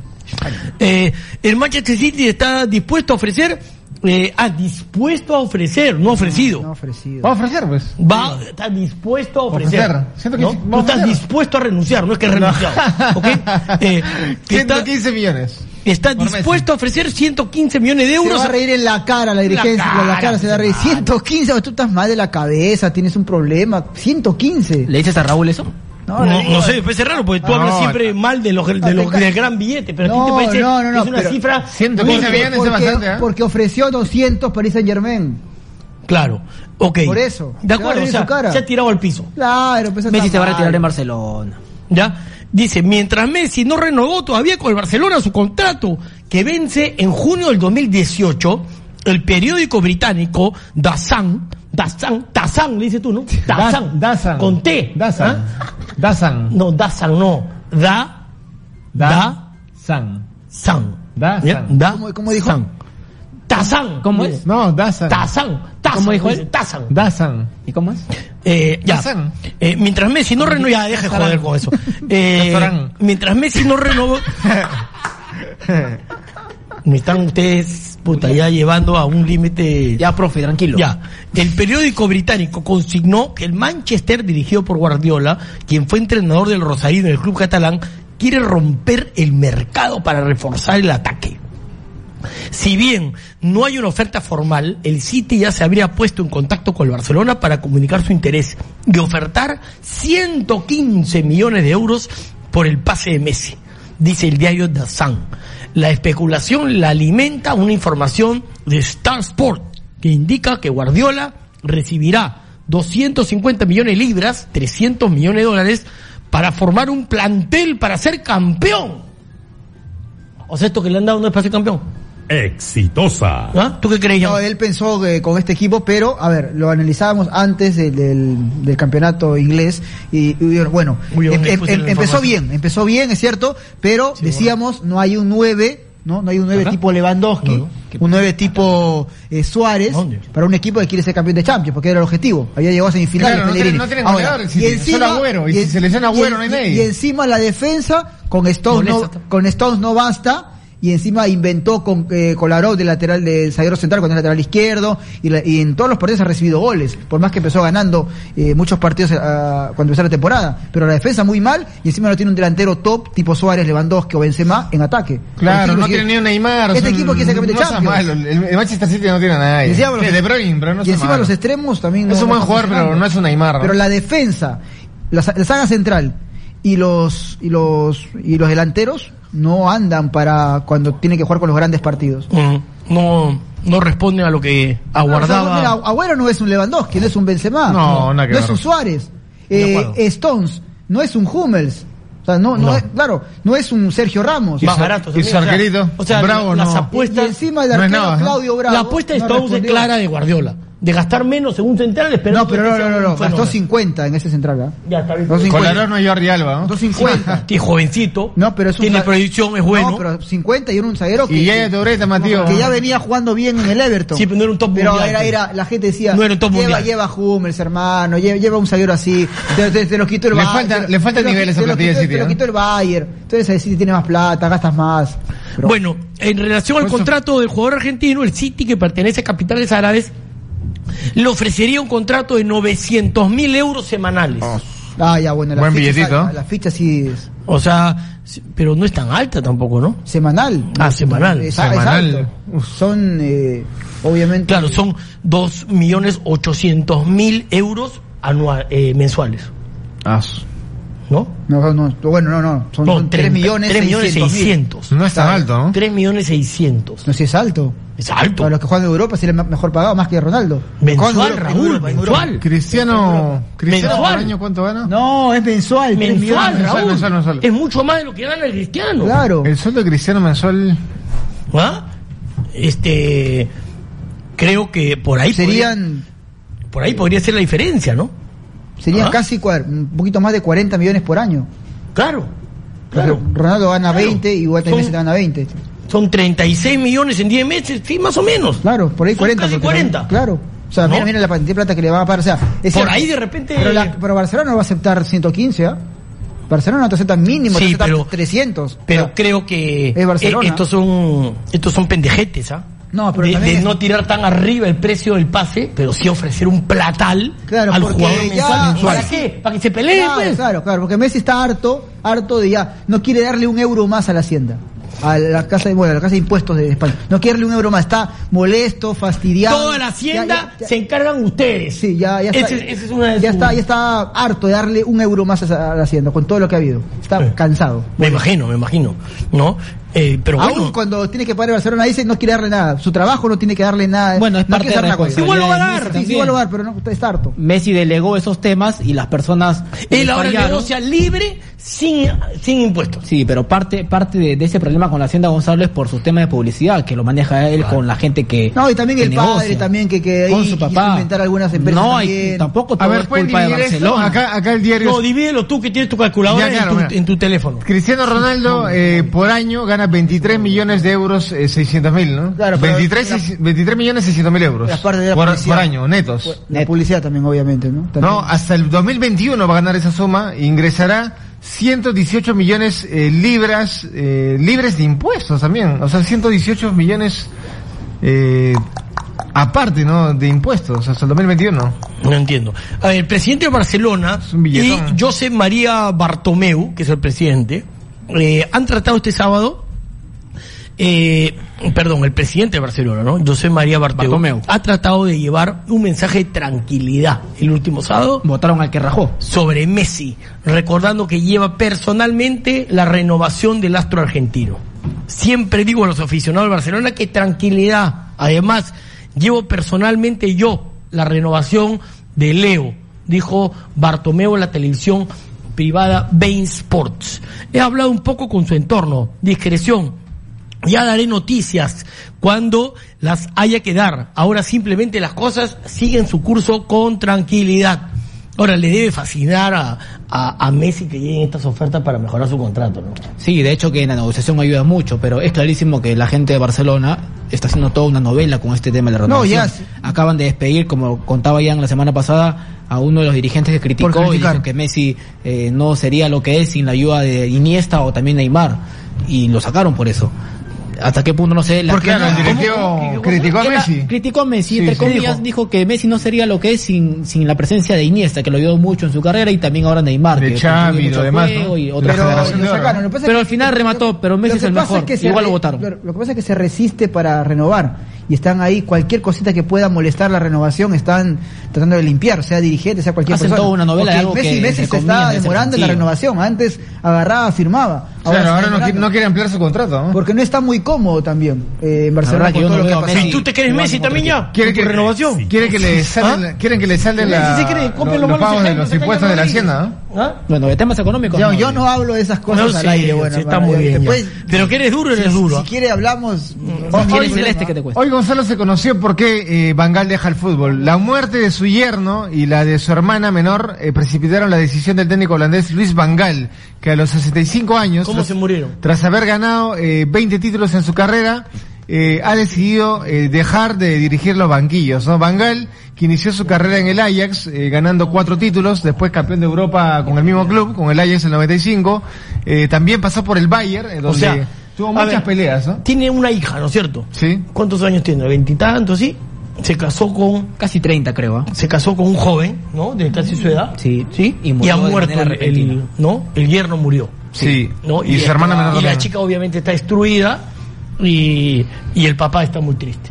El Manchester City está dispuesto a ofrecer, dispuesto a ofrecer, no ofrecido. No ofrecido. Va a ofrecer, pues. Está dispuesto a ofrecer. Ofrecer. Siento que ¿no? sí, va Tú a estás ofrecer. dispuesto a renunciar, no es que has renunciado. ¿Ok? Que está 115 millones. está dispuesto a ofrecer 115 millones de Se euros. va a reír en la cara la dirigencia, cara, la cara se va a reír. 115, tú estás mal de la cabeza, tienes un problema. 115. ¿Le dices a Raúl eso? No sé, después es raro, porque tú No, hablas siempre mal de los del gran billete, pero a ti te parece que es una pero- cifra 115 millones es bastante, ¿eh? Porque ofreció 200 Paris Saint Germain. Claro, ok. Por eso. De Se va a acuerdo, reír o en sea, su cara. se ha tirado al piso. Claro, pues Messi está se va a mal. retirar en Barcelona. ¿Ya? Dice, mientras Messi no renovó todavía con el Barcelona su contrato, que vence en junio del 2018, el periódico británico Dazan, le dices tú, ¿no? Dazan. Con T. Dazan. ¿Ah? Dazan. No, Dazan no. Dazan. San. Dazan. ¿Ya? ¿Cómo dijo? Tazan. ¿Cómo es? No, Dazan. Tazan. ¿Cómo ¿Cómo dijo él? Tazan. Dazan. ¿Y cómo es? Ya. Tazan. Mientras Messi no renovó, ya deje de joder con eso. Mientras Messi no renovó, me están ustedes, puta, ya llevando a un límite. Ya, profe, tranquilo. Ya. El periódico británico consignó que el Manchester, dirigido por Guardiola, quien fue entrenador del Rosarino en el club catalán, quiere romper el mercado para reforzar el ataque. Si bien no hay una oferta formal, el City ya se habría puesto en contacto con el Barcelona para comunicar su interés y ofertar 115 millones de euros por el pase de Messi, dice el diario The Sun. La especulación la alimenta una información de Star Sport que indica que Guardiola recibirá 250 millones de libras, 300 millones de dólares, para formar un plantel para ser campeón. O sea, esto que le han dado no es para ser campeón. Exitosa. ¿Ah? ¿Tú qué crees, Jan? No, él pensó con este equipo, pero, a ver, lo analizábamos antes del campeonato inglés y bueno, empezó bien, es cierto, pero sí, decíamos, no hay un 9, no hay un 9 tipo Lewandowski, un 9 tipo Suárez, para un equipo que quiere ser campeón de Champions, porque era el objetivo. Había llegado a semifinales. Claro, no tienen goleadores, y encima Agüero, y si se lesiona Agüero no hay nadie. Y encima la defensa, con Stones no basta. Y encima inventó con Kolarov del lateral del zaguero central cuando es lateral izquierdo y en todos los partidos ha recibido goles, por más que empezó ganando muchos partidos cuando empezó la temporada, pero la defensa muy mal y encima no tiene un delantero top tipo Suárez, Lewandowski o Benzema en ataque. Claro, no tiene ni un Neymar. Este equipo quiere ser campeón de Champions. El Manchester City no tiene a nadie. De Bruyne, pero no y encima los extremos también es un buen jugador, pero no es un Neymar, ¿no? Pero la defensa, la saga central y los delanteros no andan para cuando tienen que jugar con los grandes partidos. No responden a lo que aguardaba. Agüero no es un Lewandowski, no es un Benzema, no es un Suárez. Stones no es un Hummels. O sea, no es un Sergio Ramos. Más barato. Y su arquerito. O sea, Bravo, las apuestas. Y encima el arquero Claudio Bravo. La apuesta de Stones es clara de Guardiola. De gastar menos en un central, esperando. No, pero no. Gastó 50 en ese central, ¿verdad? Ya está bien. Kolarov no es Jordi Alba, ¿no? Gastó 50. Sí, jovencito. No, pero es un tiene proyección, es bueno. No, pero 50 y era un zaguero y ya Toureta, Matías. Que ya venía jugando bien en el Everton. Sí, pero no era un top mundial. Pero era la gente decía, no era un top mundial. Lleva Hummels, hermano, lleva un zaguero así, te lo quitó el Bayern. Le falta nivel esa plantilla de City. Te lo quitó el Bayern. Entonces el City tiene más plata, gastas más. Pero bueno, en relación al contrato del jugador argentino, el City, que pertenece a capitales árabes, le ofrecería un contrato de 900.000 euros semanales. Ya, bueno, buen billetito. La ficha sí es. O sea, pero no es tan alta tampoco, ¿no? Semanal. Semanal. Es alto. Son, obviamente. Claro, son 2.800.000 euros mensuales. ¿No? No. Son 3.600.000. No es tan alto, ¿no? 3.600.000. No, si es alto. Es alto. Para los que juegan en Europa, si es el mejor pagado, más que Ronaldo. Mensual, Raúl, mensual. Cristiano por año, ¿cuánto gana? No, es mensual. Mensual, Raúl. Mensual. Es mucho más de lo que gana el Cristiano. Claro. El sueldo de Cristiano mensual. Creo que por ahí podría ser la diferencia, ¿no? Serían casi un poquito más de 40 millones por año. Claro. Ronaldo gana 20 y Messi gana 20. Son 36 millones en 10 meses, sí, más o menos. Claro, por ahí 40. Casi 40. Claro. O sea, mira la cantidad de plata que le van a pagar. O sea, por cierto, ahí de repente. Pero Barcelona no va a aceptar 115, ¿ah? Barcelona no te acepta mínimo, te acepta 300. Pero creo que estos son pendejetes, ¿ah? No, pero de no tirar tan arriba el precio del pase, pero sí ofrecer un platal al jugador mensual. ¿Para qué? ¿Para que se pelee? Claro, porque Messi está harto de ya, no quiere darle un euro más a la Hacienda. A la casa de impuestos de España. No quiere darle un euro más, está molesto, fastidiado. Toda la Hacienda se encargan ustedes. Sí, ya está harto de darle un euro más a la Hacienda, con todo lo que ha habido. Está cansado. Me imagino, ¿no? Pero aún bueno, cuando tiene que pagar Barcelona dice no quiere darle nada, su trabajo no tiene que darle nada. Bueno, es parte de la responsabilidad. Igual lo va a dar. Sí, igual lo va a dar, pero no, está harto. Messi delegó esos temas y las personas él ahora negocia libre sin impuestos. Sí, pero parte de ese problema con la Hacienda, Gonzalo, es por su tema de publicidad, que lo maneja él con la gente que no, y también el negocia. Padre también que con su papá inventar algunas empresas. No, también. tampoco todo es culpa de Barcelona. Acá el diario. No, divídelo tú que tienes tu calculadora en tu teléfono. Cristiano Ronaldo por año gana 23 millones de euros, 600 mil, ¿no? Claro, 23 millones 600 mil euros. Aparte de la por publicidad. año, netos. La publicidad también, obviamente, ¿no? También. No, hasta el 2021 va a ganar esa suma, ingresará 118 millones libres de impuestos también, o sea, 118 millones aparte, ¿no? De impuestos hasta el 2021. No entiendo. A ver, el presidente de Barcelona Es un y billetón. Josep María Bartomeu, que es el presidente, han tratado este sábado, el presidente de Barcelona, ¿no? Josep María Bartomeu, ha tratado de llevar un mensaje de tranquilidad el último sábado Votaron al que rajó. sobre Messi, recordando que lleva personalmente la renovación del astro argentino. Siempre digo a los aficionados de Barcelona que tranquilidad. Además, llevo personalmente yo la renovación de Leo, dijo Bartomeu en la televisión privada Bein Sports. He hablado un poco con su entorno, discreción. Ya daré noticias cuando las haya que dar. Ahora simplemente las cosas siguen su curso con tranquilidad. Ahora, le debe fascinar a Messi que lleguen estas ofertas para mejorar su contrato, ¿no? Sí, de hecho que en la negociación ayuda mucho, pero es clarísimo que la gente de Barcelona está haciendo toda una novela con este tema de la renovación. No, ya. Acaban de despedir, como contaba Ian la semana pasada, a uno de los dirigentes que criticó Por y criticar. dijo que Messi no sería lo que es sin la ayuda de Iniesta o también Neymar, y lo sacaron por eso. ¿Hasta qué punto? No sé. Porque el directivo criticó a Messi. Criticó a Messi, Sí, entre sí. comillas, dijo que Messi no sería lo que es sin la presencia de Iniesta, que lo ayudó mucho en su carrera, y también ahora Neymar, De que Xavi contribuye y mucho lo al demás, juego ¿no? y La otras generación de oro. sacaron. Lo que pasa Pero es al final remató, pero Messi lo es que el pasa mejor, que se igual lo votaron. Lo que pasa es que se resiste para renovar. Y están ahí, cualquier cosita que pueda molestar la renovación, están tratando de limpiar, sea dirigente, sea cualquier Hacen persona. toda una novela de Porque algo que, Messi se entre está comillas, es demorando en la sencillo. renovación. Antes agarraba, firmaba. Claro, se ahora está no demorando. quiere ampliar su contrato, ¿no? Porque no está muy cómodo también en Barcelona verdad que con yo todo no lo que veo ha a pasado. Messi. ¿Y tú te crees Messi también ya? Quiere ¿Con tu que renovación? Quiere que le quieren que le salden Sí, sí, cree, copien los los malos pagos de ejemplos los acá en impuestos de la Madrid. Hacienda, ¿no? ¿Ah? Bueno, de temas económicos. Yo no hablo de esas cosas No, al sí, aire, bueno. sí, está para- muy bien. ya. después, Pero que eres duro, eres duro. si quiere hablamos. Si quieres celeste, que te cuesta. Hoy Gonzalo se conoció por qué Van Gaal deja el fútbol. La muerte de su yerno y la de su hermana menor precipitaron la decisión del técnico holandés Luis Van Gaal, que a los 65 años, ¿Cómo se murieron? tras haber ganado 20 títulos en su carrera, ha decidido dejar de dirigir los banquillos, ¿no? Van Gaal, que inició su carrera en el Ajax, ganando 4 títulos, después campeón de Europa con el mismo club, con el Ajax en el 95, también pasó por el Bayern, donde O sea, tuvo a muchas ver, peleas, ¿no? Tiene una hija, ¿no es cierto? Sí. ¿Cuántos años tiene? ¿20 y tantos, sí? Se casó con Casi 30, creo. un joven, ¿no? De casi su edad. Sí. ¿Sí? Y murió ha de muerto manera repentina. ¿no? El yerno murió. Sí. ¿No? Y su hermana menor Y la también. chica obviamente está destruida y el papá está muy triste.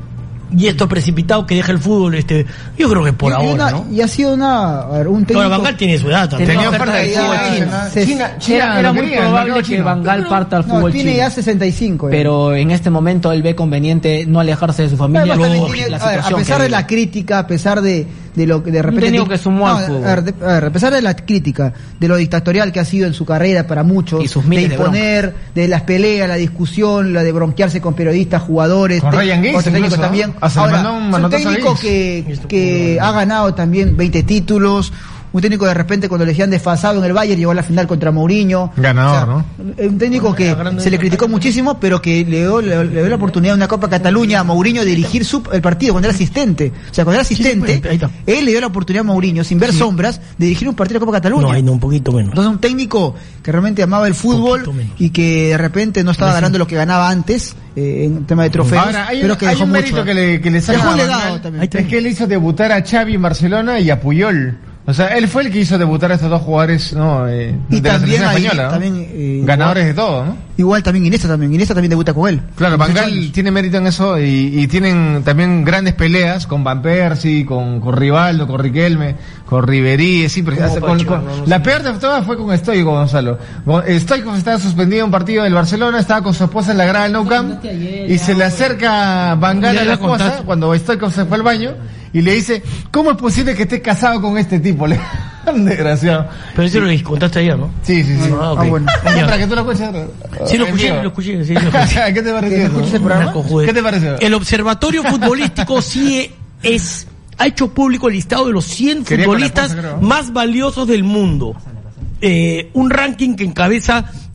Y esto precipitado que deja el fútbol, yo creo que por ahora, ¿no? Y ha sido un técnico. Ahora Van Gaal tiene su edad también. Tenía oferta oferta de de China, fútbol China, Era lo muy quería, el probable mercado que chino. Van Gaal parta al fútbol tiene chino. ya 65. Pero en este momento él ve conveniente no alejarse de su familia. Además, también por tiene- la a ver, a situación pesar que de vive. la crítica, a pesar de lo que de repente. técnico que sumó al fútbol. A pesar de la crítica, de lo dictatorial que ha sido en su carrera para muchos, Y sus de miles de imponer, de las peleas, la discusión, la de bronquearse con periodistas, jugadores, Con Ryan Giggs otros técnicos incluso, también. ¿no? Hasta le mandó un es un manotazo a técnico Giggs. que ha ganado también 20 títulos. Un técnico de repente cuando le decían desfasado en el Bayern llegó a la final contra Mourinho. Ganador, Un técnico que se le criticó muchísimo, pero que le dio la oportunidad en una Copa Cataluña a Mourinho de dirigir el partido cuando era asistente. O sea, cuando era asistente, ahí está. él le dio la oportunidad a Mourinho, sin ver sombras, de dirigir un partido de Copa Cataluña. No, hay no, un poquito menos. Entonces un técnico que realmente amaba el fútbol Poquito menos. y que de repente no estaba ganando lo que ganaba antes en tema de trofeos, Ahora, hay pero que un dejó mérito mucho. que le saca Dejó a un Van legado Gaal, también. es que él hizo debutar a Xavi en Barcelona y a Puyol. O sea, él fue el que hizo debutar a estos dos jugadores, ¿no? De Y la también selección ahí, española, ¿no? también, Ganadores de todo, ¿no? Igual también Iniesta también debuta con él. Claro, Van 18 Gaal años. tiene mérito en eso y tienen también grandes peleas con Van Persie, con Rivaldo, con Riquelme, con Ribery, sí, pero la peor de todas fue con Stoico, Gonzalo. Stoico estaba suspendido en un partido del Barcelona, estaba con su esposa en la grada del Nou Camp y se le acerca Van Gaal Ya a la la esposa contaste. cuando Stoico se fue al baño y le dice, ¿cómo es posible que estés casado con este tipo? Desgraciado. Pero eso lo contaste ayer, ¿no? Sí. Ah, ok. Ah, bueno. Ya. Para que tú lo escuches. Sí, lo En escuché, vivo. lo escuché. Sí, lo escuché. ¿Qué te pareció? ¿Que escuches el programa? Una cojude. ¿Qué te pareció? El Observatorio Futbolístico sí ha hecho público el listado de los 100 Quería con la futbolistas esposa, creo. más valiosos del mundo. Un ranking que encabeza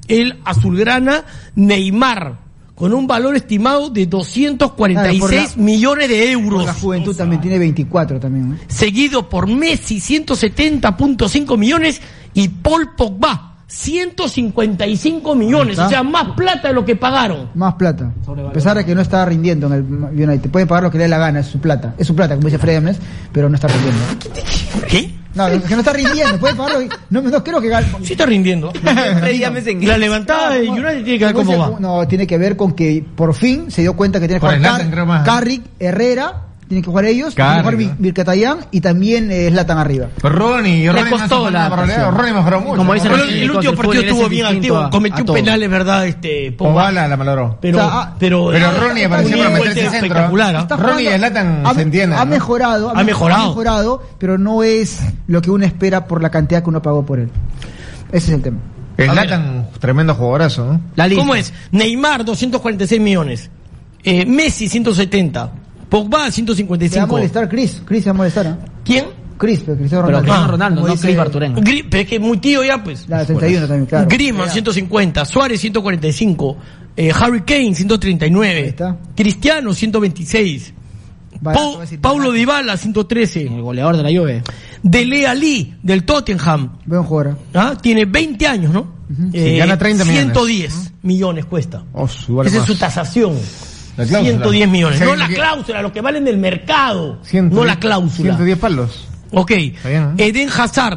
el azulgrana Neymar, con un valor estimado de 246 millones de euros. La juventud también tiene 24 también, ¿no? Seguido por Messi, 170.5 millones, y Paul Pogba, 155 millones, o sea, más plata de lo que pagaron. Más plata. A pesar de que no está rindiendo en el United. Puede pagar lo que le dé la gana, es su plata. Es su plata, como dice Fred Ames, pero no está rindiendo. ¿Qué? No, es que no está rindiendo, puede pagarlo. No creo que sí está rindiendo. La levantada de United tiene que ver cómo va. No, tiene que ver con que por fin se dio cuenta que tiene que jugar Carrick, Herrera, tienen que jugar ellos, tienen que jugar Mkhitaryan y también Zlatan arriba. Ronnie costó Ronnie mejoró mucho. Como dicen, el último partido estuvo bien activo, cometió un penal, es verdad, Pogba la malogró. Pero Ronnie apareció para meterse centro. Espectacular. Ronnie y Zlatan se entienden. Ha mejorado, pero no es lo que uno espera por la cantidad que uno pagó por él. Ese es el tema. Zlatan, tremendo jugadorazo, ¿no? ¿Cómo es? Neymar, 246 millones. Messi, 170. Pogba, 155. Se va a molestar Chris se va a molestar, ¿eh? ¿Quién? Cristiano Ronaldo. Pero Ronaldo, no Chris Barturenga. Pero es que es muy tío ya, pues. La 31 también, claro. Griezmann, 150. Suárez, 145. Harry Kane, 139. Ahí está. Cristiano, 126. Paulo Dybala, 113. El goleador de la Juve. Dele Alli, del Tottenham. Buen jugador. Tiene 20 años, ¿no? Sí, gana 30 millones. 110 millones cuesta. Esa es su tasación. 110 millones. No la cláusula, lo que vale en el mercado. No la cláusula. 110 palos. Ok. Bien, ¿eh? Eden Hazard,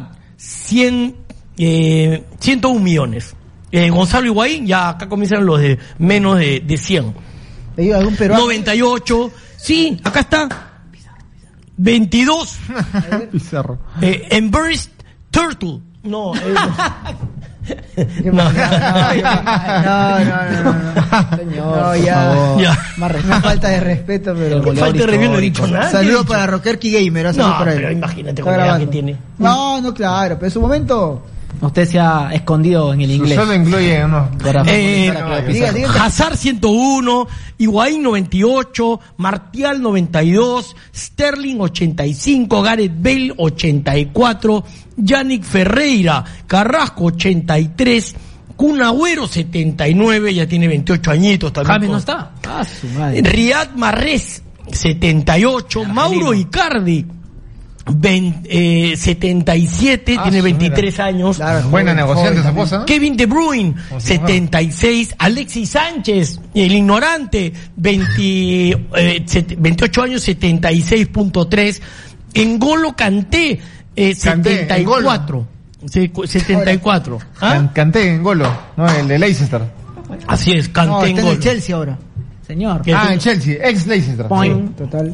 101 millones. Gonzalo Higuaín, ya acá comienzan los de menos de 100. ¿Algún peruano? 98. Sí, acá está. 22. Pizarro. Embarrassed Turtle. No. No. Señor, ya. Una falta de respeto, pero falta de respeto, no he dicho nada. Saludos para Rockerky Gamer. Pero imagínate con la edad que tiene. No, claro, pero en su momento. Usted se ha escondido en el inglés. Solo incluye unos. Hazard 101, Higuaín 98, Martial 92, Sterling 85, Gareth Bale 84, Yannick Ferreira, Carrasco 83, Kun Agüero 79, ya tiene 28 añitos también. James no está. Su madre. Riyad Mahrez 78, Mauro Icardi 77, tiene 23 años. Claro, buena negociante esa cosa, ¿no? Kevin De Bruyne, 76. Alexis Sánchez, el ignorante, 28 años, 76.3. N'Golo Kanté, 74. 74. Kanté, N'Golo, no, el de Leicester. Así es, Kanté, está en el Chelsea ahora. Señor. En Chelsea, ex Leicester. Total.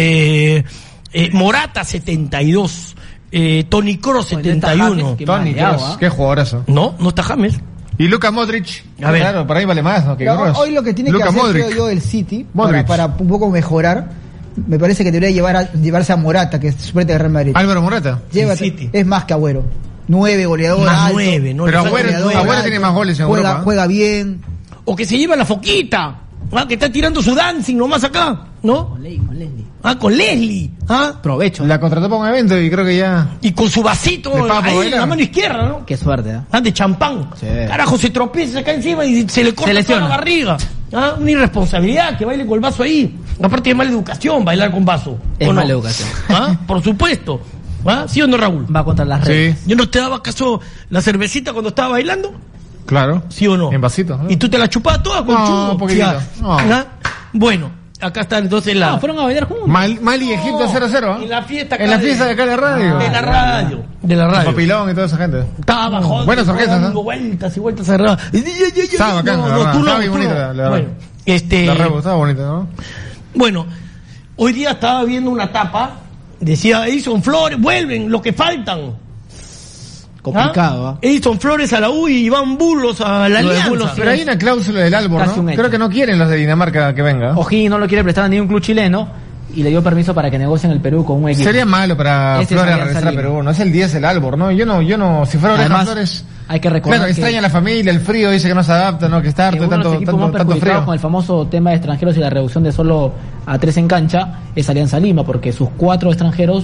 Morata 72, Toni Kroos 71. Toni Kroos, qué jugadorazo. No está James. Y Luka Modric, a ver, claro, por ahí vale más, ¿no? Que hoy lo que tiene que hacer, creo yo, el City, para un poco mejorar, me parece que debería llevarse a Morata, que es suplente de Real Madrid. Álvaro Morata. Es más que Agüero. 9 goleador. Más 9, ¿no? Pero Agüero tiene más goles en Europa. Juega bien. O que se lleva la foquita. Que está tirando su dancing nomás acá, ¿no? Con Leslie. Con Leslie. Provecho. La contrató para un evento y creo que ya. Y con su vasito ahí en la mano izquierda, ¿no? Qué suerte, ¿eh? De champán. Sí. Carajo, se tropieza acá encima y se le corta toda la barriga. Una irresponsabilidad que baile con el vaso ahí. Aparte de mala educación, bailar con vaso. Es mala educación. Por supuesto. ¿Sí o no, Raúl? Va contra las redes. ¿Yo no te daba acaso la cervecita cuando estaba bailando? Claro. ¿Sí o no? En vasitos, ¿no? ¿Y tú te la chupabas toda con chumbo? Un poquitito. Bueno, acá está entonces la... fueron a bailar juntos. Mali y Egipto 0-0. En la fiesta acá. En la fiesta de acá de la radio. De la radio. De la radio. Papilón y toda esa gente. Estaba bajón. Buenas orquestas, ¿no? Vueltas y vueltas cerradas. Estaba bacán, estaba bien bonita, la verdad. Bueno, la Revo estaba bonita, ¿no? Bueno, hoy día estaba viendo una tapa, decía Edison Flores, vuelven, los que faltan. Complicado, Edison Flores a la U y Iván Bulos a la Alianza. Pero hay una cláusula del Albor, ¿no? Creo que no quieren los de Dinamarca que venga. O'Higgins no lo quiere prestar a ningún club chileno y le dio permiso para que negocien el Perú con un equipo. Sería malo para Flores regresar a Perú, no es el 10 el Albor, ¿no? Yo no, si fuera Oreja Flores... Hay que recordar claro, extraña a la familia, el frío, dice que no se adapta, ¿no? Que está harto de tanto frío. Con el famoso tema de extranjeros y la reducción de solo a 3 en cancha, es Alianza Lima, porque sus 4 extranjeros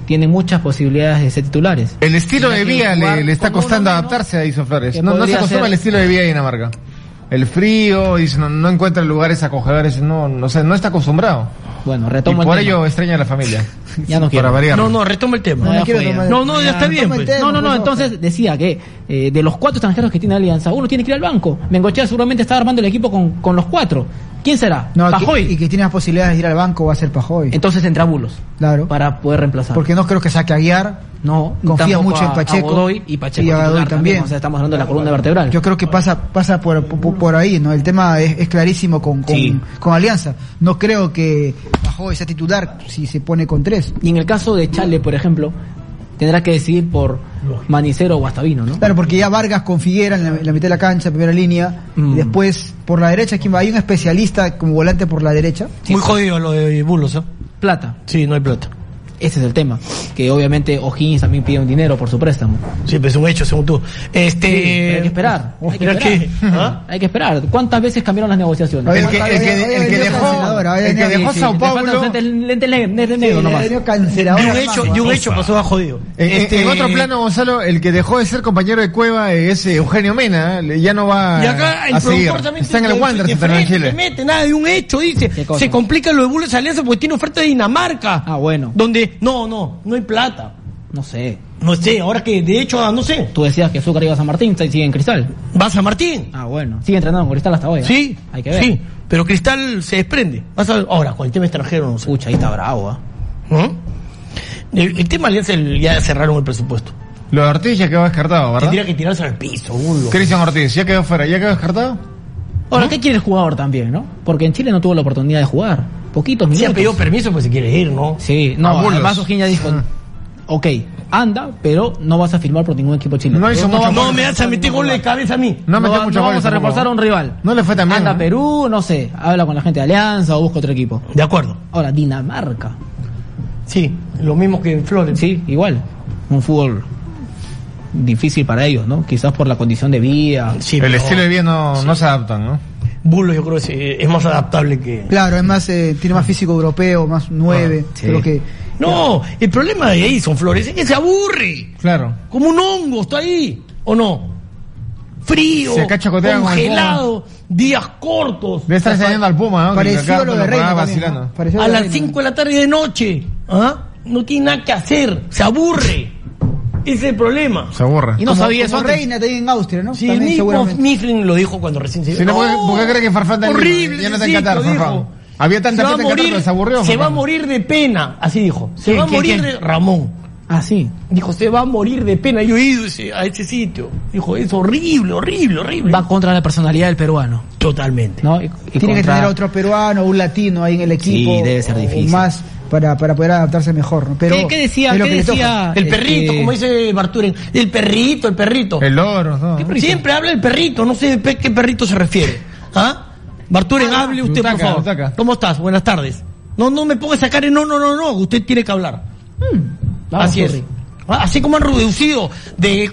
tienen muchas posibilidades de ser titulares. El estilo de vida le está como costando uno menos, adaptarse a Iso Flores. que No se podría acostumbra ser- al estilo de vida de Dinamarca. El frío, dice, no encuentra lugares acogedores, no está acostumbrado. Bueno, Y retomo por el tema. ello extraña a la familia. Ya no quiero. Para variar. No, retoma el tema. No, No ya quiero fue, tomar- ya. No, ya está bien, toma el pues. tema, No, entonces decía que de los 4 extranjeros que tiene Alianza, uno tiene que ir al banco. Bengochea seguramente está armando el equipo con los 4. ¿Quién será? No, Pajoy. y que tiene las posibilidades de ir al banco va a ser Pajoy. Entonces entra Bulos Claro. para poder reemplazar. Porque no creo que saque a Guiar. no confía tampoco mucho en a Pacheco. Godoy y Pacheco Y a titular Godoy también. O sea, estamos hablando de la columna vertebral. Yo creo que pasa por ahí, ¿no? El tema es clarísimo Sí. con Alianza. No creo que Pajoy sea titular si se pone con 3. Y en el caso de Chale, por ejemplo, tendrá que decidir por Manicero o Guastavino, ¿no? Claro, porque ya Vargas con Figuera en la mitad de la cancha, primera línea, y después por la derecha, ¿quién va? Hay un especialista como volante por la derecha. Muy jodido lo de Bulos, ¿eh? Plata. Sí, no hay plata. Ese es el tema. Que obviamente O'Higgins también pide un dinero por su préstamo. Sí, pero es un hecho, según tú. Pero hay que esperar. Hay que ¿Esperar esperar. qué? ¿Ah? Hay que esperar. ¿Cuántas veces cambiaron las negociaciones? El que dejó Sao Paulo. Lente negro nomás. Y un hecho pasó a jodido. En otro plano, Gonzalo, el que dejó de ser compañero de Cueva es Eugenio Mena, ya no va Y acá el a seguir. productor también Está en el Wanderers, de pero en frente, Chile. se mete, nada de un hecho, dice. ¿Qué cosa? Se complica lo de Bulos Alianza porque tiene oferta de Dinamarca. Ah, bueno. Donde, no hay plata. No sé. No sé, ahora que de hecho, no sé. Tú decías que Zúcar iba a San Martín, sigue en Cristal. ¿Va a San Martín? Ah, bueno. Sigue entrenando con Cristal hasta hoy. ¿eh? Sí, Hay que ver. sí, pero Cristal se desprende. Vas a ver, ahora, con el tema extranjero no sé. Pucha, ahí está bravo, ¿ah? El tema Alianza ya cerraron el presupuesto. Lo de Ortiz ya quedó descartado, ¿verdad? Tendría que tirarse al piso, Bulo. Cristian Ortiz, ya quedó fuera, ya quedó descartado. Ahora, ¿qué quiere el jugador también, no? Porque en Chile no tuvo la oportunidad de jugar. Poquitos Si minutos. ha pedido permiso, pues se quiere ir, ¿no? Sí, no, A Bulos. además O'Higgins ya dijo, ok, anda, pero no vas a firmar por ningún equipo chileno. No hizo mucho No gol. me vas a meter gol de cabeza a mí. No metió mucho no gol vamos a tampoco. reforzar a un rival. No le fue tan bien, Anda ¿no? Perú, no sé, habla con la gente de Alianza o busca otro equipo. De acuerdo. Ahora, Dinamarca. Sí, lo mismo que en Flores. Sí, igual. Un fútbol difícil para ellos, ¿no? Quizás por la condición de vida. Sí, El pero estilo de vida no se adaptan, ¿no? Bulo yo creo que es más adaptable que... Claro, es más, tiene más físico europeo, más 9. sí. Creo que No, el problema de Edison Flores es que se aburre. Claro. Como un hongo, está ahí. ¿O no? Frío, Se acá chacotea con el congelado, días cortos. Debe estar enseñando al Puma, ¿no? parecido Que a lo de acá Reina también, vacilando. ¿no? Parecido A lo de las Reina. 5 de la tarde y de noche. ¿Ah? No tiene nada que hacer. Se aburre. Ese es el problema. Se aburre. Y no Como- sabía eso como antes. Reina también en Austria, ¿no? Sí, También mismo seguramente. Mifflin lo dijo cuando recién se Si no, ¿por qué cree que Farfán está en Lima? horrible. Ya no está ese en Qatar, sitio, Farfán. dijo. Había tanta Se va a fiesta en Qatar, morir, pero se aburrió. se va a Farfán. morir de pena, así dijo. Se ¿Quién, va a quién, morir quién? de Ramón. Ah, sí. Dijo, se va a morir de pena. Yo he ido a ese sitio. Dijo, es horrible, horrible, horrible. Va contra la personalidad del peruano, Totalmente. ¿no? Y Tiene que contra- tener otro peruano, un latino ahí en el equipo. Sí, debe ser o difícil. más para poder adaptarse mejor, ¿no? Pero ¿Qué decía? es lo ¿Qué que le toca. decía? El perrito, como dice Barturen. El perrito, el perrito. El loro, ¿no? Siempre habla el perrito, no sé de qué perrito se refiere. ¿Ah? Barturen, hable usted, Lutaca, por favor. Lutaca. ¿Cómo estás? Buenas tardes. No me ponga esa cara, no, usted tiene que hablar. Vamos, Así es. Curry. Así como han reducido de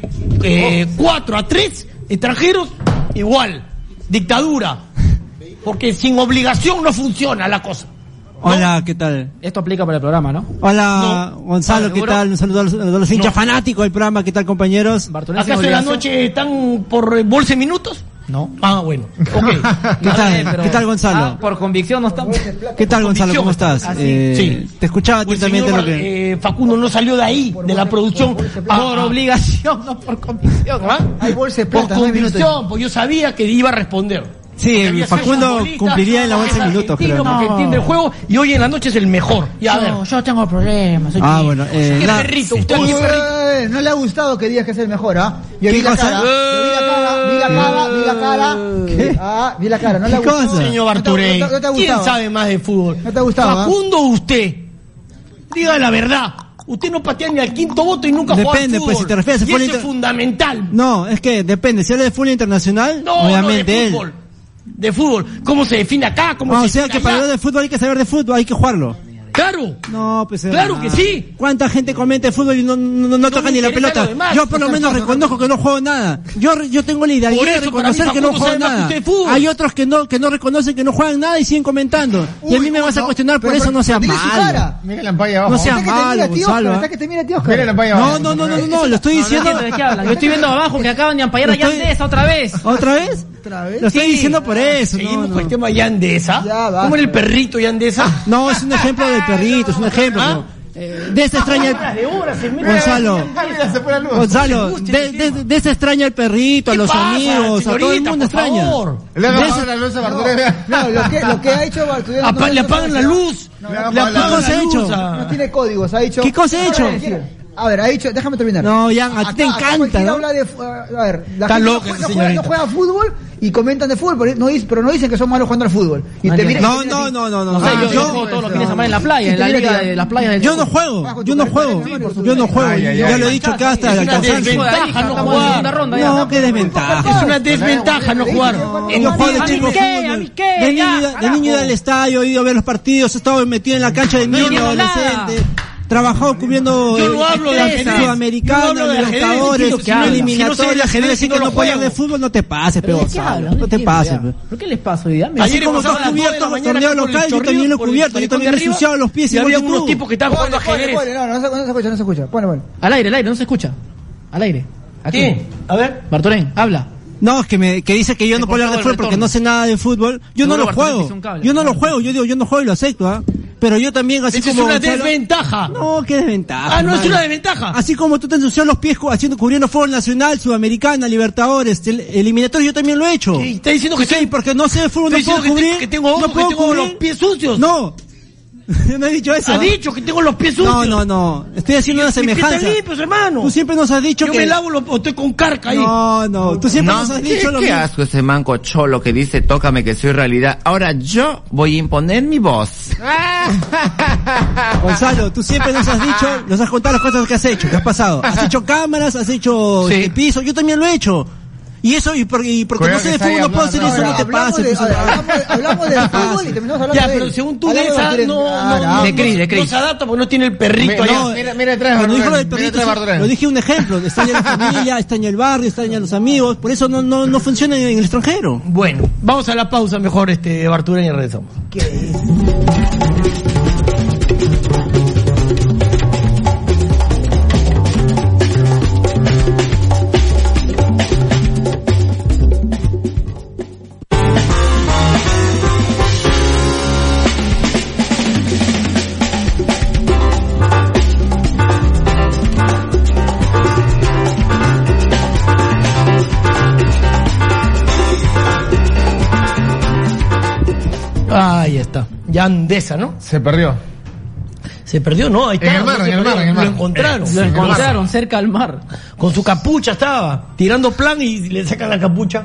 4 a 3 extranjeros, igual. Dictadura. Porque sin obligación no funciona la cosa. Hola, ¿qué tal? Esto aplica para el programa, ¿no? Hola, No. Gonzalo, ¿qué ¿seguro? tal? Un saludo a los hinchas No. fanáticos del programa, ¿qué tal, compañeros? Bartolomé sin ¿Acaso en la obligación. noche están por bolsa de minutos? No. Ah, bueno. Ok. ¿Qué A tal? ver, pero- ¿Qué tal, Gonzalo? Ah, por convicción no estamos. ¿Qué tal, Gonzalo? ¿Cómo estás? Ah, sí. Sí. Te escuchaba Pues el atentamente señor lo que... Facundo no salió de ahí, de la producción. Por obligación, no por convicción. ¿Ah? Hay bolsa de Por plata, 9 minutos. convicción, pues yo sabía que iba a responder. Sí, Porque había Facundo sido futbolista, cumpliría en la bolsa de es minutos, argentino, creo. Porque No. entiende el juego y hoy en la noche es el mejor. Ya, a ver. Yo tengo problemas. soy Ah, chico. bueno, ¿Qué nada. perrito? ¿Usted Uy, qué perrito? no le ha gustado que digas que es el mejor, ¿ah? Yo ¿Qué vi la cosa? cara, yo vi la cara, vi la cara, vi la cara. ¿Qué? Ah, vi la cara, no le ha ¿Qué gustado. cosa? Señor Barturey, No te ha ¿quién gustado? sabe más de fútbol? ¿No te ha gustado, ah? ¿Facundo o usted? Diga la verdad. Usted no patea ni al quinto voto y nunca juega al Depende, fútbol. pues, si te refieres a y fútbol eso es inter- fundamental. No, es que depende. Si habla de fútbol internacional, No, obviamente no, de él. fútbol. De fútbol. ¿Cómo se define acá? ¿Cómo Ah, se o sea define que para allá? hablar de fútbol hay que saber de fútbol, hay que jugarlo. Claro. No, pues Claro que sí. ¿Cuánta gente comenta fútbol y no toca ni la pelota? Yo por lo menos reconozco que no juego nada. Yo tengo la idea de reconocer que no juego nada. Hay otros que no reconocen que no juegan nada y siguen comentando. Y a mí me vas a cuestionar por eso, no seas malo. Mira la ampalla abajo. No seas malo, Gonzalo. Mira la ampalla abajo. No, lo estoy diciendo. ¿De qué hablan? Yo estoy viendo abajo que acaban de ampallar a Yandesa otra vez. ¿Otra vez? Lo estoy diciendo por eso. Seguimos con el tema Yandesa. ¿Cómo era el perrito Yandesa? No, es un ejemplo del perrito, es un ejemplo. De esta extraña Gonzalo, de esta extraña el perrito, a los amigos, a todo el mundo extraña. Le apagan la luz a Bartolomé. No, lo que ha hecho Bartolomé. Le apagan la luz. ¿Qué cosa ha hecho? No tiene códigos, ha dicho. ¿Qué cosa ha hecho? A ver, ha dicho, déjame terminar. No, Jan, a ti te encanta, ¿no? Habla de, a ver, la Está gente loca no juega fútbol y comentan de fútbol, pero no dicen que son malos jugando al fútbol. Y te miran, No. Yo juego todos los fines de semana en la playa, en la liga de las playas del Yo no juego. Ya lo he dicho que hasta el cansancio. Desventaja no jugar. No, qué desventaja. Es una desventaja no jugar. Yo juego de chico fútbol. De niño iba al estadio, he ido a ver los partidos, he estado metido en la cancha de niño, adolescente. Trabajado cubriendo Yo no hablo de ajedrez. Sudamericano, Libertadores, eliminatorias, así que no puedes hablar de fútbol, no te pases, pero no te pases. ¿Por qué les pasa hoy día? Así como tú has cubierto el torneo local, yo también lo he cubierto, yo también he ensuciado los pies y había igual que unos tú. tipos que estaban jugando ajedrez. No se escucha. Bueno. Al aire, no se escucha. Al aire. ¿Qué? A ver. Bartolén, habla. No, es que dice que yo no puedo hablar de fútbol porque no sé nada de fútbol. Yo no lo juego. Yo no lo juego, yo digo, yo no juego y lo acepto, ¿ah? Pero yo también, así como... Es una desventaja. No, qué desventaja. No es una desventaja. Así como tú te ensucias los pies cubriendo fútbol nacional, Sudamericana, Libertadores, eliminatorio, yo también lo he hecho. ¿Y está diciendo que sí? Porque no sé de fútbol, no puedo cubrir. Que tengo ojos, que tengo los pies sucios. No. No he dicho eso. Ha dicho que tengo los pies sucios. No. Estoy haciendo una semejanza. ¿Qué limpios, hermano? Tú siempre nos has dicho yo que... me lavo o estoy con carca ahí. No. Tú siempre nos has dicho lo mismo. Qué asco ese manco cholo que dice, tócame que soy realidad. Ahora yo voy a imponer mi voz. Gonzalo, tú siempre nos has dicho, nos has contado las cosas que has hecho, que has pasado. Has hecho cámaras, has hecho piso, yo también lo he hecho. Y eso, y porque no sé de fútbol, no puedo hacer eso, no te pases. Hablamos de fútbol y terminamos hablando de pero según tú de esa, no se adapta porque no tiene el perrito allá. Mira atrás, cuando dijo lo del perrito, lo dije un ejemplo, extraña la familia, extraña el barrio, extraña los amigos, por eso no funciona en el extranjero. Bueno, vamos a la pausa mejor, Barturén, y regresamos. Ahí está. Yandesa, ¿no? Se perdió. Se perdió, no, ahí está. En el mar. Lo encontraron. Lo encontraron cerca al mar. Con su capucha estaba, tirando plan y le sacan la capucha.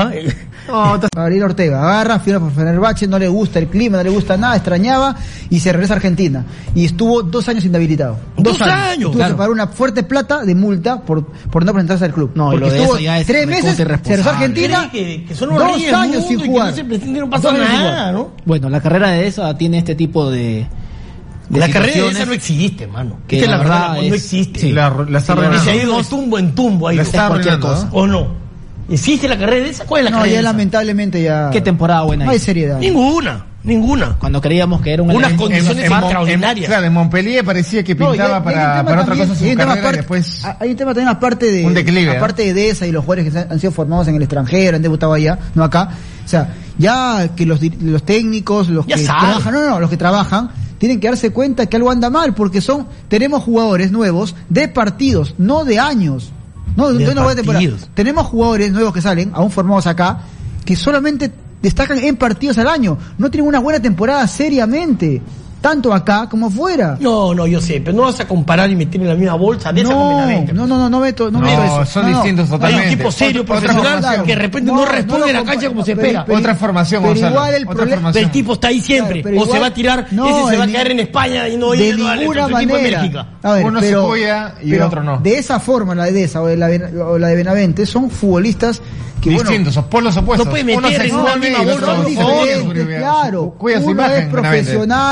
Gabriel Ortega agarra, firma por Fenerbahce, no le gusta el clima, no le gusta nada, extrañaba y se regresa a Argentina. Y estuvo 2 años inhabilitado. 2 años. Tuvo que pagar una fuerte plata de multa por no presentarse al club. No, porque lo de estuvo eso ya es 3 meses, se regresó a Argentina, que son 2 años sin jugar. No pasa nada, ¿no? Bueno, la carrera de esa tiene este tipo de la carrera de esa no existe, mano. Que la verdad no existe. Sí, la está arruinando. Se ha ido de tumbo en tumbo ahí. Cualquier cosa. ¿O no? ¿Existe la carrera de esa? ¿Cuál es la carrera de esa? Lamentablemente ya... ¿Qué temporada buena no hay seriedad. Ninguna. Cuando creíamos que era unas condiciones extraordinarias. Claro, en Montpellier parecía que pintaba para otra cosa su carrera y después... Hay un tema también aparte de... Un declive. Aparte de esa y los jugadores que han sido formados en el extranjero, han debutado allá, no acá. O sea, ya que los técnicos, los que trabajan, los que trabajan, tienen que darse cuenta que algo anda mal, porque tenemos jugadores nuevos de partidos, no de años. No de temporada. Tenemos jugadores nuevos que salen, aún formados acá, que solamente destacan en partidos al año. No tienen una buena temporada seriamente, tanto acá como fuera. No, yo sé, pero no vas a comparar y meter en la misma bolsa de esa con Benavente. No meto eso. Son distintos totalmente. Hay un equipo serio, profesional, que de repente no responde en la cancha como se espera. Otra formación, pero Gonzalo. igual el tipo está ahí siempre. O se va a tirar, ese se va a caer en España y no de ninguna manera. Uno se apoya y otro no. De esa forma, la de esa o la de Benavente, son futbolistas que distintos, son polos opuestos. No puede meter en una misma bolsa. Claro, cuida su uno imagen, es profesional,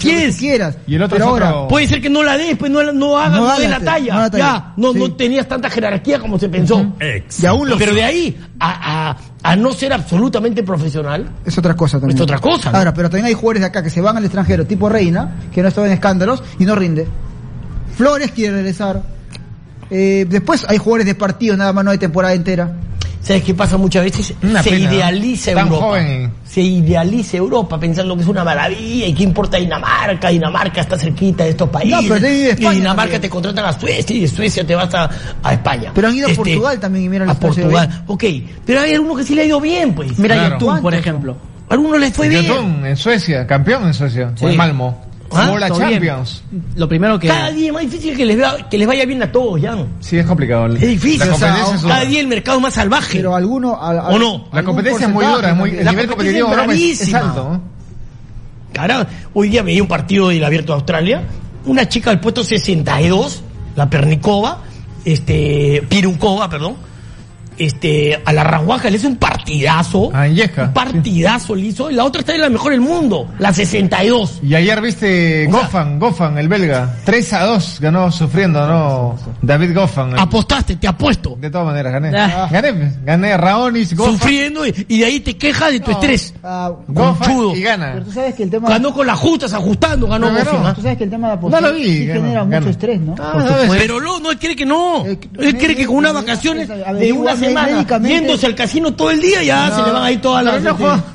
así es. Lo que quieras. Y el otro pero es ahora, otro... Puede ser que no la des, pues no dé la talla. Ya, no tenías tanta jerarquía como se pensó. Y aún pero de ahí a no ser absolutamente profesional es otra cosa también. Es otra cosa, ¿no? Ahora, pero también hay jugadores de acá que se van al extranjero, tipo Reina, que no estaba en escándalos y no rinde. Flores quiere regresar. Después hay jugadores de partidos, nada más, no de temporada entera. ¿Sabes qué pasa muchas veces? Se idealiza Europa. Se idealiza Europa pensando que es una maravilla y qué importa Dinamarca. Dinamarca está cerquita de estos países. No, pero y Dinamarca también. Te contratan a Suecia y de Suecia te vas a España. Pero han ido a Portugal también y mira a Portugal. Ok, pero hay algunos que sí le ha ido bien, pues. Mira Yotun, por ejemplo. A algunos les fue bien. Yotun en Suecia, campeón en Suecia, sí. O en Malmo. Jugó la Champions. Bien. Lo primero que... Cada día es más difícil que les vaya bien a todos, Jan. Sí, es complicado. Es difícil. Cada día el mercado es más salvaje. Pero alguno... ¿O no? La competencia es muy dura. El nivel competitivo es alto, ¿no? Cara, hoy día veía un partido del Abierto de Australia. Una chica del puesto 62, la Pirunkova, perdón. A la Raguaja le hizo un partidazo. Un partidazo le hizo. Y la otra está en la mejor del mundo, la 62. Y ayer viste Goffin, el belga. 3-2 ganó sufriendo, ¿no? David Goffin. Apostaste, te apuesto. De todas maneras, gané Raonic, Goffin. Sufriendo y de ahí te quejas de tu estrés. Goffin y gana. Pero tú sabes que el tema... Ganó con las justas, ajustando, ganó Goffin. Tú sabes que el tema de apostar sí genera mucho estrés, ¿no? Pero no, él cree que no. Él cree que con unas vacaciones de una semana yéndose al casino todo el día ya se le van a ir todas las todo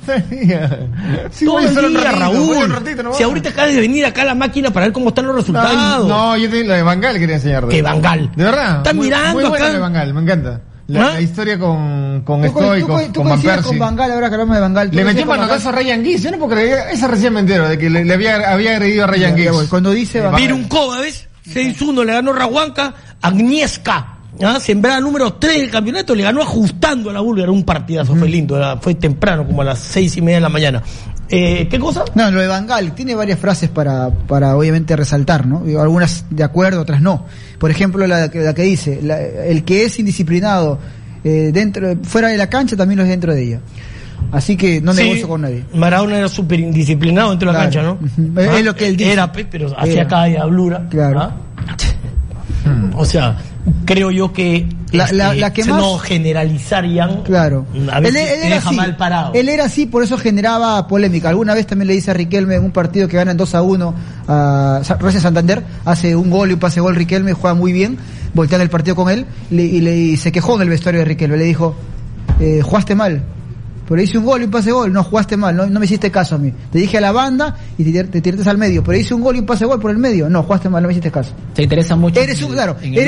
el día, Raúl. Si ahorita acabas de venir acá a la máquina para ver cómo están los resultados. No, yo la de Bangal quería enseñarte. ¿Qué Bangal? De verdad. Están mirando muy acá. De Bangal, me encanta. La historia con Stoy, con Van Persie. Con Bangal, ahora que hablamos de Bangal. Le metió manotazo a Ryan Giggs. Yo no puedo creer, esa recién me entero de que le había agredido a Ryan Giggs. Cuando dice Pirunkova, ¿ves? 6-1 le ganó Raguanca, Agnieszka. Sembrada número 3 del campeonato, le ganó ajustando a la búlgara, un partidazo, fue lindo, fue temprano, como a las 6:30 de la mañana. ¿Qué cosa? No, lo de Bangal tiene varias frases para obviamente resaltar, ¿no? Algunas de acuerdo, otras no. Por ejemplo, la que dice, el que es indisciplinado fuera de la cancha también lo es dentro de ella. Así que no negocio con nadie. Maradona era súper indisciplinado dentro de la cancha, ¿no? Es lo que él dice. Era, pero hacía cada diablura. Claro. O sea, creo yo que la que más no generalizarían. Claro. A veces él era deja así, mal parado. Él era así, por eso generaba polémica. Alguna vez también le dice a Riquelme en un partido que ganan 2-1 a Racing Santander, hace un gol y un pase gol Riquelme, juega muy bien, voltean el partido con él y se quejó en el vestuario de Riquelme, le dijo, jugaste mal. Pero hice un gol y un pase gol, no jugaste mal, no me hiciste caso a mí. Te dije a la banda y te tiraste al medio, pero hice un gol y un pase gol por el medio, no jugaste mal, no me hiciste caso. Te interesa mucho. Eres un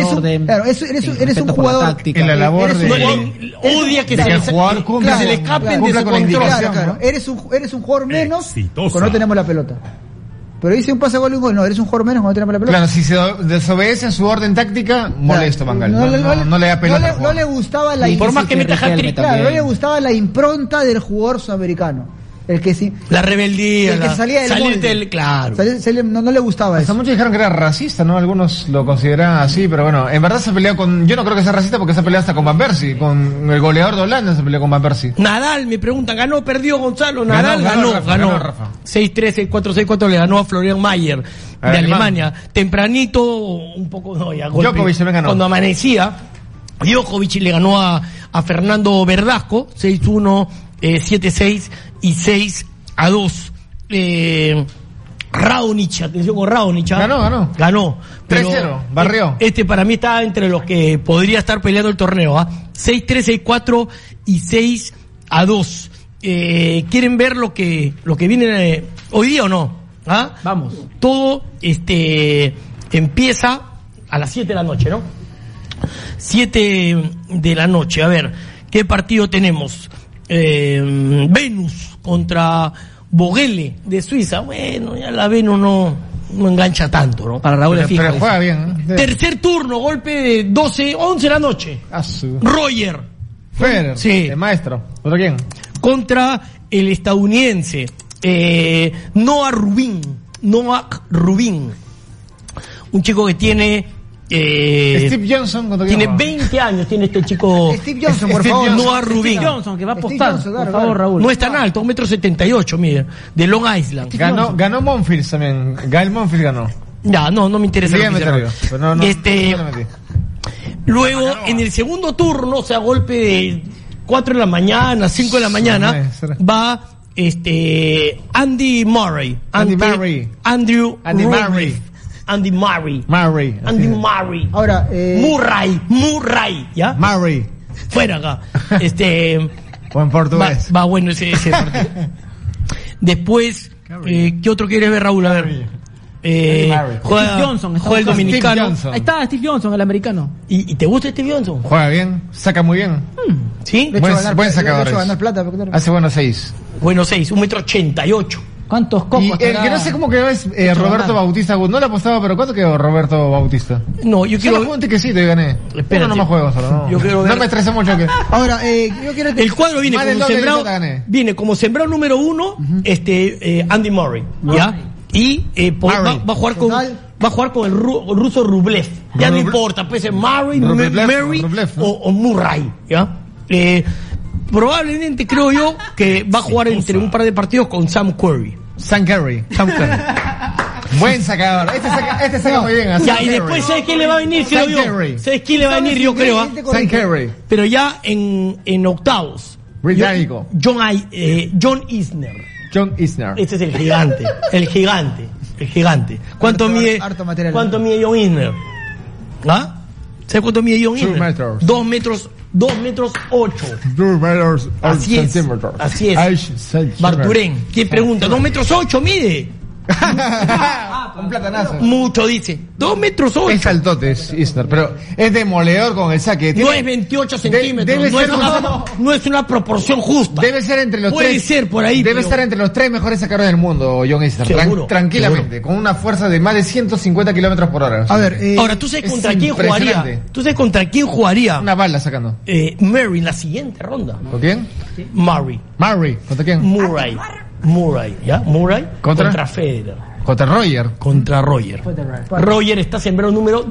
jugador en la labor odia que se le escapen de su control. Claro. Eres un jugador menos cuando no tenemos la pelota. Pero hice un pase gol y un gol, no, eres un jugador menos cuando tenemos la pelota. Claro, si se desobedece en su orden táctica, molesto Bangal. No le da pelota. No le gustaba la por más que meta hat-trick. Claro, no le gustaba la impronta del jugador sudamericano. El que sí. La rebeldía, el que salía del claro. No le gustaba eso. Hasta muchos dijeron que era racista, ¿no? Algunos lo consideraban así, pero bueno, en verdad se peleó yo no creo que sea racista porque se ha peleado hasta con Van Persie, con el goleador de Holanda se peleó con Van Persie. Nadal, me preguntan, ¿ganó, perdió Gonzalo? Nadal ganó. 6-3, 6-4 le ganó a Florian Mayer de Alemania. Tempranito, un poco, no, ya golpe. Djokovic se me ganó. Cuando amanecía, Djokovic le ganó a Fernando Verdasco, 6-1, 7-6 y 6-2. Raonic, atención con Raonic. Ganó. 3-0, barrió. Para mí está entre los que podría estar peleando el torneo. 6-3, 6-4 y 6-2. ¿Quieren ver lo que viene hoy día o no? Vamos. Todo empieza a las 7 de la noche, ¿no? 7 de la noche. A ver, ¿qué partido tenemos? Venus contra Vogele de Suiza. Bueno, ya la Venus no engancha tanto, ¿no? Para Raúl pero juega bien, ¿eh? Tercer turno, golpe de 11 de la noche. Roger Federer, sí. El maestro. ¿Contra quién? Contra el estadounidense Noah Rubin. Un chico que tiene Steve Johnson, tiene 20 años, tiene este chico. Steve Johnson, por favor. Noah Rubin. Steve Johnson, que va a apostar. Johnson, por favor, Raúl. No es tan alto, 1,78 m, mire, de Long Island. Ganó Monfils también. Gael Monfils ganó. Ya, no me interesa. Luego, en el segundo turno, o sea, golpe de 4 de la mañana, 5 de la mañana, va Andy Murray. Andrew Murray. Ahora, Murray, ¿ya? Murray. Fuera acá. O en portugués. Va bueno ese partido. Después, ¿qué otro quieres ver, Raúl? A ver. Steve Johnson, juega el dominicano. Ahí está Steve Johnson, el americano. ¿Y te gusta Steve Johnson? Juega bien, saca muy bien. ¿Sí? Buen sacador. Hace buenos 6. Bueno, 6, 1,88 m. ¿Cuántos cocos? Y el que no sé cómo quedó es Roberto Bautista. No le apostaba, pero ¿cuánto quedó Roberto Bautista? No, yo quiero. Solo un tiquecito y gané. Espérate. No más juego solo, ¿no? Yo quiero ver. No me estresé mucho. Ahora, yo quiero. El cuadro viene como sembrado. Viene como sembrado número 1, Andy Murray, ¿ya? Y va a jugar con el ruso Rublev. Ya no importa, puede ser Murray o Murray, ¿ya? Probablemente creo yo que va a jugar entre un par de partidos con Sam Querrey. Buen sacador. Este saca muy bien. Ya, y después, ¿sabes quién le va a venir? Creo yo. ¿Sabes quién le va a venir? Yo creo. Sam Querrey. Pero ya en octavos. Británico. John Isner. Este es el gigante. ¿Cuánto mide John Isner? ¿Ah? ¿Sabes cuánto mide John Isner? 2 metros 8. 2 metros 8 centímetros. Así es. Barturén. ¿Quién pregunta? 2 metros 8 mide. Un platanazo. Mucho dice. 2 metros 8. Es altote, es Isner, pero es demoledor con el saque. No es 28 centímetros. No es una proporción justa. Debe ser entre los Puede ser por ahí. Debe estar entre los 3 mejores sacadores del mundo, John Isner. Tranquilamente. Con una fuerza de más de 150 kilómetros por hora. A ver, ahora, ¿tú sabes contra quién jugaría? Una bala sacando. Murray en la siguiente ronda. ¿Con quién? Murray. ¿Contra quién? Murray, ¿ya? Murray contra Federer. Contra Roger. Roger está sembrado número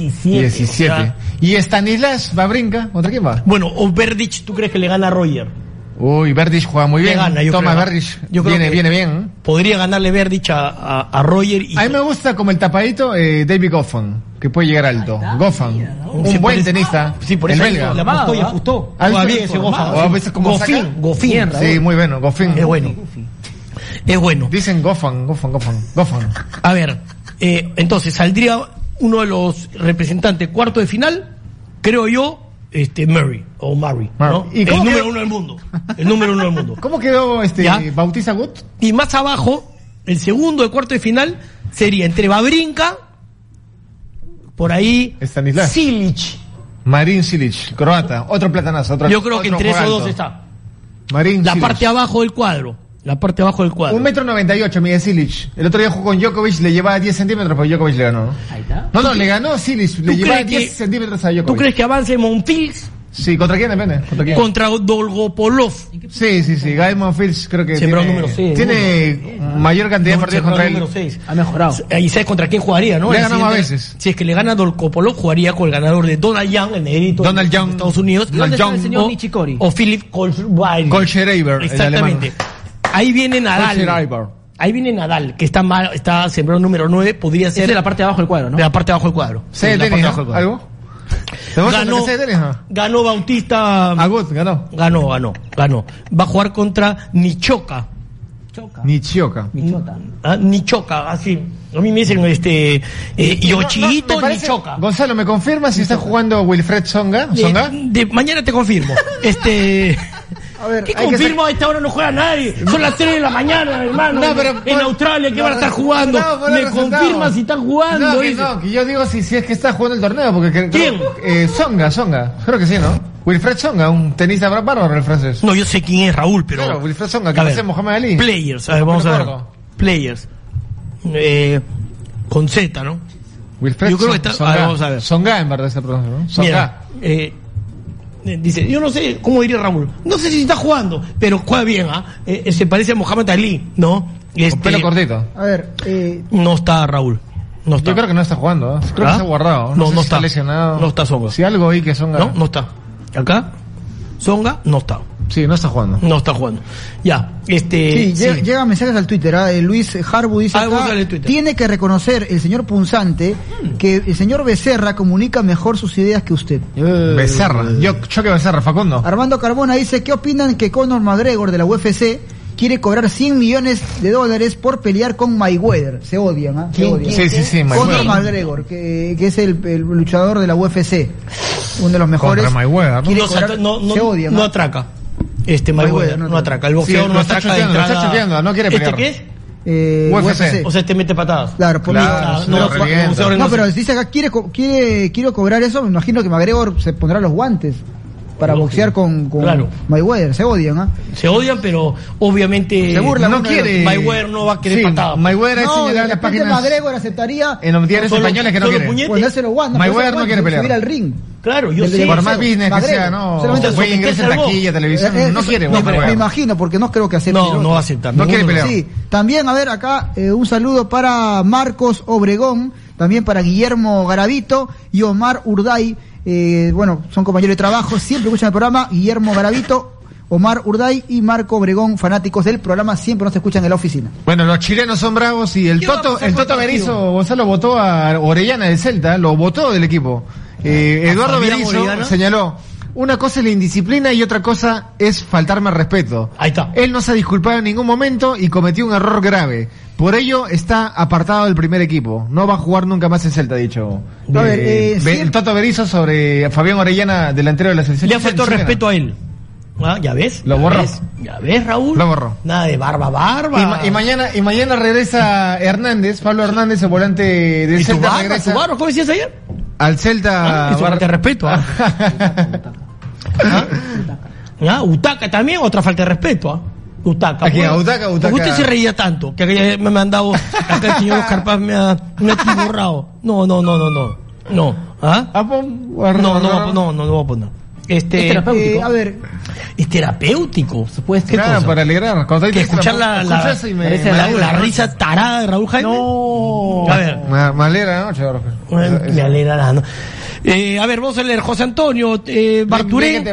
17. ¿Y Stanislas Wawrinka? ¿Contra quién va? Bueno, o Berdych, ¿tú crees que le gana a Roger? Uy, Berdych juega muy bien. Toma, Berdych viene bien. Podría ganarle Berdych a Roger. A mí me gusta como el tapadito David Goffin, que puede llegar alto. Goffin, un buen tenista. Sí, por eso belga. La mató y ajustó. Juega bien ese Goffin. Goffin. Sí, muy bueno. Goffin. Es bueno. Dicen Goffin. A ver, entonces saldría uno de los representantes cuarto de final, creo yo, Murray, ¿no? ¿Y el número 1 del mundo. ¿Cómo quedó Bautista Gut? Y más abajo, el segundo de cuarto de final sería entre Wawrinka, por ahí, Stanislas Cilic. Marin Cilic, croata, otro platanazo. Yo creo que entre esos dos está. Marin Cilic. Parte de abajo del cuadro. 1,98 m mide Cilic. El otro día jugó con Djokovic, le llevaba 10 centímetros, pero Djokovic le ganó, ¿no? Ahí está. No, le ganó Cilic, le llevaba 10 centímetros a Djokovic. ¿Tú crees que avance Monfils? Sí, ¿contra quién depende? Contra Dolgopolov. Sí. Gael Monfils creo que número 6, tiene mayor cantidad de partidos contra él. Número 6. Ha mejorado. Ahí sabes contra quién jugaría, ¿no? Le ganó más veces. Si es que le gana Dolgopolov, jugaría con el ganador de Donald Young, el negrito de Estados Unidos. ¿Dónde está el señor Nishikori? O Philip Kohlschreiber. Exactamente. Ahí viene Nadal, que está sembrado número 9, podría ser. De la parte de abajo del cuadro, ¿no? De la parte de abajo del cuadro. Sí, de tenis, ¿algo? Ganó Bautista. Agut, ganó. Ganó. Va a jugar contra Nishioka. Nichoka, así. A mí me dicen Yoshihito Nishioka. Gonzalo, ¿me confirma si está jugando Wilfred Tsonga? Mañana te confirmo. A ver, ¿qué confirmo? A esta hora no juega nadie. Son las 3 de la mañana, hermano. En Australia, ¿qué van a estar jugando? ¿Me confirma si están jugando? Que yo digo si es que está jugando el torneo. Porque ¿quién? Tsonga. Creo que sí, ¿no? Wilfred Tsonga, un tenista bárbaro, el francés. No, yo sé quién es Raúl, pero. Claro, Wilfred Tsonga, que hace Mohamed Ali. Players, a ver, vamos a ver. Players. Con Z, ¿no? Wilfred yo creo que está. A ver, vamos a ver. Tsonga, en verdad, esa pronuncia, ¿no? Tsonga. Dice, yo no sé, ¿cómo diría Raúl? No sé si está jugando, pero juega bien, se parece a Mohamed Ali, ¿no? Con pelo cortito. A ver, no está Raúl. No está. Yo creo que no está jugando, ¿eh? Creo que está guardado. No, sé no si está lesionado. No está Songa. Si algo ahí que Songa... No, no está. Acá, Songa no está. Sí, no está jugando. No está jugando. Ya, Sí, llegan mensajes al Twitter. Luis Harbu dice acá, tiene que reconocer el señor Punzante que el señor Becerra comunica mejor sus ideas que usted. Becerra. Yo que Becerra, Facundo. Armando Carbona dice, ¿qué opinan que Conor McGregor de la UFC quiere cobrar $100 millones por pelear con Mayweather? Se odian, ¿ah? Se odian. Sí, Conor McGregor, que es el luchador de la UFC, uno de los mejores. Contra Mayweather, ¿no? Se odian. No atraca. Mayweather no atraca. El boxeo no atraca. Lo está choteando, no quiere pelear. ¿Qué es? UFC. O sea, te mete patadas. Claro, no, pero dice acá quiere cobrar eso, me imagino que McGregor se pondrá los guantes para boxear con Mayweather. Se odian, ¿ah? Se odian, pero obviamente se burla, no quiere. Mayweather no va a querer patadas. Mayweather señalar las páginas. McGregor aceptaría en los diarios españoles que no quiere. Ponerse los guantes. Mayweather no quiere pelear. Subir al ring. Claro, yo sé. Por más business que sea, no. Fue ingreso en taquilla, televisión. No quiere. Me imagino, porque no creo que acepte. No va a aceptar. No quiere pelear. Sí. También, a ver, acá un saludo para Marcos Obregón, también para Guillermo Garavito y Omar Urday. Son compañeros de trabajo, siempre escuchan el programa. Guillermo Garavito, Omar Urday y Marco Obregón, fanáticos del programa, siempre nos escuchan en la oficina. Bueno, los chilenos son bravos y el Toto Berizzo, Gonzalo, votó a Orellana del Celta, lo votó del equipo. Eduardo Berizzo señaló, una cosa es la indisciplina y otra cosa es faltarme al respeto. Ahí está. Él no se ha disculpado en ningún momento y cometió un error grave. Por ello está apartado del primer equipo. No va a jugar nunca más en Celta, ha dicho. El Toto Berizzo sobre Fabián Orellana, delantero de la selección. Le ha faltado respeto a él. ¿Ya ves? Lo borró. ¿Ya ves, Raúl? Lo borró. Nada de barba. Y mañana regresa Hernández, Pablo Hernández, el volante del Celta. ¿Tu barba? ¿Cómo decías ayer? Al Celta. Eso falta de respeto. Utaca también, otra falta de respeto. Utaca. Utaca. Porque usted se reía tanto, que me ha mandado, acá el señor Oscar Paz me ha atiborrado. No. No voy a poner. Es terapéutico. A ver. Es terapéutico, supuesto. Claro, para alegrar. Que escuchar la risa tarada de Raúl Jaime. No. A ver. Me alegra la noche, Me alegra, ¿no? A ver, vamos a leer. José Antonio Barturén.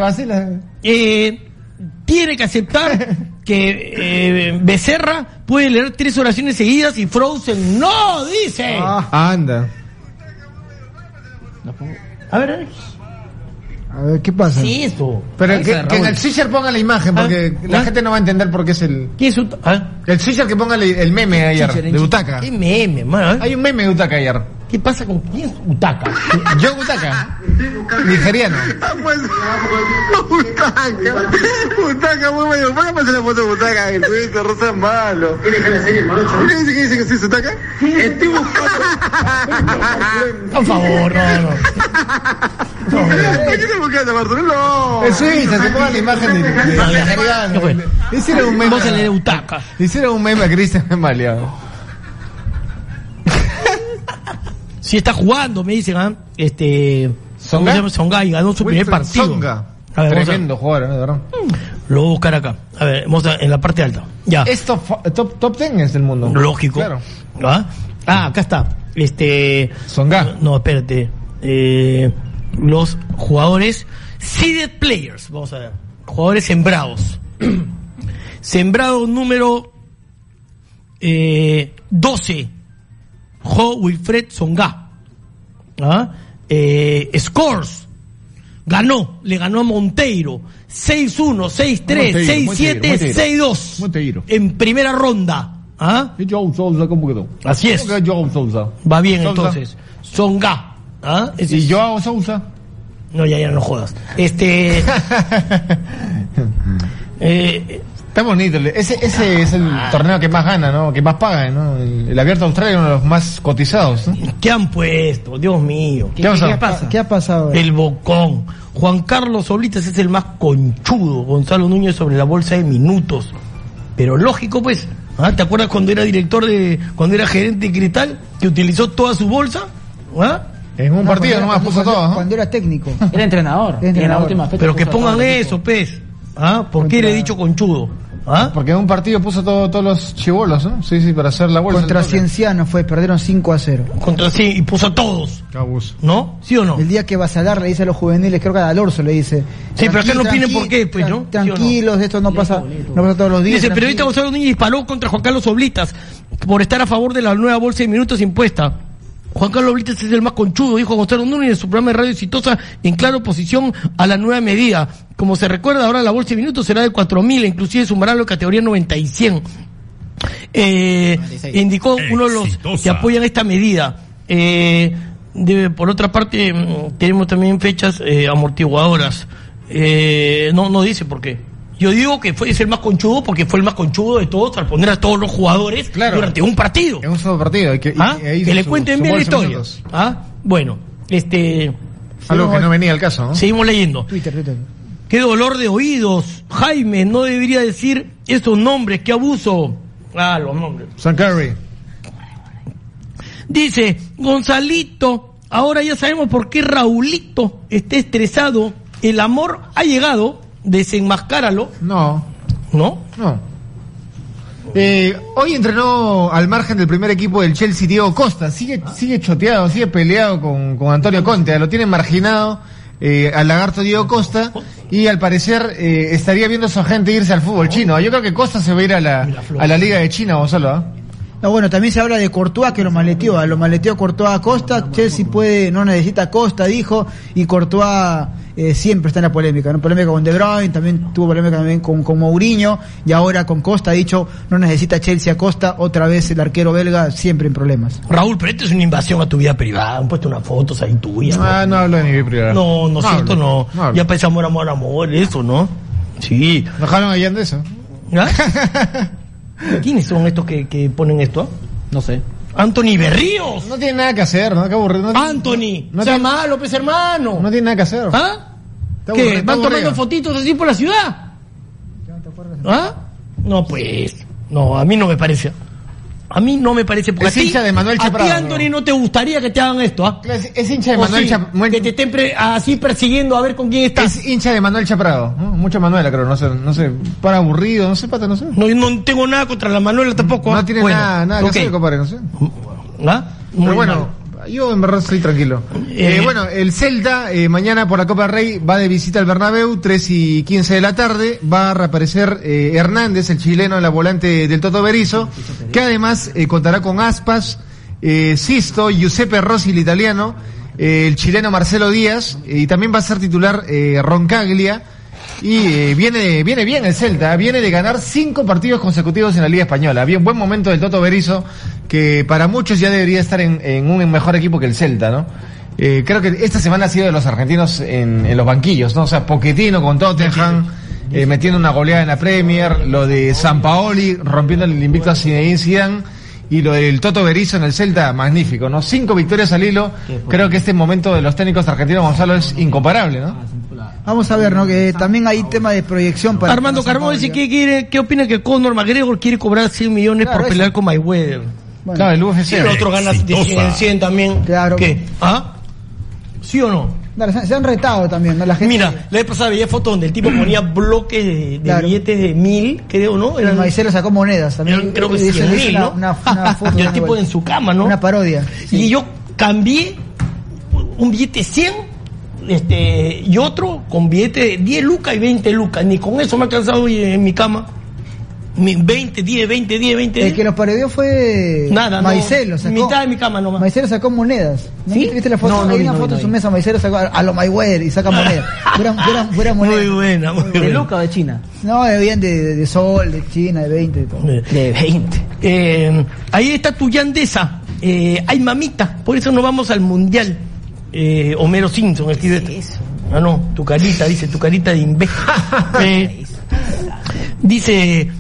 Tiene que aceptar que Becerra puede leer 3 oraciones seguidas y Frozen no, dice. Anda. A ver, ¿qué pasa? Sí, eso. Pero que en el switcher ponga la imagen, porque la gente no va a entender por qué es el... ¿Qué es el switcher que ponga el meme ayer, de Utaca. ¿Qué meme, man? Hay un meme de Utaca ayer. ¿Qué pasa con quién es Utaca? Yo Utaca. Nigeriano. Utaca, muy bueno. Póngame la foto de Utaca, el Twitter, Rosa es malo. ¿Qué dice que sí es Utaca? Estoy buscando. Por favor, no. ¿Qué te buscaste, Bartolomé? Es Twitter, te pongan la imagen de nigeriano. ¿Qué fue? Hicieron un meme. Vos se le de Utaca. Hicieron un meme a Cristian Maliado. Si está jugando, me dicen, Songa y ganó su primer partido. Songa. A ver, tremendo jugador, ¿no? De verdad. Lo voy a buscar acá. A ver, vamos en la parte alta. Ya. Es top 10 es del mundo. Lógico. Claro. Acá está. Songa. No, espérate. Los jugadores seeded players. Vamos a ver. Jugadores sembrados. Sembrado número 12. Jo Wilfred Songa. Scores. Le ganó a Monteiro. 6-1, 6-3, 6-7, 6-2. Monteiro. En primera ronda. ¿Y João Sousa cómo quedó? Así es. João Sousa. Va bien, Sousa. Entonces. Songa. ¿Y João Sousa? No, ya no jodas. Está bonito. Ese es el torneo que más gana, ¿no? Que más paga, ¿no? El Abierto Australia es uno de los más cotizados, ¿no? ¿Qué han puesto? Dios mío. ¿Qué pasa? ¿Qué ha pasado? El bocón. Juan Carlos Oblitas es el más conchudo. Gonzalo Núñez sobre la bolsa de minutos. Pero lógico, pues. ¿Te acuerdas cuando era cuando era gerente de Cristal? Que utilizó toda su bolsa. En un partido nomás puso todo, ¿no? Cuando era técnico. Era entrenador. En la última fecha. Pero que pongan eso, pues. ¿Por qué le he dicho conchudo? ¿Ah? Porque en un partido puso todos los chibolos, ¿no? Sí, para hacer la bolsa. Contra Cienciano perdieron 5-0. Y puso a todos. Cabuz. ¿No? ¿Sí o no? El día que Basalar le dice a los juveniles, creo que a Alorso le dice. Sí, pero acá no opinen por qué, pues, ¿no? Tranquilos, ¿sí esto no pasa todos los días. Dice, el periodista Gonzalo Núñez disparó contra Juan Carlos Oblitas por estar a favor de la nueva bolsa de minutos impuesta. Juan Carlos Oblitas es el más conchudo, dijo Gonzalo Núñez en su programa de Radio Exitosa, en clara oposición a la nueva medida. Como se recuerda, ahora la bolsa de minutos será de 4.000, inclusive sumará la categoría 90 y 100. Indicó uno de los que apoyan esta medida. Por otra parte, tenemos también fechas amortiguadoras. No dice por qué. Yo digo que es el más conchudo porque fue el más conchudo de todos al poner a todos los jugadores durante un partido. En un solo partido. Que le cuenten bien la historia. Bueno, algo que no venía al caso, ¿no? Seguimos leyendo. Twitter. Qué dolor de oídos. Jaime no debería decir esos nombres, qué abuso. Los nombres. San Carey. Dice, Gonzalito, ahora ya sabemos por qué Raulito está estresado. El amor ha llegado. Desenmascáralo. No. Hoy entrenó al margen del primer equipo del Chelsea Diego Costa. Sigue choteado, sigue peleado con Antonio Conte. Lo tienen marginado al lagarto Diego Costa. Y al parecer estaría viendo a su agente irse al fútbol chino. Yo creo que Costa se va a ir a la Liga de China, Gonzalo. No, bueno, también se habla de Courtois, que lo maleteó Courtois a Costa. Chelsea no necesita a Costa, dijo, y Courtois siempre está en la polémica, ¿no? Polémica con De Bruyne, también tuvo polémica también con Mourinho, y ahora con Costa ha dicho, no necesita Chelsea a Costa, otra vez el arquero belga siempre en problemas. Raúl, pero esto es una invasión a tu vida privada, han puesto unas fotos ahí tuyas. No hablo de mi vida privada. No, cierto, no. Ya pensamos amor, eso, ¿no? Sí. ¿No dejaron allá de eso? ¿Quiénes son estos que ponen esto? No sé. Anthony Berríos. No tiene nada que hacer, ¿no? Qué aburrido. Anthony. No sea malo, pues, hermano. No tiene nada que hacer. ¿Qué? ¿Van tomando fotitos así por la ciudad? No, pues. No, a mí no me parece. Porque es hincha de Manuel Chaprado. A ti, Anthony, no te gustaría que te hagan esto, Es hincha de Manuel Chaprado. Que te estén así persiguiendo a ver con quién estás. Es hincha de Manuel Chaprado, ¿no? Mucha Manuela, creo, no sé, para aburrido, no sé. No tengo nada contra la Manuela tampoco. No tiene nada que hacer, compadre, no sé. Pero bueno, yo en verdad estoy tranquilo. Bueno, el Celta mañana por la Copa del Rey va de visita al Bernabéu, 3:15 de la tarde. Va a reaparecer Hernández, el chileno, en la volante del Toto Berizzo, que además contará con Aspas, Sisto, Giuseppe Rossi, el italiano, el chileno Marcelo Díaz, y también va a ser titular Roncaglia. Y viene bien el Celta, viene de ganar 5 partidos consecutivos en la Liga Española. Bien, buen momento del Toto Berizzo, que para muchos ya debería estar en un mejor equipo que el Celta, ¿no? Creo que esta semana ha sido de los argentinos en los banquillos, ¿no? O sea, Pochettino con Tottenham, metiendo una goleada en la Premier, lo de Sampaoli rompiendo el invicto a Zinedine Zidane, y lo del Toto Berizzo en el Celta, magnífico, ¿no? 5 victorias al hilo. Creo que este momento de los técnicos argentinos, Gonzalo, es incomparable, ¿no? Vamos a ver, ¿no? Que también hay tema de proyección para... Armando Carmona dice ¿qué opina que Conor McGregor quiere cobrar 100 millones por pelear con Mayweather? Bueno, claro, el UFC. Sí, el otro gana 100 también. Claro. ¿Qué? ¿Sí o no? Se han retado también, ¿no? La gente... Mira, la vez pasada veía fotos donde el tipo ponía bloques de billetes de 1,000, creo, ¿no? El Maicero sacó monedas también. Creo que 100,000, ¿no? Una foto. Y el tipo en su cama, ¿no? Una parodia. Sí. Y yo cambié un billete 100 y otro con billete de 10 lucas y 20 lucas. Ni con eso me ha alcanzado en mi cama. 20. El que los parodió fue nada, Maicelo. No, mitad de mi cama nomás. Maicelo sacó monedas. ¿No? ¿Sí? ¿Viste la foto? Hay una foto en su mesa, Maicelo sacó a lo Mayweather y saca monedas. Fuera monedas. Muy buena. ¿De Luca o de China? No, bien de Sol, de China, de 20. De todo. De 20. Ahí está tu Yandesa. Ay, mamita, por eso nos vamos al Mundial. Homero Simpson, escribe. No, tu carita de imbécil. Dice...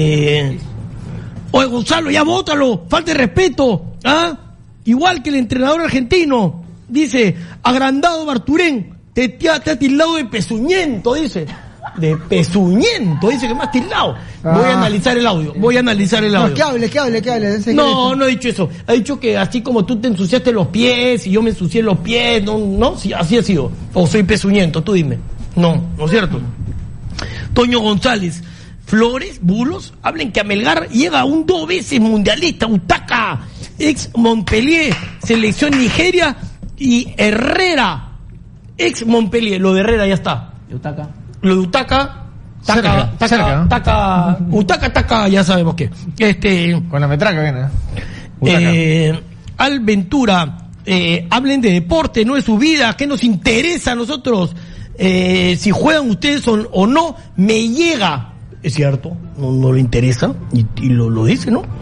oye, Gonzalo, ya bótalo, falta de respeto, igual que el entrenador argentino, dice, agrandado Barturén, te ha tildado de pezuñento, dice, que me has tildado. Voy a analizar el audio. No, que hable. No he dicho eso, ha dicho que así como tú te ensuciaste los pies y yo me ensucié los pies, no, sí, así ha sido, o soy pezuñento, tú dime, no es cierto. Toño González, Flores, Bulos, hablen que a Melgar llega un 2 veces mundialista, Utaka, ex Montpellier, selección Nigeria, y Herrera, ex Montpellier. Lo de Herrera ya está. Utaka. Lo de Utaka, cerca. Utaka, ya sabemos qué. Con la metraca viene. Al Ventura, hablen de deporte, no de su vida, ¿qué nos interesa a nosotros? Si juegan ustedes o no, me llega. Es cierto, no le interesa, y lo dice, ¿no?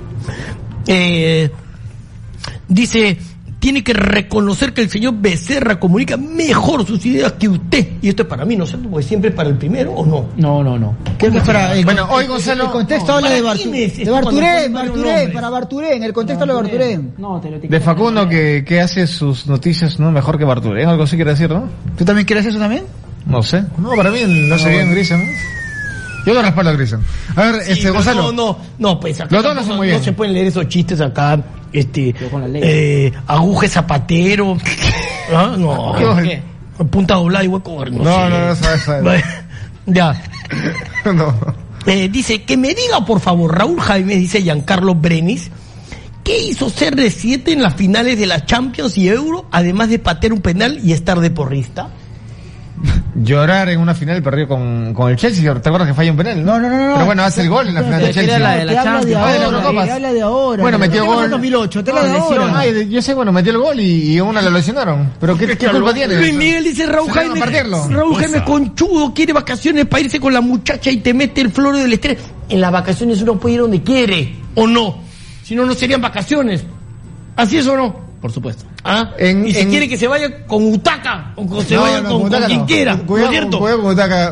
Dice, tiene que reconocer que el señor Becerra comunica mejor sus ideas que usted. Y esto es para mí, ¿no es cierto? Porque siempre es para el primero, ¿o no? No. Creo que es para... Bueno, hoy Gonzalo... El contexto habla de Barturén, para Barturén, el contexto habla de Barturén. De Facundo que hace sus noticias no mejor que Barturén, algo así quiere decir, ¿no? ¿Tú también quieres eso también? No sé. No, para mí no se bien Grison, ¿no? Yo lo respaldo a Grison. A ver, sí, Gonzalo. No, pues acá los dos no son muy bien. No se pueden leer esos chistes acá, aguje zapatero. No, ¿qué? Punta doblada y hueco. No, sabes. Ya. No. Dice, que me diga por favor, Raúl Jaime, dice Giancarlo Brenis, ¿qué hizo CR7 en las finales de la Champions y Euro, además de patear un penal y estar de porrista? Llorar en una final perdido con el Chelsea. ¿Te acuerdas que falla un penal? No. Pero bueno, hace el gol en la final de Chelsea. Habla de ahora. Bueno, metió gol en 2008. Te la de ahora. Yo sé, metió el gol y a una la lesionaron. Pero ¿qué culpa tiene? Luis Miguel dice, Raúl Jaime conchudo, quiere vacaciones para irse con la muchacha y te mete el floro del estrés. En las vacaciones uno puede ir donde quiere, ¿o no? Si no, no serían vacaciones. ¿Así es o no? Por supuesto. Y si quiere que se vaya con Utaka, o que se vaya con quien quiera, ¿no es cierto? Cuidado con Utaka,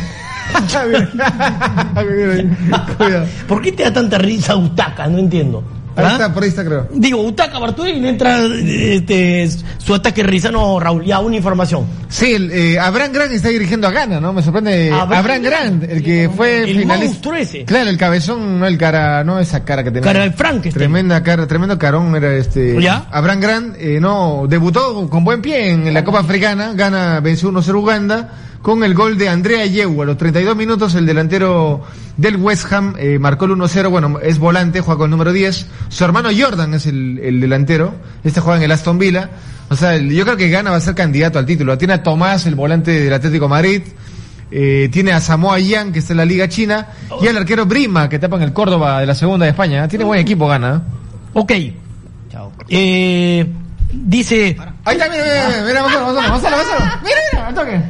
¿Por qué te da tanta risa Utaka? No entiendo. Por ahí está, creo. Digo, Utaka Barturén, entra su ataque de risa. No, Raúl, ya una información. Sí, Abraham Grant está dirigiendo a Ghana, ¿no? Me sorprende. Abraham Grant, el que fue finalista. Ese. Claro, el cabezón, no el cara, no esa cara que tenía. Cara de Frankenstein. Tremenda cara, tremendo carón era ¿Ya? Abraham Grant, debutó con buen pie en la Copa Africana. Ghana venció 1-0 Uganda con el gol de Andrea Yewu. A los 32 minutos el delantero del West Ham marcó el 1-0, bueno, es volante, juega con el número 10. Su hermano Jordan es el delantero, juega en el Aston Villa. O sea, yo creo que Ghana va a ser candidato al título. Tiene a Tomás, el volante del Atlético de Madrid, tiene a Samoa Yang, que está en la Liga China, y al arquero Brima, que tapa en el Córdoba de la segunda de España. Tiene buen equipo Ghana. Ok. Chao. Dice... Ahí está, mira, vamos. Mira, al toque.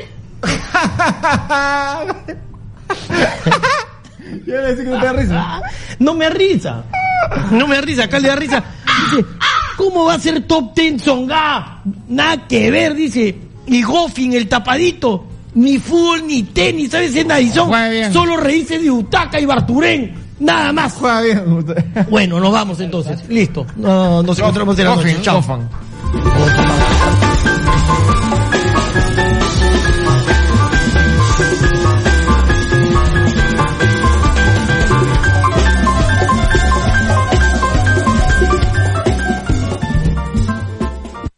Yo le decía que no te da risa. No me da risa, acá le da risa. Dice, ¿cómo va a ser top 10 Songa? Nada que ver, dice. Y Goffin, el tapadito. Ni fútbol, ni tenis, ¿sabes? Es Nadizón. Solo reírse de Utaka y Barturén. Nada más. Juega bien. Bueno, nos vamos entonces. Listo. Nos encontramos en la noche. Chao.